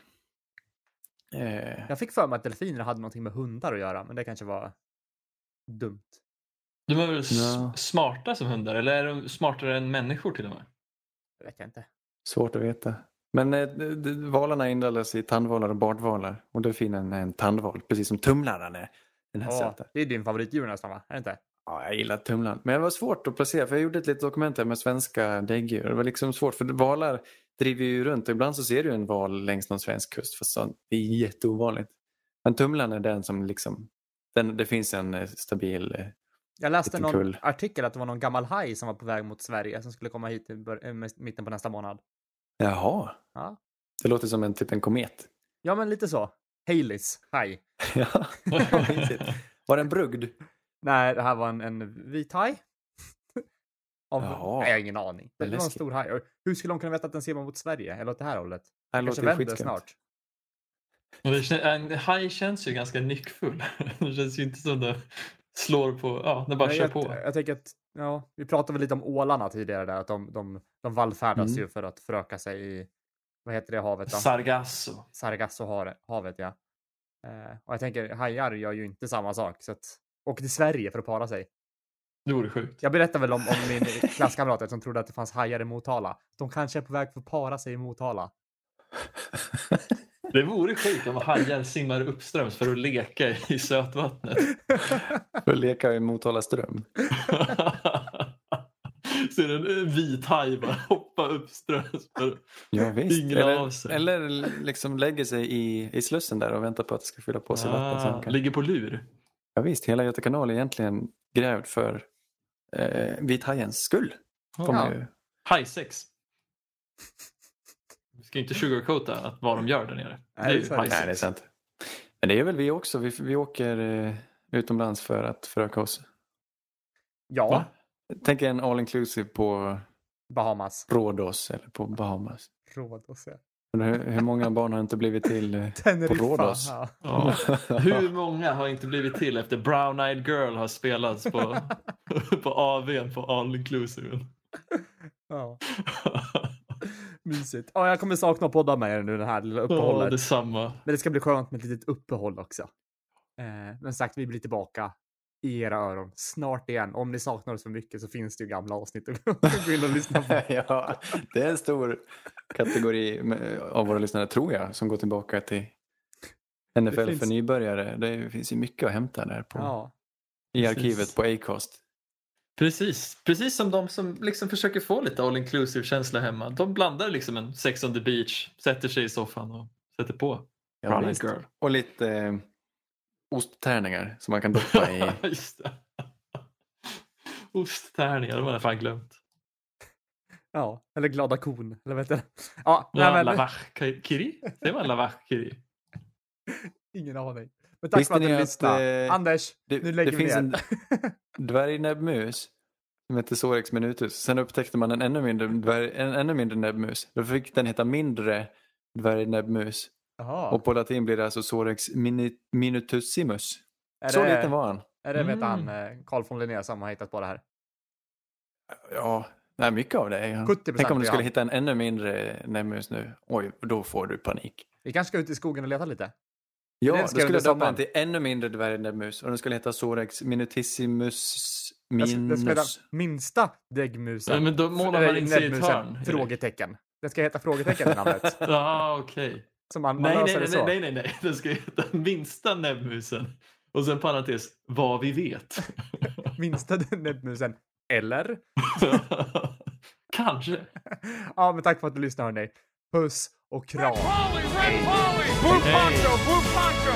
Eh, Jag fick för mig att delfiner hade någonting med hundar att göra, men det kanske var dumt. De är väl s- Ja. smarta som hundar? Eller är de smartare än människor till och med? Det vet jag inte. svårt att veta. Men eh, d- d- valarna indelas i tandvalar och bardvalar. Och delfinen är en tandval, precis som tumlaren är. Den här Ja, söta. det är din favoritdjur nästan, va? Är det inte? Ja, jag gillar tumlaren. Men det var svårt att placera, för jag gjorde ett litet dokument här med svenska däggdjur. Det var liksom svårt, för valar driver ju runt. Och ibland så ser du en val längs någon svensk kust, fast så, det är jätteovanligt. Men tumlaren är den som liksom, den, det finns en eh, stabil... eh, Jag läste Liten någon kull. artikel att det var någon gammal haj som var på väg mot Sverige som skulle komma hit i bör- äh, mitten på nästa månad. Jaha, Ja, det låter som en typ en komet. ja men lite så. Haleys haj. Ja, vad mysigt. Var det en brugd? Nej, det här var en, en vit haj. Av, Jaha. nej, jag har ingen aning. Det Vad var en läskigt. stor haj. Och hur skulle de kunna veta att den ser mot Sverige? Eller åt det här hållet? Det Kanske låter vänder skitskumt. snart. Och det kän- En haj känns ju ganska nyckfull. Det känns ju inte som det slår på, ja, det bara Nej, kör jag, på. jag tänker att, ja, vi pratade väl lite om ålarna tidigare där. Att de, de, de vallfärdas Mm. ju för att föröka sig i, vad heter det havet då? Sargasso. Sargassohavet, ja. Eh, och jag tänker, hajar gör ju inte samma sak. Så att, åker till Sverige för att para sig. Det vore sjukt. Jag berättade väl om, om min klasskamrat som trodde att det fanns hajar i Motala. De kanske är på väg för att para sig i Motala. Det vore sjukt om hajar simmar uppströms för att leka i sötvattnet. För att leka i Motala ström. Ser en vit haj bara hoppa uppströms för Ja, visst. Ingen av Eller, sig. eller liksom lägger sig i, i slussen där och väntar på att det ska fylla på sig vatten. Så ah, han kan... ligger på lur. Ja, visst, hela Göta kanal är egentligen grävd för eh, vithajens skull. Får man Ja. ju... Hajsex. Vi ska inte sugarcoata att vad de gör där nere. Nej, Det är ju så är det. Nej, det är hajsex. sant. Men det är väl vi också. Vi, vi åker eh, utomlands för att föröka oss. Ja, Va? Tänk en all inclusive på Bahamas. Rhodos eller på Bahamas. Rhodos, ja. Men Hur, hur många barn har inte blivit till eh, på Teneriffa. Rhodos? Ja. Ja. Hur många har inte blivit till efter Brown Eyed Girl har spelats på, på A V:n på All Inclusive? Ja. Mysigt. Ja, jag kommer sakna att podda med er nu det här lilla Ja, uppehållet. detsamma. Men det ska bli skönt med ett litet uppehåll också. Eh, men sagt, vi blir tillbaka i era öron snart igen. Om ni saknar oss för mycket så finns det ju gamla avsnitt att gå in och lyssna på. Ja, det är en stor kategori med, av våra lyssnare, tror jag, som går tillbaka till N F L finns... för nybörjare. Det finns ju mycket att hämta där på, ja, i precis. arkivet på Acast. Precis. Precis som de som liksom försöker få lite all inclusive känsla hemma. De blandar liksom en Sex on the Beach, sätter sig i soffan och sätter på Ja, Run visst. Girl. Och lite eh, osttärningar som man kan doppa i. Just det. Osttärningar, de har jag fan glömt. Ja, eller glada kon, eller vet du. Ja, nej, Ja, men... lavachkiri? Säger man lavachkiri? Ingen aning. Men tack Visste för att ni du att, lyssnade. eh, Anders, Det, nu lägger det vi finns ner. en dvärgnäbbmus som heter Sorex minutus. Sen upptäckte man en ännu mindre, dvärg, en ännu mindre näbbmus. Då fick den heta mindre dvärgnäbbmus. Jaha. Och på latin blir det alltså Sorex mini, minutussimus. Är Så det- liten var han. Är det vet Mm. han, eh, Carl von Linné som har hittat på det här? Ja, nej, mycket av det. Ja. sjuttio procent Tänk om du är skulle han. hitta en ännu mindre näbbmus nu. Oj, då får du panik. Vi kanske ska ut i skogen och leta lite. Ja, Den då ska skulle under jag döpa sommaren. den till ännu mindre dvärgnäbbmus. Och den skulle heta Sorex minutissimus Jag ska, det ska heta minus. minsta däggmusen. Ja, men då målar Eller man in sig i ett näbbmusen, hörn. Frågetecken. Det ska heta frågetecken i namnet. Ja, okej. Så man, man Nej, löser nej, det nej, så. nej, nej, nej. Den ska heta minsta näbbmusen. Och sen parentes, vad vi vet. Minsta näbbmusen. Eller? Kanske. Ja, men tack för att du lyssnade, hörni. Puss och kram. Red Polly, Red Polly, Blue Poncho, Blue Poncho.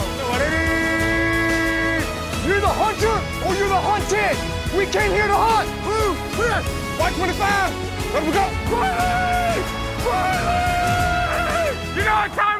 You're the hunter or you're the hunted. We came here to hunt. Blue, clear. Y twenty-five. Let we go. Riley! Riley! You know what time